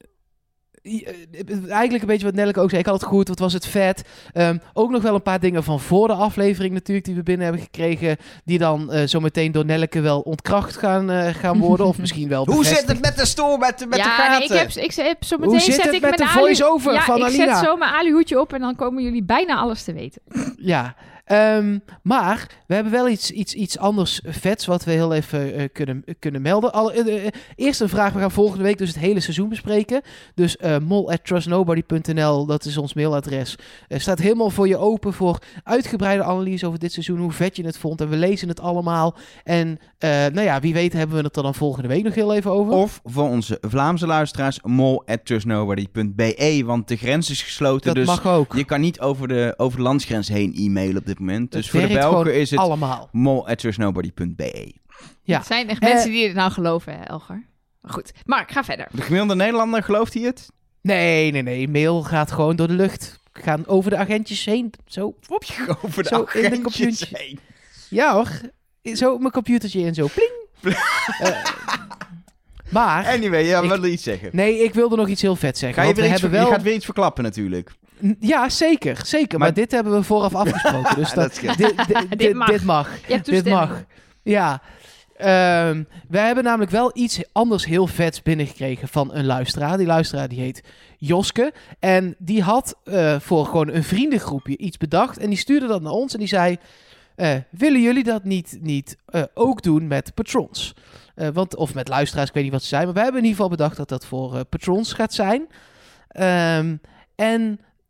I- uh, Eigenlijk een beetje wat Nelleke ook zei. Ik had het goed, wat was het vet. Um, ook nog wel een paar dingen van voor de aflevering natuurlijk... die we binnen hebben gekregen... die dan uh, zo meteen door Nelleke wel ontkracht gaan, uh, gaan worden. Of misschien wel Hoe bevestigd. zit het met de stoel, met, met de ja, gaten? nee, ik heb, ik heb zo meteen Hoe zit zet het ik met mijn de alu- voice-over ja, van ik Alina? zet zo mijn aluhoedje op en dan komen jullie bijna alles te weten. Ja, um, maar we hebben wel iets, iets, iets anders vets wat we heel even uh, kunnen, kunnen melden. Alle, uh, uh, eerst een vraag, we gaan volgende week dus het hele seizoen bespreken. Dus uh, mol at trustnobody punt n l, dat is ons mailadres. Uh, staat helemaal voor je open voor uitgebreide analyse over dit seizoen, hoe vet je het vond. En we lezen het allemaal. En uh, nou ja, wie weet hebben we het er dan volgende week nog heel even over. Of voor onze Vlaamse luisteraars, mol at trustnobody punt b e, want de grens is gesloten. dat Dus mag ook. je kan niet over de, over de landsgrens heen e-mailen op dit moment. Het Dus voor de werkt Belgen gewoon is het allemaal. mol at trustnobody punt b e. Ja. Het zijn echt Eh, mensen die het nou geloven, hè, Elger. Maar goed, Mark, ga verder. De gemiddelde Nederlander, gelooft hij het? Nee, nee, nee. Mail gaat gewoon door de lucht. Gaan over de agentjes heen. Zo. Wop. Over de Zo, in de agentjes computer. heen. Ja hoor. Zo op mijn computertje en zo. Pling. uh, maar... Anyway, ja, Ik- wat wil je iets zeggen? Nee, ik wilde nog iets heel vet zeggen. Ga je, want weer we iets, hebben ver- wel... je gaat weer iets verklappen natuurlijk. N- Ja, zeker. Zeker. Maar, Maar- dit hebben we vooraf afgesproken. Dus Ja, dat, dat scheelt. dit, dit, dit, Dit mag. dit mag. Je hebt Dit toestemming. mag. Ja. Ehm we hebben namelijk wel iets anders heel vets binnengekregen van een luisteraar. Die luisteraar die heet Joske. En die had uh, voor gewoon een vriendengroepje iets bedacht. En die stuurde dat naar ons en die zei... Uh, willen jullie dat niet, niet uh, ook doen met patrons? Uh, want, of met luisteraars, ik weet niet wat ze zijn. Maar we hebben in ieder geval bedacht dat dat voor uh, patrons gaat zijn. Um, en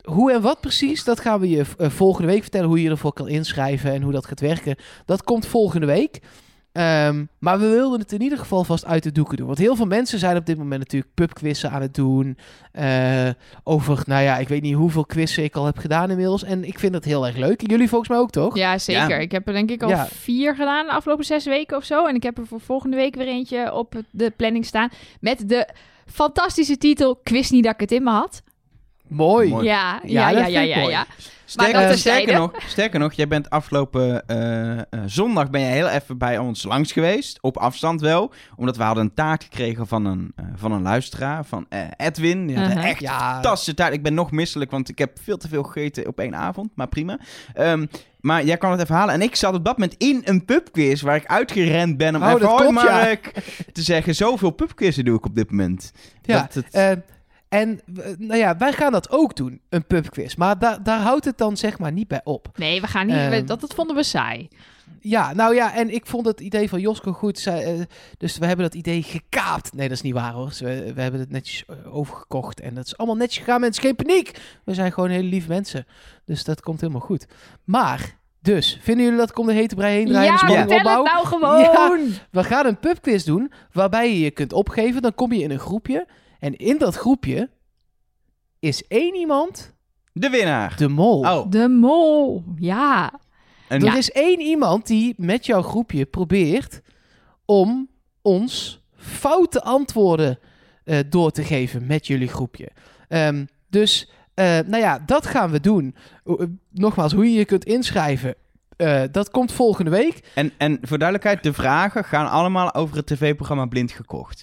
hoe en wat precies, dat gaan we je uh, volgende week vertellen. Hoe je ervoor kan inschrijven en hoe dat gaat werken. Dat komt volgende week. Um, maar we wilden het in ieder geval vast uit de doeken doen. Want heel veel mensen zijn op dit moment natuurlijk pubquizzen aan het doen. Uh, over, nou ja, ik weet niet hoeveel quizzen ik al heb gedaan inmiddels. En ik vind het heel erg leuk. Jullie volgens mij ook, toch? Ja, zeker. Ja. Ik heb er denk ik al Ja. vier gedaan de afgelopen zes weken of zo. En ik heb er voor volgende week weer eentje op de planning staan. Met de fantastische titel Quiz niet dat ik het in me had. Mooi. Mooi. Ja, Ja, ja, dat ja, vind ja, ik ja, mooi. ja. Sterker, Maar dat eh, terzijde. sterker, nog, sterker nog, jij bent afgelopen uh, uh, zondag ben je heel even bij ons langs geweest. Op afstand wel. Omdat we hadden een taart gekregen van een, uh, van een luisteraar, van uh, Edwin. Die had Uh-huh. echt Ja. fantastische taart. Ik ben nog misselijk, want ik heb veel te veel gegeten op één avond. Maar prima. Um, maar jij kan het even halen. En ik zat op dat moment in een pubquiz waar ik uitgerend ben om Oh, even dat hoi klopt, ja. Mark te zeggen. Zoveel pubquizzen doe ik op dit moment. Ja, Dat het... uh, en uh, nou ja, wij gaan dat ook doen, een pubquiz. Maar da- daar houdt het dan zeg maar niet bij op. Nee, we gaan niet. Ehm. we- dat, dat vonden we saai. Ja, nou ja, en ik vond het idee van Josko goed. Zij, uh, dus we hebben dat idee gekaapt. Nee, dat is niet waar hoor. Dus we, we hebben het netjes uh, overgekocht. En dat is allemaal netjes gegaan, mensen. Geen paniek. We zijn gewoon hele lieve mensen. Dus dat komt helemaal goed. Maar, dus, vinden jullie dat ik om de hete brei heen draai? Ja, en de spanning vertel opbouw? het nou gewoon. We gaan een pubquiz doen waarbij je je kunt opgeven. Dan kom je in een groepje. En in dat groepje is één iemand De winnaar. de mol. Oh. De mol. Ja. En Er is één iemand die met jouw groepje probeert om ons foute antwoorden uh, door te geven met jullie groepje. Um, dus, uh, nou ja, dat gaan we doen. Uh, nogmaals, hoe je je kunt inschrijven, uh, dat komt volgende week. En, en voor duidelijkheid, de vragen gaan allemaal over het tv-programma Blind Gekocht.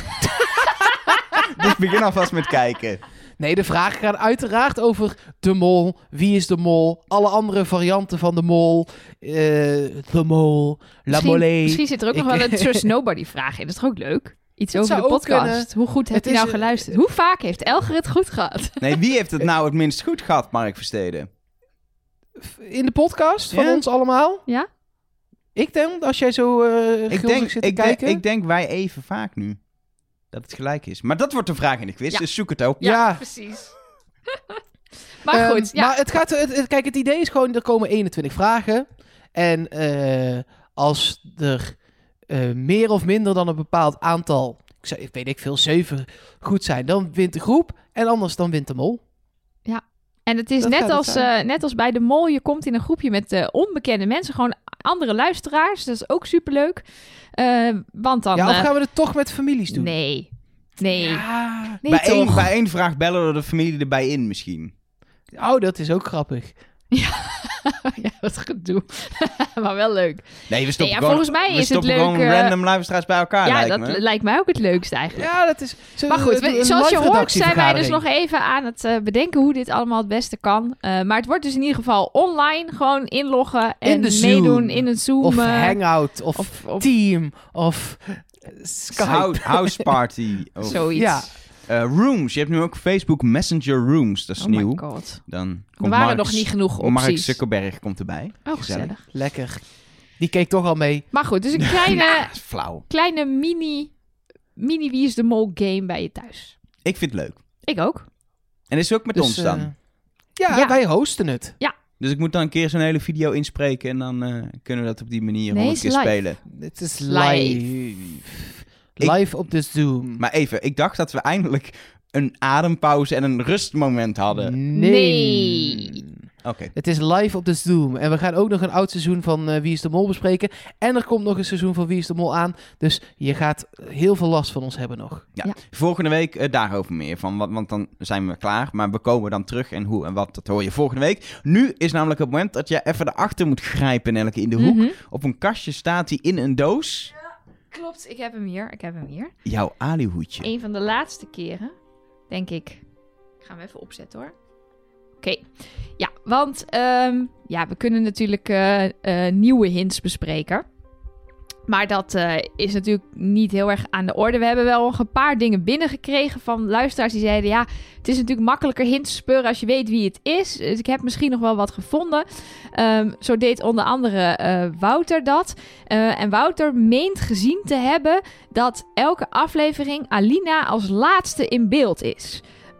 Dus begin alvast met kijken. Nee, de vragen gaan uiteraard over de mol, wie is de mol, alle andere varianten van de mol, uh, de mol, la Misschien, mollet. misschien zit er ook Ik- nog wel een Trust Nobody vraag in. Dat is toch ook leuk? Iets Het over de zou ook podcast. kunnen. Hoe goed heb Het je is, nou uh, geluisterd? Hoe vaak heeft Elger het goed gehad? Nee, wie heeft het nou het minst goed gehad, Mark Versteden? In de podcast van Ja? ons allemaal? Ja? Ik denk, als jij zo uh, Ik gulzig denk, zit te ik, denk, kijken. ik denk wij even vaak nu. Dat het gelijk is. Maar dat wordt de vraag in de quiz, Ja. dus zoek het op. Ja. precies. maar Ehm, goed, ja. Maar het gaat, het, het- kijk, het idee is gewoon, er komen eenentwintig vragen. En eh, als er eh, meer of minder dan een bepaald aantal, ik, zei, ik weet ik veel, zeven goed zijn, dan wint de groep. En anders dan wint de mol. En het is dat net gaat het als, zijn. eh, net als bij de mol. Je komt in een groepje met eh, onbekende mensen. Gewoon andere luisteraars. Dat is ook superleuk. Eh want dan... Ja, of eh, gaan we het toch met families doen? nee. Nee. Ja. Nee, bij, toch? één, bij één vraag bellen we de familie erbij in misschien. Oh, dat is ook grappig. ja, wat gedoe. maar wel leuk. Nee, we stoppen Nee, ja, gewoon, volgens mij we is het stoppen leuk, gewoon eh, random luisteraars bij elkaar, ja, lijkt dat me. lijkt mij ook het leukste eigenlijk. Ja, dat is... zullen Maar we goed, doen we- een zoals je live hoort zijn wij dus nog redactievergadering? even aan het eh, bedenken hoe dit allemaal het beste kan. Uh, maar het wordt dus in ieder geval online. Gewoon inloggen en In de Zoom. meedoen in een Zoom. Of eh, Hangout, of, of, of Team, of eh, Skype. House, house party. Of, zoiets. Ja. eh, rooms. Je hebt nu ook Facebook Messenger Rooms. Dat is Oh nieuw. my god. Dan Er komt waren Mark, nog niet genoeg Mark opties. Zuckerberg komt erbij. Oh, gezellig. Lekker. Die keek toch al mee. Maar goed, dus een kleine, Dat is flauw. kleine mini, mini Wie is de Mol game bij je thuis. Ik vind het leuk. Ik ook. En is het ook met Dus, ons dan? eh, ja, Ja. wij hosten het. Dus ik moet dan een keer zo'n hele video inspreken en dan eh, kunnen we dat op die manier Nee, honderd is keer live. spelen. Het is Live. live. Live op de Zoom. Maar even, ik dacht dat we eindelijk een adempauze en een rustmoment hadden. Nee. Oké. Het is live op de Zoom. En we gaan ook nog een oud seizoen van eh, Wie is de Mol bespreken. En er komt nog een seizoen van Wie is de Mol aan. Dus je gaat heel veel last van ons hebben nog. Ja. Ja. Volgende week eh, daarover meer van, want, want dan zijn we klaar. Maar we komen dan terug en hoe en wat, dat hoor je volgende week. Nu is namelijk het moment dat je even erachter moet grijpen, Nelke, in de hoek. Mhm. Op een kastje staat hij in een doos. Klopt, ik heb hem hier. Ik heb hem hier. Jouw alihoedje. Een van de laatste keren, denk ik. Ik ga hem even opzetten hoor. Oké. Ja, want ehm, ja, we kunnen natuurlijk eh, eh, nieuwe hints bespreken. Maar dat eh, is natuurlijk niet heel erg aan de orde. We hebben wel nog een paar dingen binnengekregen van luisteraars die zeiden... ja, het is natuurlijk makkelijker hints te speuren als je weet wie het is. Dus ik heb misschien nog wel wat gevonden. Um, zo deed onder andere uh, Wouter dat. Uh, en Wouter meent gezien te hebben dat elke aflevering Alina als laatste in beeld is.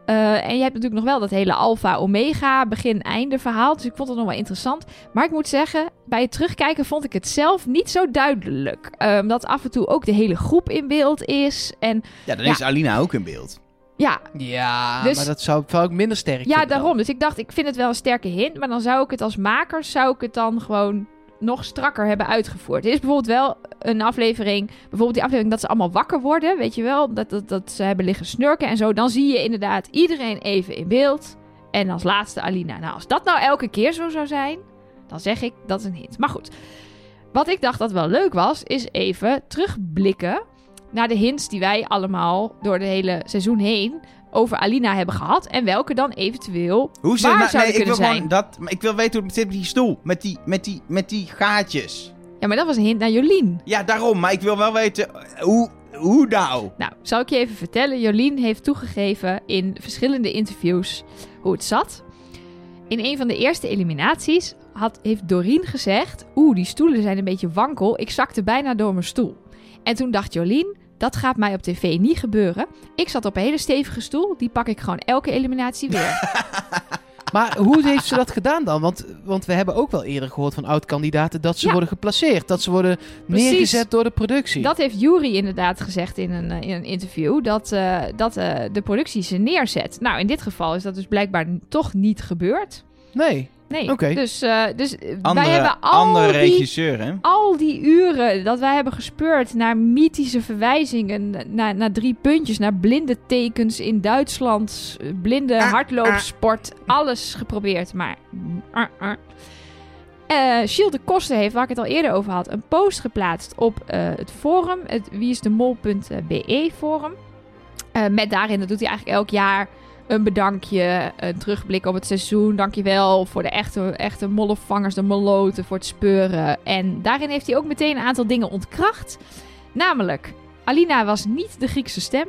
Uh, en je hebt natuurlijk nog wel dat hele alfa-omega begin-einde verhaal. Dus ik vond het nog wel interessant. Maar ik moet zeggen, bij het terugkijken vond ik het zelf niet zo duidelijk. Uh, omdat af en toe ook de hele groep in beeld is. En, ja, dan ja. is Alina ook in beeld. Ja, ja dus, maar dat zou, zou ik minder sterk Ja, vinden daarom. dan. Dus ik dacht, ik vind het wel een sterke hint. Maar dan zou ik het als makers, zou ik het dan gewoon nog strakker hebben uitgevoerd. Er is bijvoorbeeld wel een aflevering, bijvoorbeeld die aflevering dat ze allemaal wakker worden, weet je wel, dat, dat, dat ze hebben liggen snurken en zo. Dan zie je inderdaad iedereen even in beeld. En als laatste Alina. Nou, als dat nou elke keer zo zou zijn, dan zeg ik, dat is een hint. Maar goed, wat ik dacht dat wel leuk was, is even terugblikken naar de hints die wij allemaal door de hele seizoen heen over Alina hebben gehad. En welke dan eventueel Hoe ze, waar nou, zouden nee, ik kunnen wil zijn. gewoon dat, maar ik wil weten hoe het zit met die stoel. Met die, met die, met die gaatjes. Ja, maar dat was een hint naar Jolien. Ja, daarom. Maar ik wil wel weten, hoe, hoe nou? Nou, zal ik je even vertellen. Jolien heeft toegegeven in verschillende interviews hoe het zat. In een van de eerste eliminaties had, heeft Dorien gezegd, oeh, die stoelen zijn een beetje wankel. Ik zakte bijna door mijn stoel. En toen dacht Jolien, dat gaat mij op tv niet gebeuren. Ik zat op een hele stevige stoel. Die pak ik gewoon elke eliminatie weer. Maar hoe heeft ze dat gedaan dan? Want, want we hebben ook wel eerder gehoord van oud-kandidaten dat ze Ja. worden geplaceerd. Dat ze worden Precies. neergezet door de productie. Dat heeft Jury inderdaad gezegd in een, uh, in een interview. Dat, uh, dat uh, de productie ze neerzet. Nou, in dit geval is dat dus blijkbaar n- toch niet gebeurd. Nee. Nee, Oké. dus, uh, dus uh, Andere, wij hebben al andere die... regisseur, hè? Al die uren dat wij hebben gespeurd naar mythische verwijzingen, naar, naar drie puntjes, naar blinde tekens in Duitsland, blinde Ah, hardloopsport, alles geprobeerd, maar... Uh, uh. Uh, Gilles de Koster heeft, waar ik het al eerder over had, een post geplaatst op uh, het forum, het wieisdemol punt b e forum. Uh, met daarin, dat doet hij eigenlijk elk jaar, een bedankje, een terugblik op het seizoen. Dankjewel voor de echte, echte mollevangers, de molloten, voor het speuren. En daarin heeft hij ook meteen een aantal dingen ontkracht. Namelijk, Alina was niet de Griekse stem.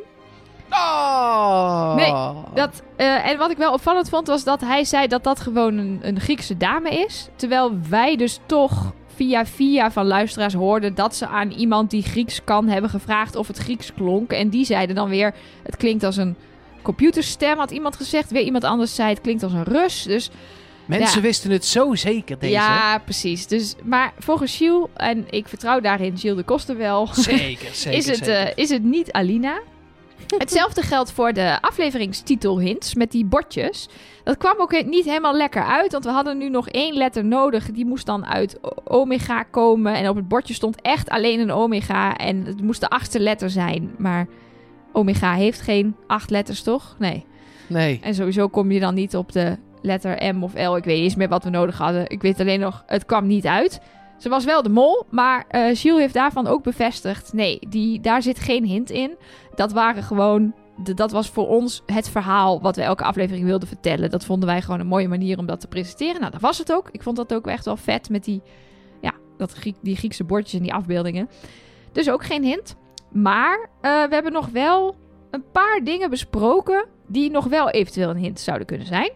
Oh. Nee, Dat, uh, en wat ik wel opvallend vond, was dat hij zei dat dat gewoon een, een Griekse dame is. Terwijl wij dus toch via via van luisteraars hoorden dat ze aan iemand die Grieks kan hebben gevraagd of het Grieks klonk. En die zeiden dan weer, het klinkt als een computerstem, had iemand gezegd. Weer iemand anders zei, het klinkt als een Rus. Dus Mensen ja. wisten het zo zeker, deze. ja, precies. Dus, maar volgens Gilles, en ik vertrouw daarin Gilles de Koster wel, Zeker, zeker, is, het, zeker. uh, is het niet Alina. Hetzelfde geldt voor de afleveringstitelhints met die bordjes. Dat kwam ook niet helemaal lekker uit, want we hadden nu nog één letter nodig. Die moest dan uit omega komen en op het bordje stond echt alleen een omega en het moest de achtste letter zijn. Maar omega heeft geen acht letters, toch? Nee. Nee. En sowieso kom je dan niet op de letter M of L. Ik weet niet eens meer wat we nodig hadden. Ik weet alleen nog, het kwam niet uit. Ze was wel de mol, maar uh, Gilles heeft daarvan ook bevestigd. Nee, die, daar zit geen hint in. Dat waren gewoon, de, dat was voor ons het verhaal wat we elke aflevering wilden vertellen. Dat vonden wij gewoon een mooie manier om dat te presenteren. Nou, dat was het ook. Ik vond dat ook echt wel vet met die, ja, dat Griek, die Griekse bordjes en die afbeeldingen. Dus ook geen hint. Maar uh, we hebben nog wel een paar dingen besproken die nog wel eventueel een hint zouden kunnen zijn.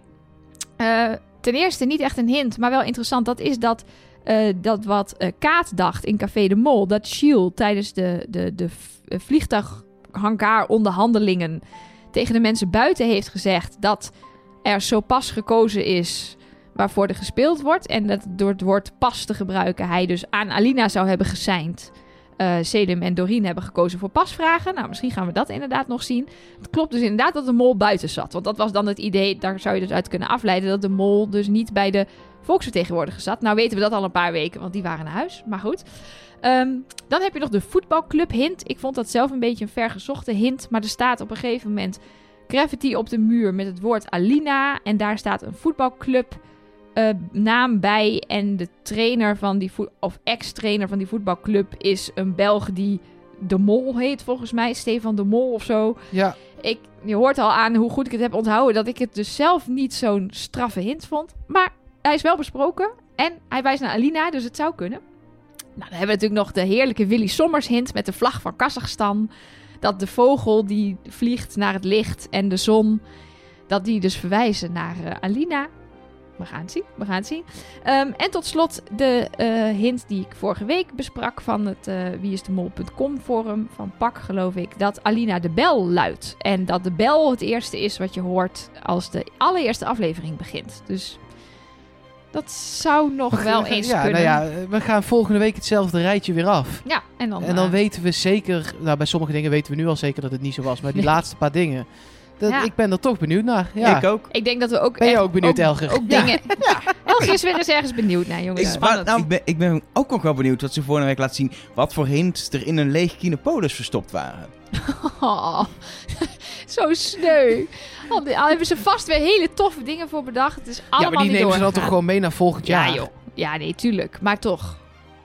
Uh, ten eerste niet echt een hint, maar wel interessant. Dat is dat, uh, dat wat uh, Kaat dacht in Café de Mol. Dat Gilles tijdens de, de, de vliegtuighangar onderhandelingen tegen de mensen buiten heeft gezegd dat er zo pas gekozen is waarvoor er gespeeld wordt. En dat door het woord pas te gebruiken hij dus aan Alina zou hebben geseind. Uh, Selim en Dorien hebben gekozen voor pasvragen. Nou, misschien gaan we dat inderdaad nog zien. Het klopt dus inderdaad dat de mol buiten zat. Want dat was dan het idee, daar zou je dus uit kunnen afleiden, dat de mol dus niet bij de volksvertegenwoordiger zat. Nou weten we dat al een paar weken, want die waren naar huis. Maar goed. Um, dan heb je nog de voetbalclub hint. Ik vond dat zelf een beetje een vergezochte hint. Maar er staat op een gegeven moment graffiti op de muur met het woord Alina. En daar staat een voetbalclub Uh, naam bij en de trainer van die vo- of ex-trainer van die voetbalclub is een Belg die De Mol heet volgens mij, Stefan De Mol of zo. Ja. Ik, je hoort al aan hoe goed ik het heb onthouden dat ik het dus zelf niet zo'n straffe hint vond. Maar hij is wel besproken en hij wijst naar Alina, dus het zou kunnen. Nou, dan hebben we natuurlijk nog de heerlijke Willy Sommers hint met de vlag van Kazachstan. Dat de vogel die vliegt naar het licht en de zon, dat die dus verwijzen naar uh, Alina. we gaan het zien. We gaan het zien. Um, en tot slot de uh, hint die ik vorige week besprak van het uh, wieisdemol punt com forum van P A K, geloof ik. Dat Alina de bel luidt. En dat de bel het eerste is wat je hoort als de allereerste aflevering begint. Dus dat zou nog wel eens ja, kunnen. Nou ja, we gaan volgende week hetzelfde rijtje weer af. Ja, en dan, En dan uh, weten we zeker... Nou, bij sommige dingen weten we nu al zeker dat het niet zo was. Maar die Nee. laatste paar dingen... Dat, Ja. Ik ben er toch benieuwd naar. Ja. Ik ook. ik denk dat we ook Ben je echt ook benieuwd, Elger? Ook Ja. dingen... Elger is weer eens ergens benieuwd naar, jongens. Ik, Spannend. nou, ik, ben, ik ben ook nog wel benieuwd wat ze vorige week laten zien. Wat voor hints er in een leeg Kinepolis verstopt waren. Oh, zo sneu. Al, die- al hebben ze vast weer hele toffe dingen voor bedacht. Het is allemaal Ja, maar die niet nemen ze dan doorgegaan. toch gewoon mee naar volgend jaar? Ja, joh. Ja, nee, tuurlijk. Maar toch.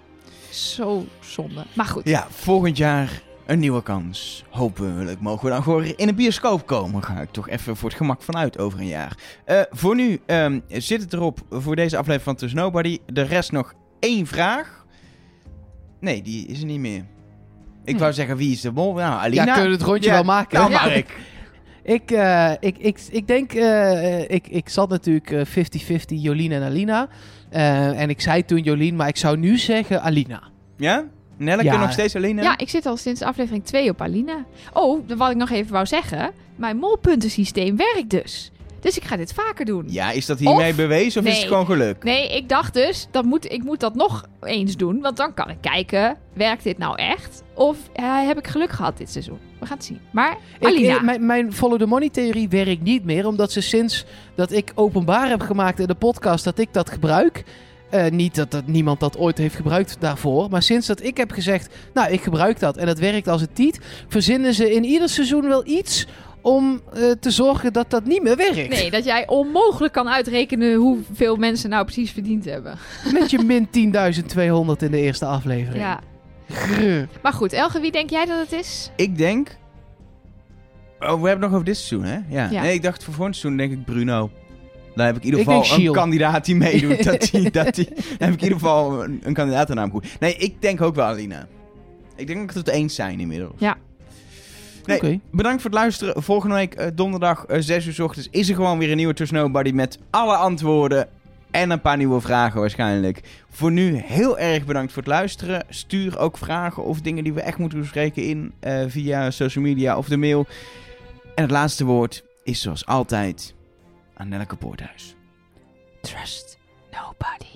Zo zonde. Maar goed. Ja, volgend jaar een nieuwe kans. Hopelijk mogen we dan gewoon in een bioscoop komen. Ga ik toch even voor het gemak vanuit over een jaar. Uh, voor nu um, zit het erop voor deze aflevering van Trust Nobody. De rest nog één vraag. Nee, die is er niet meer. Ik Hm. wou zeggen, wie is de mol? Nou, Alina. Ja, kunnen we het rondje Ja, wel maken? Nou, Ja. Mark. Ik, uh, ik, ik, ik denk, uh, ik, ik zat natuurlijk uh, vijftig vijftig Jolien en Alina. Uh, en ik zei toen Jolien, maar ik zou nu zeggen Alina. Ja? Nelleke Ja. nog steeds Alina? Ja, ik zit al sinds aflevering twee op Alina. Oh, wat ik nog even wou zeggen. Mijn molpuntensysteem werkt dus. Dus ik ga dit vaker doen. Ja, is dat hiermee Of- bewezen of is nee. het gewoon geluk? Nee, ik dacht dus, dat moet, ik moet dat nog eens doen. Want dan kan ik kijken, werkt dit nou echt? Of uh, heb ik geluk gehad dit seizoen? We gaan het zien. Maar Ik, Alina. eh, mijn, mijn follow the money theorie werkt niet meer. Omdat ze sinds dat ik openbaar heb gemaakt in de podcast dat ik dat gebruik. Uh, niet dat, dat niemand dat ooit heeft gebruikt daarvoor. Maar sinds dat ik heb gezegd, nou ik gebruik dat en dat werkt als het tiet. Verzinnen ze in ieder seizoen wel iets om uh, te zorgen dat dat niet meer werkt. Nee, dat jij onmogelijk kan uitrekenen hoeveel mensen nou precies verdiend hebben. Met je min tienduizend tweehonderd in de eerste aflevering. Ja. Grr. Maar goed, Elge, wie denk jij dat het is? Ik denk... Oh, we hebben het nog over dit seizoen, hè? Ja. Ja. Nee, ik dacht voor volgend seizoen denk ik Bruno. Dan heb ik in ieder Ik geval denk een Giel. kandidaat die meedoet. dat die, dat die, dan heb ik in ieder geval een, een kandidatennaam goed. Nee, ik denk ook wel Alina. Ik denk dat we het eens zijn inmiddels. Ja. Nee, Oké. bedankt voor het luisteren. Volgende week uh, donderdag uh, zes uur 's ochtends is er gewoon weer een nieuwe Trust Nobody met alle antwoorden en een paar nieuwe vragen waarschijnlijk. Voor nu heel erg bedankt voor het luisteren. Stuur ook vragen of dingen die we echt moeten bespreken in uh, via social media of de mail. En het laatste woord is zoals altijd aan Nelleke Poorthuis. Trust nobody.